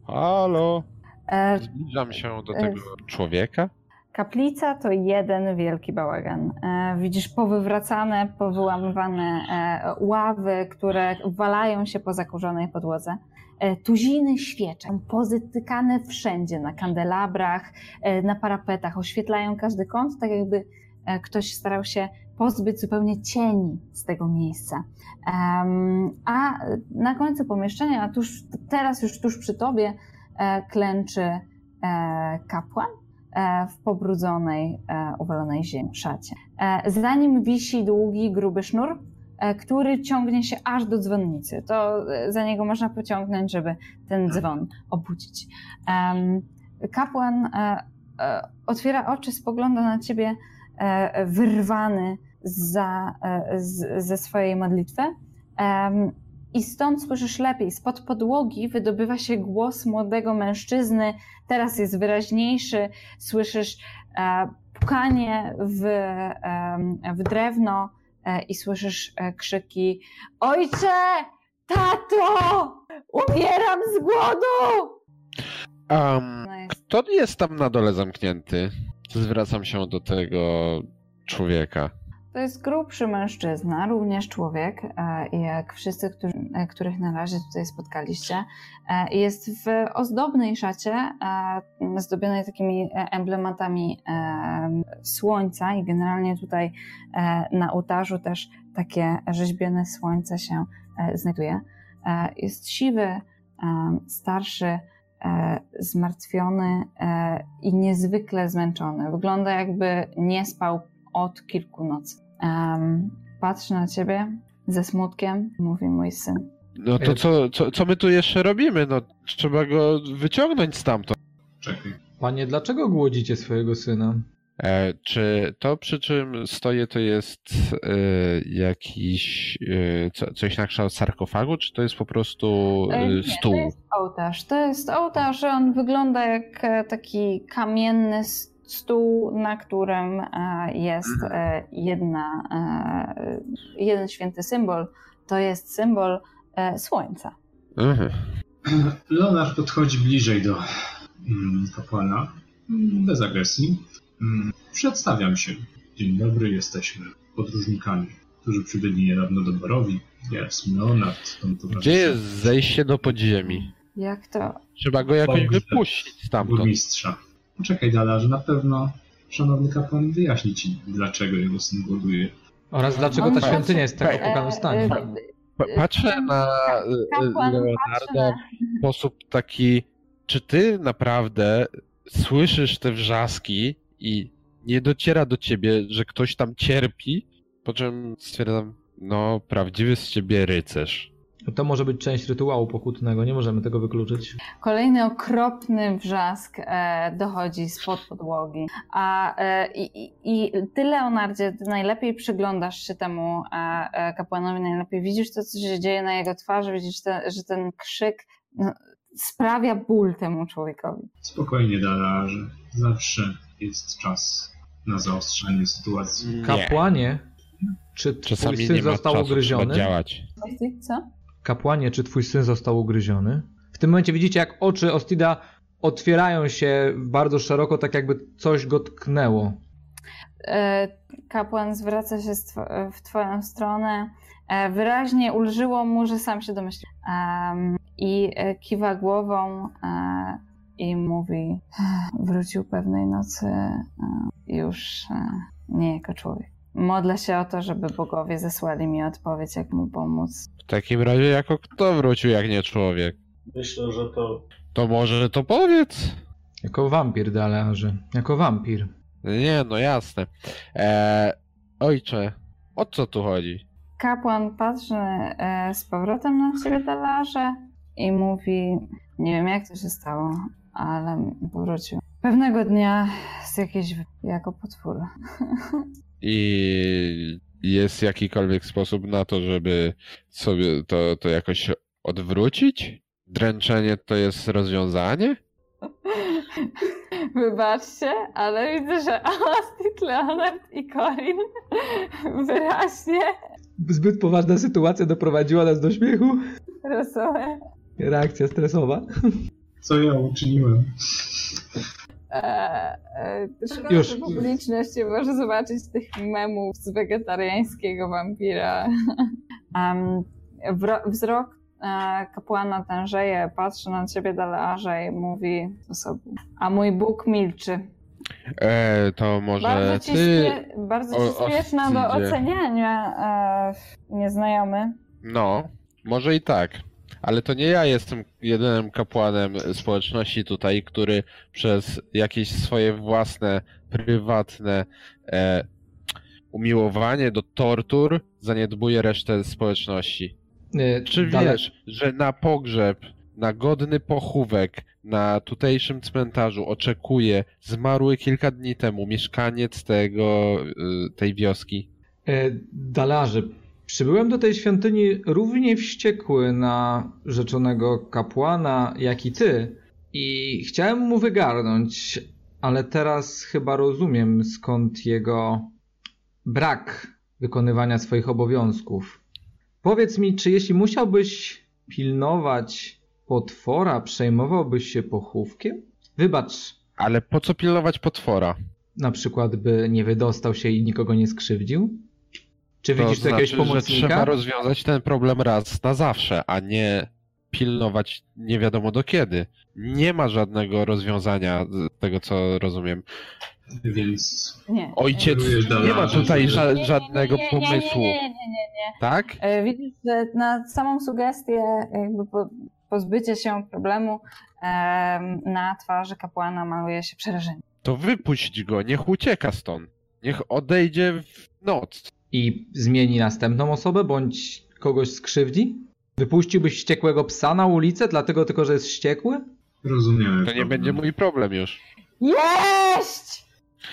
Zbliżam się do tego człowieka. Kaplica to jeden wielki bałagan. Widzisz powywracane, powyłamywane ławy, które walają się po zakurzonej podłodze. Tuziny świeczek, pozytykane wszędzie, na kandelabrach, na parapetach, oświetlają każdy kąt, tak jakby ktoś starał się pozbyć zupełnie cieni z tego miejsca. A na końcu pomieszczenia, teraz już tuż przy tobie, klęczy kapłan w pobrudzonej, uwalonej ziemi, szacie. Za nim wisi długi, gruby sznur, który ciągnie się aż do dzwonnicy. To za niego można pociągnąć, żeby ten dzwon obudzić. Kapłan otwiera oczy, spogląda na ciebie wyrwany ze swojej modlitwy i stąd słyszysz lepiej. Spod podłogi wydobywa się głos młodego mężczyzny, teraz jest wyraźniejszy, słyszysz pukanie w drewno i słyszysz krzyki: ojcze! Tato! Umieram z głodu! Kto jest tam na dole zamknięty? Zwracam się do tego człowieka. To jest grubszy mężczyzna, również człowiek, jak wszyscy, których na razie tutaj spotkaliście. Jest w ozdobnej szacie, zdobionej takimi emblematami słońca i generalnie tutaj na ołtarzu też takie rzeźbione słońce się znajduje. Jest siwy, starszy, zmartwiony i niezwykle zmęczony. Wygląda, jakby nie spał od kilku nocy. Patrzy na ciebie ze smutkiem, mówi mój syn. No to co my tu jeszcze robimy? No trzeba go wyciągnąć stamtąd. Czekaj. Panie, dlaczego głodzicie swojego syna? Czy to, przy czym stoję, to jest jakiś coś na kształt sarkofagu, czy to jest po prostu stół? To jest ołtarz, on wygląda jak taki kamienny stół, na którym jest jeden święty symbol. To jest symbol słońca. Leonard podchodzi bliżej do kapłana, bez agresji. Przedstawiam się. Dzień dobry, jesteśmy podróżnikami, którzy przybyli niedawno do Barowi. Ja jestem Leonard. Gdzie jest zejście do podziemi? Jak to? Trzeba go jakoś wypuścić stamtąd. Burmistrza. Poczekaj, Dala, że na pewno szanowny kapłan wyjaśni ci, dlaczego jego syn głoduje. Oraz dlaczego ta świątynia jest w tak opłakanym stanie. Patrzę na Leonarda w sposób taki, czy ty naprawdę słyszysz te wrzaski i nie dociera do ciebie, że ktoś tam cierpi, po czym stwierdzam, no prawdziwy z ciebie rycerz. To może być część rytuału pokutnego, nie możemy tego wykluczyć. Kolejny okropny wrzask dochodzi spod podłogi. I ty, Leonardzie, ty najlepiej przyglądasz się temu kapłanowi, najlepiej widzisz to, co się dzieje na jego twarzy, widzisz, że ten krzyk sprawia ból temu człowiekowi. Spokojnie, Dala, że zawsze jest czas na zaostrzenie sytuacji. Kapłanie, czy twój syn został ugryziony? Co? Kapłanie, czy twój syn został ugryziony? W tym momencie widzicie, jak oczy Ostida otwierają się bardzo szeroko, tak jakby coś go tknęło. Kapłan zwraca się w twoją stronę. Wyraźnie ulżyło mu, że sam się domyślił. I kiwa głową i mówi: wrócił pewnej nocy już nie jako człowiek. Modlę się o to, żeby bogowie zesłali mi odpowiedź, jak mu pomóc. W takim razie jako kto wrócił, jak nie człowiek? Myślę, że to... To może to powiedz. Jako wampir, Dalearze. Jako wampir. Nie, no jasne. Ojcze, o co tu chodzi? Kapłan patrzy z powrotem na ciebie, Dalearze, i mówi: nie wiem, jak to się stało, ale powrócił. Pewnego dnia jako potwór. I jest jakikolwiek sposób na to, żeby sobie to jakoś odwrócić? Dręczenie to jest rozwiązanie? Wybaczcie, ale widzę, że Austin, Leonard i Corin wyraźnie Zbyt poważna sytuacja doprowadziła nas do śmiechu. rozumiem. Reakcja stresowa. Co ja uczyniłem? Szkoda, Już. że publiczność nie może zobaczyć tych memów z wegetariańskiego wampira. Wzrok kapłana tężeje, patrzy na ciebie Dalearze i mówi do sobie: a mój Bóg milczy. To może Bardzo ci śmieszna do oceniania, nieznajomy. No, może i tak. Ale to nie ja jestem jedynym kapłanem społeczności tutaj, który przez jakieś swoje własne, prywatne umiłowanie do tortur zaniedbuje resztę społeczności. Czy wiesz, że na pogrzeb, na godny pochówek na tutejszym cmentarzu oczekuje zmarły kilka dni temu mieszkaniec tej wioski? Dalarze, przybyłem do tej świątyni równie wściekły na rzeczonego kapłana, jak i ty. I chciałem mu wygarnąć, ale teraz chyba rozumiem, skąd jego brak wykonywania swoich obowiązków. Powiedz mi, czy jeśli musiałbyś pilnować potwora, przejmowałbyś się pochówkiem? Wybacz. Ale po co pilnować potwora? Na przykład, by nie wydostał się i nikogo nie skrzywdził? Czy widzisz tu jakiegoś pomocnika? Że trzeba rozwiązać ten problem raz na zawsze, a nie pilnować nie wiadomo do kiedy. Nie ma żadnego rozwiązania z tego, co rozumiem. Więc ojciec nie ma tutaj żadnego pomysłu. Nie. Tak? Widzisz, że na samą sugestię jakby pozbycie się problemu na twarzy kapłana maluje się przerażenie. To wypuść go, niech ucieka stąd. Niech odejdzie w noc. I zmieni następną osobę, bądź kogoś skrzywdzi? Wypuściłbyś wściekłego psa na ulicę, dlatego tylko, że jest wściekły? rozumiemy. To nie będzie mój problem już. Jeść!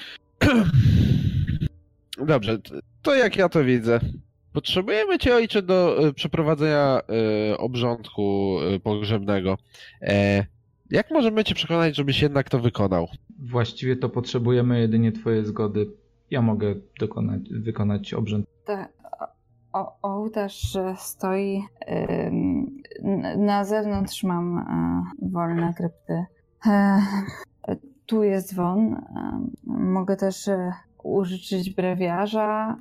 Dobrze, to jak ja to widzę. Potrzebujemy cię, ojcze, do przeprowadzenia obrządku pogrzebnego. Jak możemy cię przekonać, żebyś jednak to wykonał? Właściwie to potrzebujemy jedynie twojej zgody. Ja mogę wykonać obrzęd. Ołtarz stoi. Na zewnątrz mam wolne krypty. Tu jest dzwon. Mogę też użyczyć brewiarza.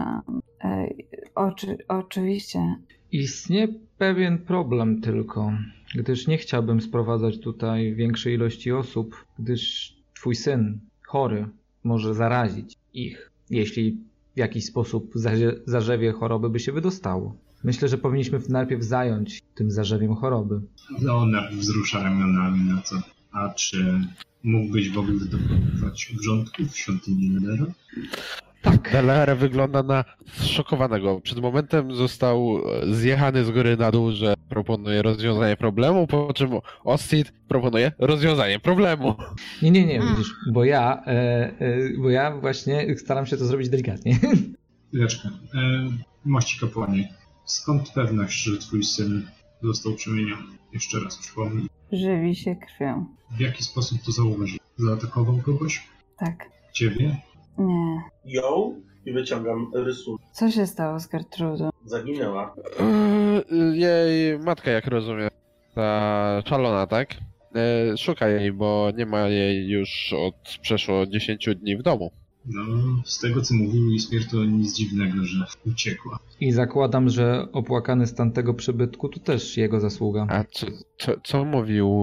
Oczywiście. Istnieje pewien problem tylko, gdyż nie chciałbym sprowadzać tutaj większej ilości osób, gdyż twój syn, chory, może zarazić ich, jeśli w jakiś sposób zarzewie choroby by się wydostało. Myślę, że powinniśmy najpierw zająć tym zarzewiem choroby. Leonard wzrusza ramionami na to. A czy mógłbyś w ogóle doprowadzić obrządków w świątyni Nedera? Tak. Dalaere wygląda na zszokowanego. Przed momentem został zjechany z góry na dół, że proponuje rozwiązanie problemu, po czym Ostid proponuje rozwiązanie problemu. Nie, widzisz, bo ja właśnie staram się to zrobić delikatnie. Chwileczkę. Mości kapłanie, skąd pewność, że twój syn został przemieniony? Jeszcze raz przypomnij. Żywi się krwią. W jaki sposób to zauważył? Zaatakował kogoś? Tak. Ciebie? Nie. Ją i wyciągam rysunek. Co się stało z Gertrudą? Zaginęła. Jej matka, jak rozumiem, ta szalona, tak? Szuka jej, bo nie ma jej już od przeszło 10 dni w domu. No, z tego co mówił Ismir, to nic dziwnego, że uciekła. I zakładam, że opłakany stan tego przybytku to też jego zasługa. A co mówił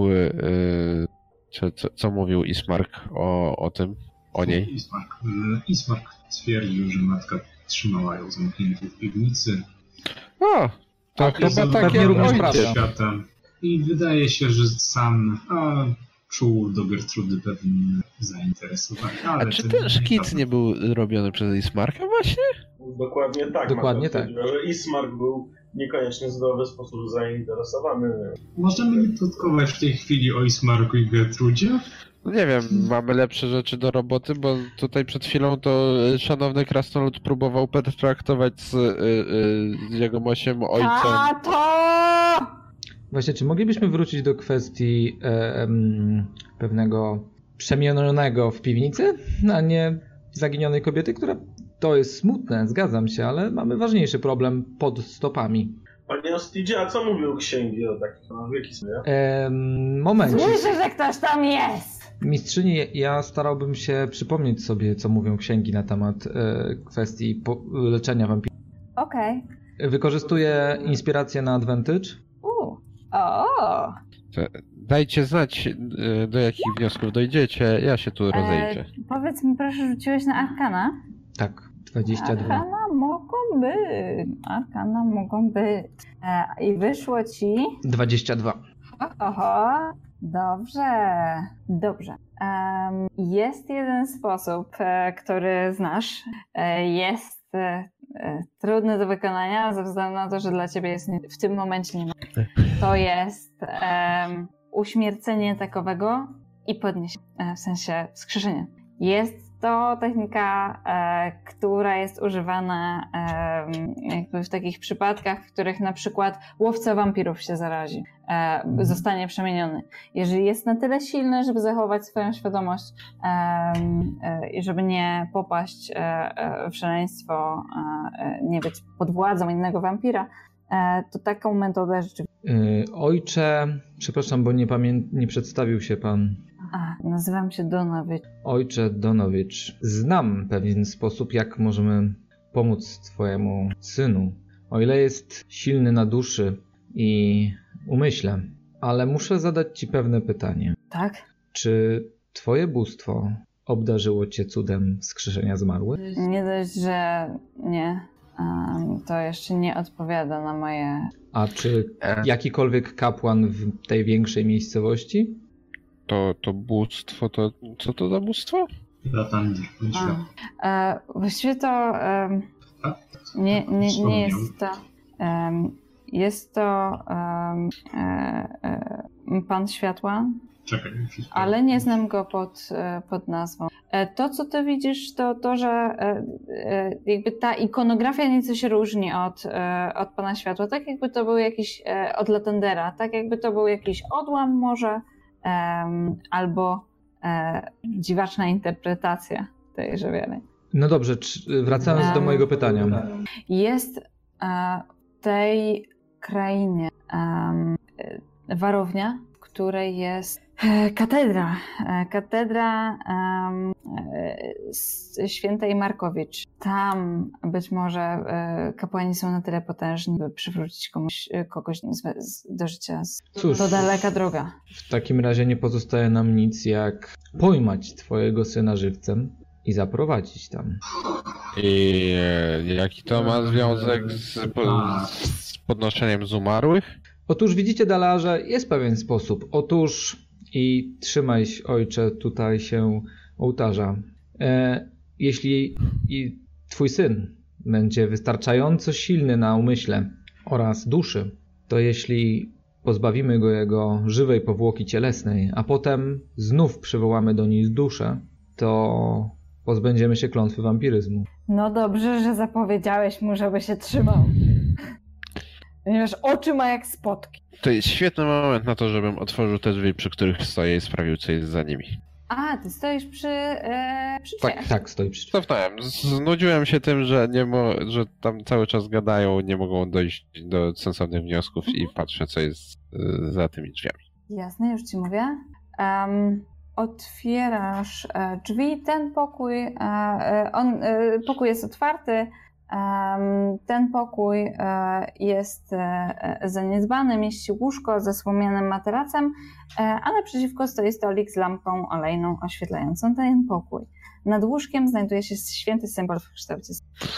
co mówił Ismark o tym? O niej? Ismark stwierdził, że matka trzymała ją zamkniętą w piwnicy. O, to chyba takie świata. I wydaje się, że sam czuł do Gertrudy pewne zainteresowanie. A czy ten szkic nie był robiony przez Ismarka właśnie? Dokładnie tak. Dokładnie tak. Że Ismark był niekoniecznie w zdrowy sposób zainteresowany. Możemy nie plotkować w tej chwili o Ismarku i Gertrudzie? No nie wiem, mamy lepsze rzeczy do roboty, bo tutaj przed chwilą to szanowny krasnolud próbował pertraktować z jegomościem ojcem. Tato! Właśnie, czy moglibyśmy wrócić do kwestii pewnego przemienionego w piwnicy, a nie zaginionej kobiety, która to jest smutne, zgadzam się, ale mamy ważniejszy problem pod stopami. Panie Ostidzie, a co mówią księgi o takich wielkich słowach? Momencie. Słyszę, że ktoś tam jest! Mistrzyni, ja starałbym się przypomnieć sobie, co mówią księgi na temat kwestii leczenia wampirów. Okej. Wykorzystuję inspirację na advantage. O! Dajcie znać, do jakich wniosków dojdziecie, ja się tu rozejrzę. Powiedz mi proszę, rzuciłeś na Arkana? Tak, 22. Arkana mogą być. I wyszło ci... 22. Oho, dobrze. Jest jeden sposób, który znasz. Jest trudny do wykonania, ze względu na to, że dla ciebie jest w tym momencie nie ma. To jest uśmiercenie takowego i podniesienie, w sensie wskrzeszenie. Jest to technika, która jest używana jakby w takich przypadkach, w których na przykład łowca wampirów się zarazi, zostanie przemieniony. Jeżeli jest na tyle silny, żeby zachować swoją świadomość i żeby nie popaść w szaleństwo, nie być pod władzą innego wampira, to taką metodę rzeczywiście... Ojcze, przepraszam, bo nie przedstawił się pan. Nazywam się Donowicz. Ojcze Donowicz, znam pewien sposób, jak możemy pomóc twojemu synu. O ile jest silny na duszy i umyśle, ale muszę zadać ci pewne pytanie. Tak? Czy twoje bóstwo obdarzyło cię cudem wskrzeszenia zmarłych? Nie dość, że nie. To jeszcze nie odpowiada na moje... A czy jakikolwiek kapłan w tej większej miejscowości? To bóstwo, to co to za bóstwo? Właściwie to nie jest to... Jest to Pan Światła, Czekaj, ale nie znam go pod nazwą. To, co ty widzisz, to że jakby ta ikonografia nieco się różni od Pana Światła. Tak jakby to był jakiś, od Latendera, tak jakby to był jakiś odłam może, albo dziwaczna interpretacja tejże wiary. No dobrze, wracając do mojego pytania. Jest w tej krainie warownia, w której jest katedra świętej Markowicz. Tam być może kapłani są na tyle potężni, by przywrócić kogoś do życia. Cóż, to daleka droga. W takim razie nie pozostaje nam nic jak pojmać twojego syna żywcem i zaprowadzić tam. I jaki to ma związek z podnoszeniem z umarłych? Otóż widzicie, Dalarze, jest pewien sposób. Otóż i trzymaj, ojcze, tutaj się ołtarza. Jeśli twój syn będzie wystarczająco silny na umyśle oraz duszy, to jeśli pozbawimy go jego żywej powłoki cielesnej, a potem znów przywołamy do niej duszę, to pozbędziemy się klątwy wampiryzmu. No dobrze, że zapowiedziałeś mu, żeby się trzymał. Ponieważ oczy ma jak spotki. To jest świetny moment na to, żebym otworzył te drzwi, przy których stoję i sprawdził, co jest za nimi. A, ty stoisz przy drzwiach. Tak, stoi przy drzwiach. Cofnąłem. Znudziłem się tym, że że tam cały czas gadają, nie mogą dojść do sensownych wniosków i patrzę, co jest za tymi drzwiami. Jasne, już ci mówię. Otwierasz drzwi, ten pokój, pokój jest otwarty. Ten pokój jest zaniedbany, mieści łóżko ze słomianym materacem, a naprzeciwko stoi stolik z lampką olejną oświetlającą ten pokój. Nad łóżkiem znajduje się święty symbol w kształcie.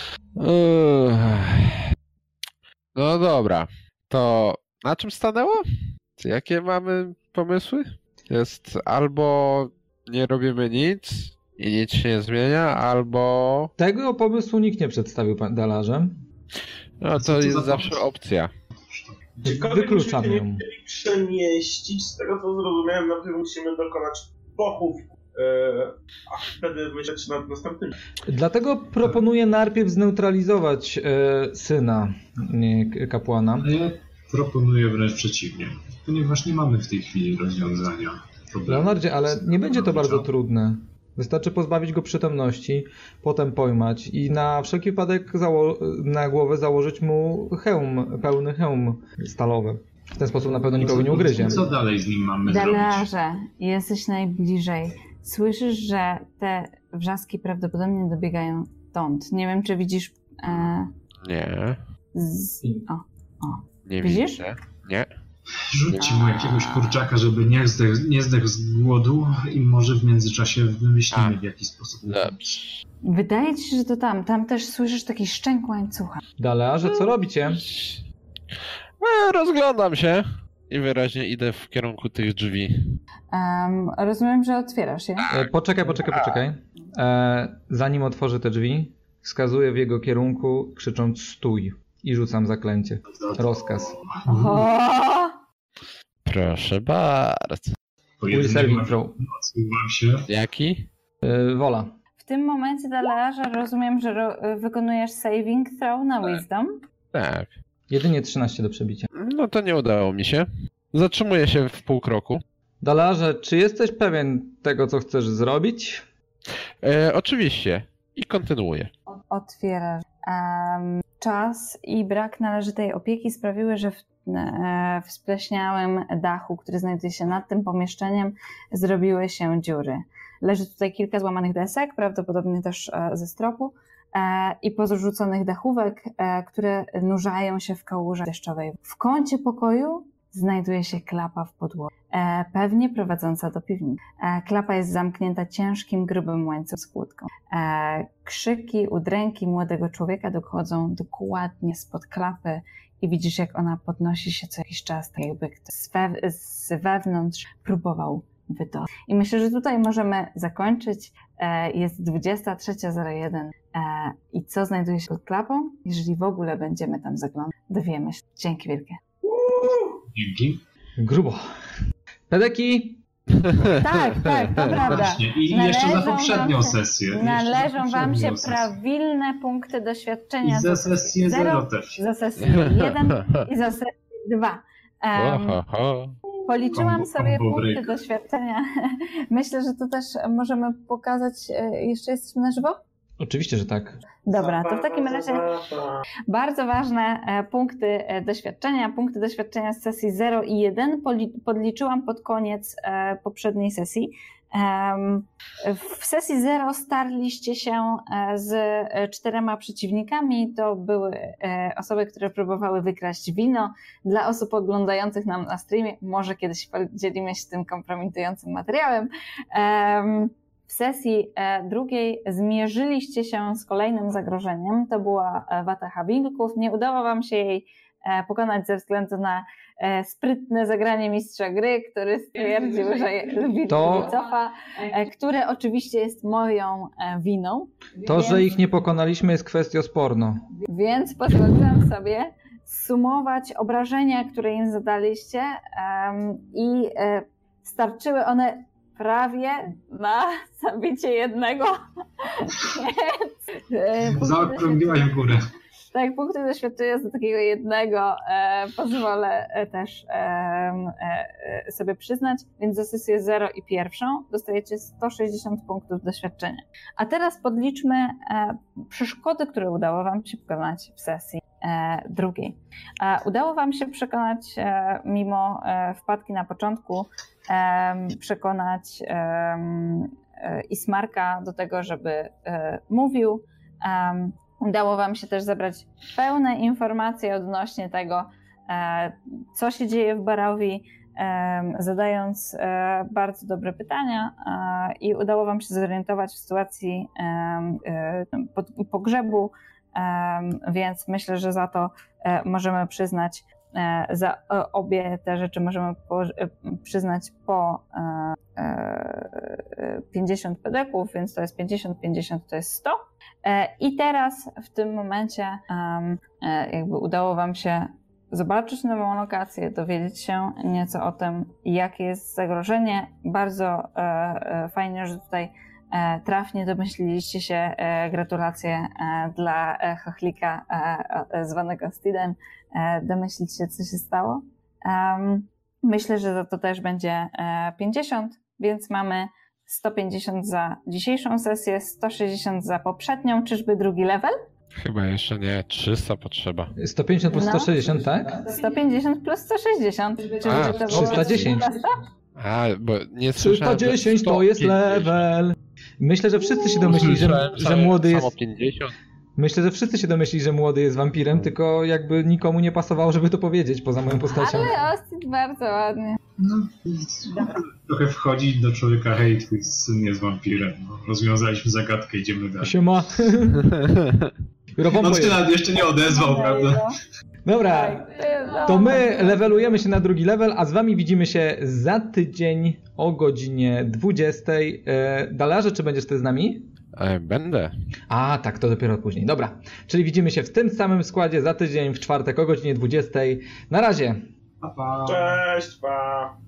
No dobra, to na czym stanęło? Jakie mamy pomysły? Jest albo nie robimy nic i nic się nie zmienia, albo... Tego pomysłu nikt nie przedstawił, Dalarze. No to jest zawsze opcja. Wykluczam ją. Nie chcieli przemieścić, z tego co zrozumiałem, najpierw musimy dokonać pochów, a wtedy myśleć nad następnym. Dlatego proponuję najpierw zneutralizować syna kapłana. Ja proponuję wręcz przeciwnie, ponieważ nie mamy w tej chwili rozwiązania. problemu. Leonardzie, ale nie będzie to bardzo trudne. Wystarczy pozbawić go przytomności, potem pojmać i na wszelki wypadek na głowę założyć mu pełny hełm stalowy. W ten sposób na pewno nikogo nie ugryzie. Co dalej z nim mamy zrobić? Dalearze, jesteś najbliżej. Słyszysz, że te wrzaski prawdopodobnie dobiegają stąd. Nie wiem, czy widzisz... Nie. Nie Widzisz? widzę. Nie. Rzućcie mu jakiegoś kurczaka, żeby nie zdechł z głodu i może w międzyczasie wymyślimy w jaki sposób. Dobrze. Wydaje ci się, że to tam też słyszysz taki szczęk łańcucha. Dalearze, co robicie? Rozglądam się i wyraźnie idę w kierunku tych drzwi. Rozumiem, że otwierasz je. Poczekaj. Zanim otworzę te drzwi, wskazuję w jego kierunku, krzycząc stój i rzucam zaklęcie. Rozkaz. Proszę bardzo. Will saving throw. Odsuwam się. Jaki? Wola. W tym momencie, Dalearze, rozumiem, że wykonujesz saving throw na wisdom. Tak. Jedynie 13 do przebicia. No to nie udało mi się. Zatrzymuję się w pół kroku. Dalearze, czy jesteś pewien tego, co chcesz zrobić? Oczywiście. I kontynuuję. Otwierasz. Czas i brak należytej opieki sprawiły, że w spleśniałym dachu, który znajduje się nad tym pomieszczeniem, zrobiły się dziury. Leży tutaj kilka złamanych desek, prawdopodobnie też ze stropu, i pozrzuconych dachówek, które nurzają się w kałuży deszczowej. W kącie pokoju znajduje się klapa w podłodze, pewnie prowadząca do piwnicy. Klapa jest zamknięta ciężkim, grubym łańcuchem z kłódką. Krzyki, udręki młodego człowieka dochodzą dokładnie spod klapy i widzisz, jak ona podnosi się co jakiś czas, tak jakby ktoś z wewnątrz próbował wydostać. I myślę, że tutaj możemy zakończyć. Jest 23:01 i co znajduje się pod klapą? Jeżeli w ogóle będziemy tam zaglądać, dowiemy się. Dzięki wielkie. Dzięki. Grubo. Pedeki! Tak, to prawda. Właśnie. I jeszcze za poprzednią sesję. Należą wam się prawilne punkty doświadczenia. I za sesję 0 też. Za sesję 1 i za sesję 2. Policzyłam sobie punkty doświadczenia. Myślę, że to też możemy pokazać. Jeszcze jesteśmy na żywo? Oczywiście, że tak. Dobra, to w takim razie bardzo ważne punkty doświadczenia. Punkty doświadczenia z sesji 0 i 1 podliczyłam pod koniec poprzedniej sesji. W sesji 0 starliście się z 4 przeciwnikami. To były osoby, które próbowały wykraść wino. Dla osób oglądających nam na streamie, może kiedyś podzielimy się tym kompromitującym materiałem. W sesji drugiej zmierzyliście się z kolejnym zagrożeniem. To była wataha wilków. Nie udało wam się jej pokonać ze względu na sprytne zagranie mistrza gry, który stwierdził, że wilk cofa, które oczywiście jest moją winą. To, że ich nie pokonaliśmy, jest kwestią sporną. Więc pozwoliłam sobie sumować obrażenia, które im zadaliście, i starczyły one prawie na zabicie jednego. Zaokrągliłaś w górę. Tak, punkty doświadczenia za takiego jednego pozwolę też sobie przyznać, więc za sesję 0 i pierwszą dostajecie 160 punktów doświadczenia. A teraz podliczmy przeszkody, które udało wam się pokonać w sesji drugiej. Udało wam się przekonać, mimo wpadki na początku, przekonać Ismarka do tego, żeby mówił. Udało wam się też zebrać pełne informacje odnośnie tego, co się dzieje w Barowi, zadając bardzo dobre pytania, i udało wam się zorientować w sytuacji pogrzebu, więc myślę, że za to możemy przyznać, za obie te rzeczy możemy przyznać po 50 pedeków, więc to jest 50, 50 to jest 100. I teraz w tym momencie jakby udało wam się zobaczyć nową lokację, dowiedzieć się nieco o tym, jakie jest zagrożenie. Bardzo fajnie, że tutaj trafnie domyśliliście się. Gratulacje dla chochlika zwanego Steedem. Domyślić się, co się stało. Myślę, że za to też będzie 50, więc mamy 150 za dzisiejszą sesję, 160 za poprzednią. Czyżby drugi level? Chyba jeszcze nie, 300 potrzeba. 150 plus 160, tak? 150 plus 160. Czyżby A, to było 310. 300? Bo nie słyszałem, 310 to jest 150. level. Myślę, że wszyscy się domyślili, że młody jest... Samo 50. Myślę, że wszyscy się domyślili, że młody jest wampirem, tylko jakby nikomu nie pasowało, żeby to powiedzieć poza moją postacią. Ale Ostit bardzo ładnie. No, trochę wchodzi do człowieka, hej, twój syn jest wampirem. No, rozwiązaliśmy zagadkę, idziemy dalej. Siema. No ty nawet jeszcze nie odezwał, prawda? Dobra, to my levelujemy się na drugi level, a z wami widzimy się za tydzień o godzinie 20. Dalarze, czy będziesz ty z nami? Będę. A, tak, to dopiero później. Dobra, czyli widzimy się w tym samym składzie za tydzień w czwartek o godzinie 20. Na razie. Pa, pa. Cześć, pa!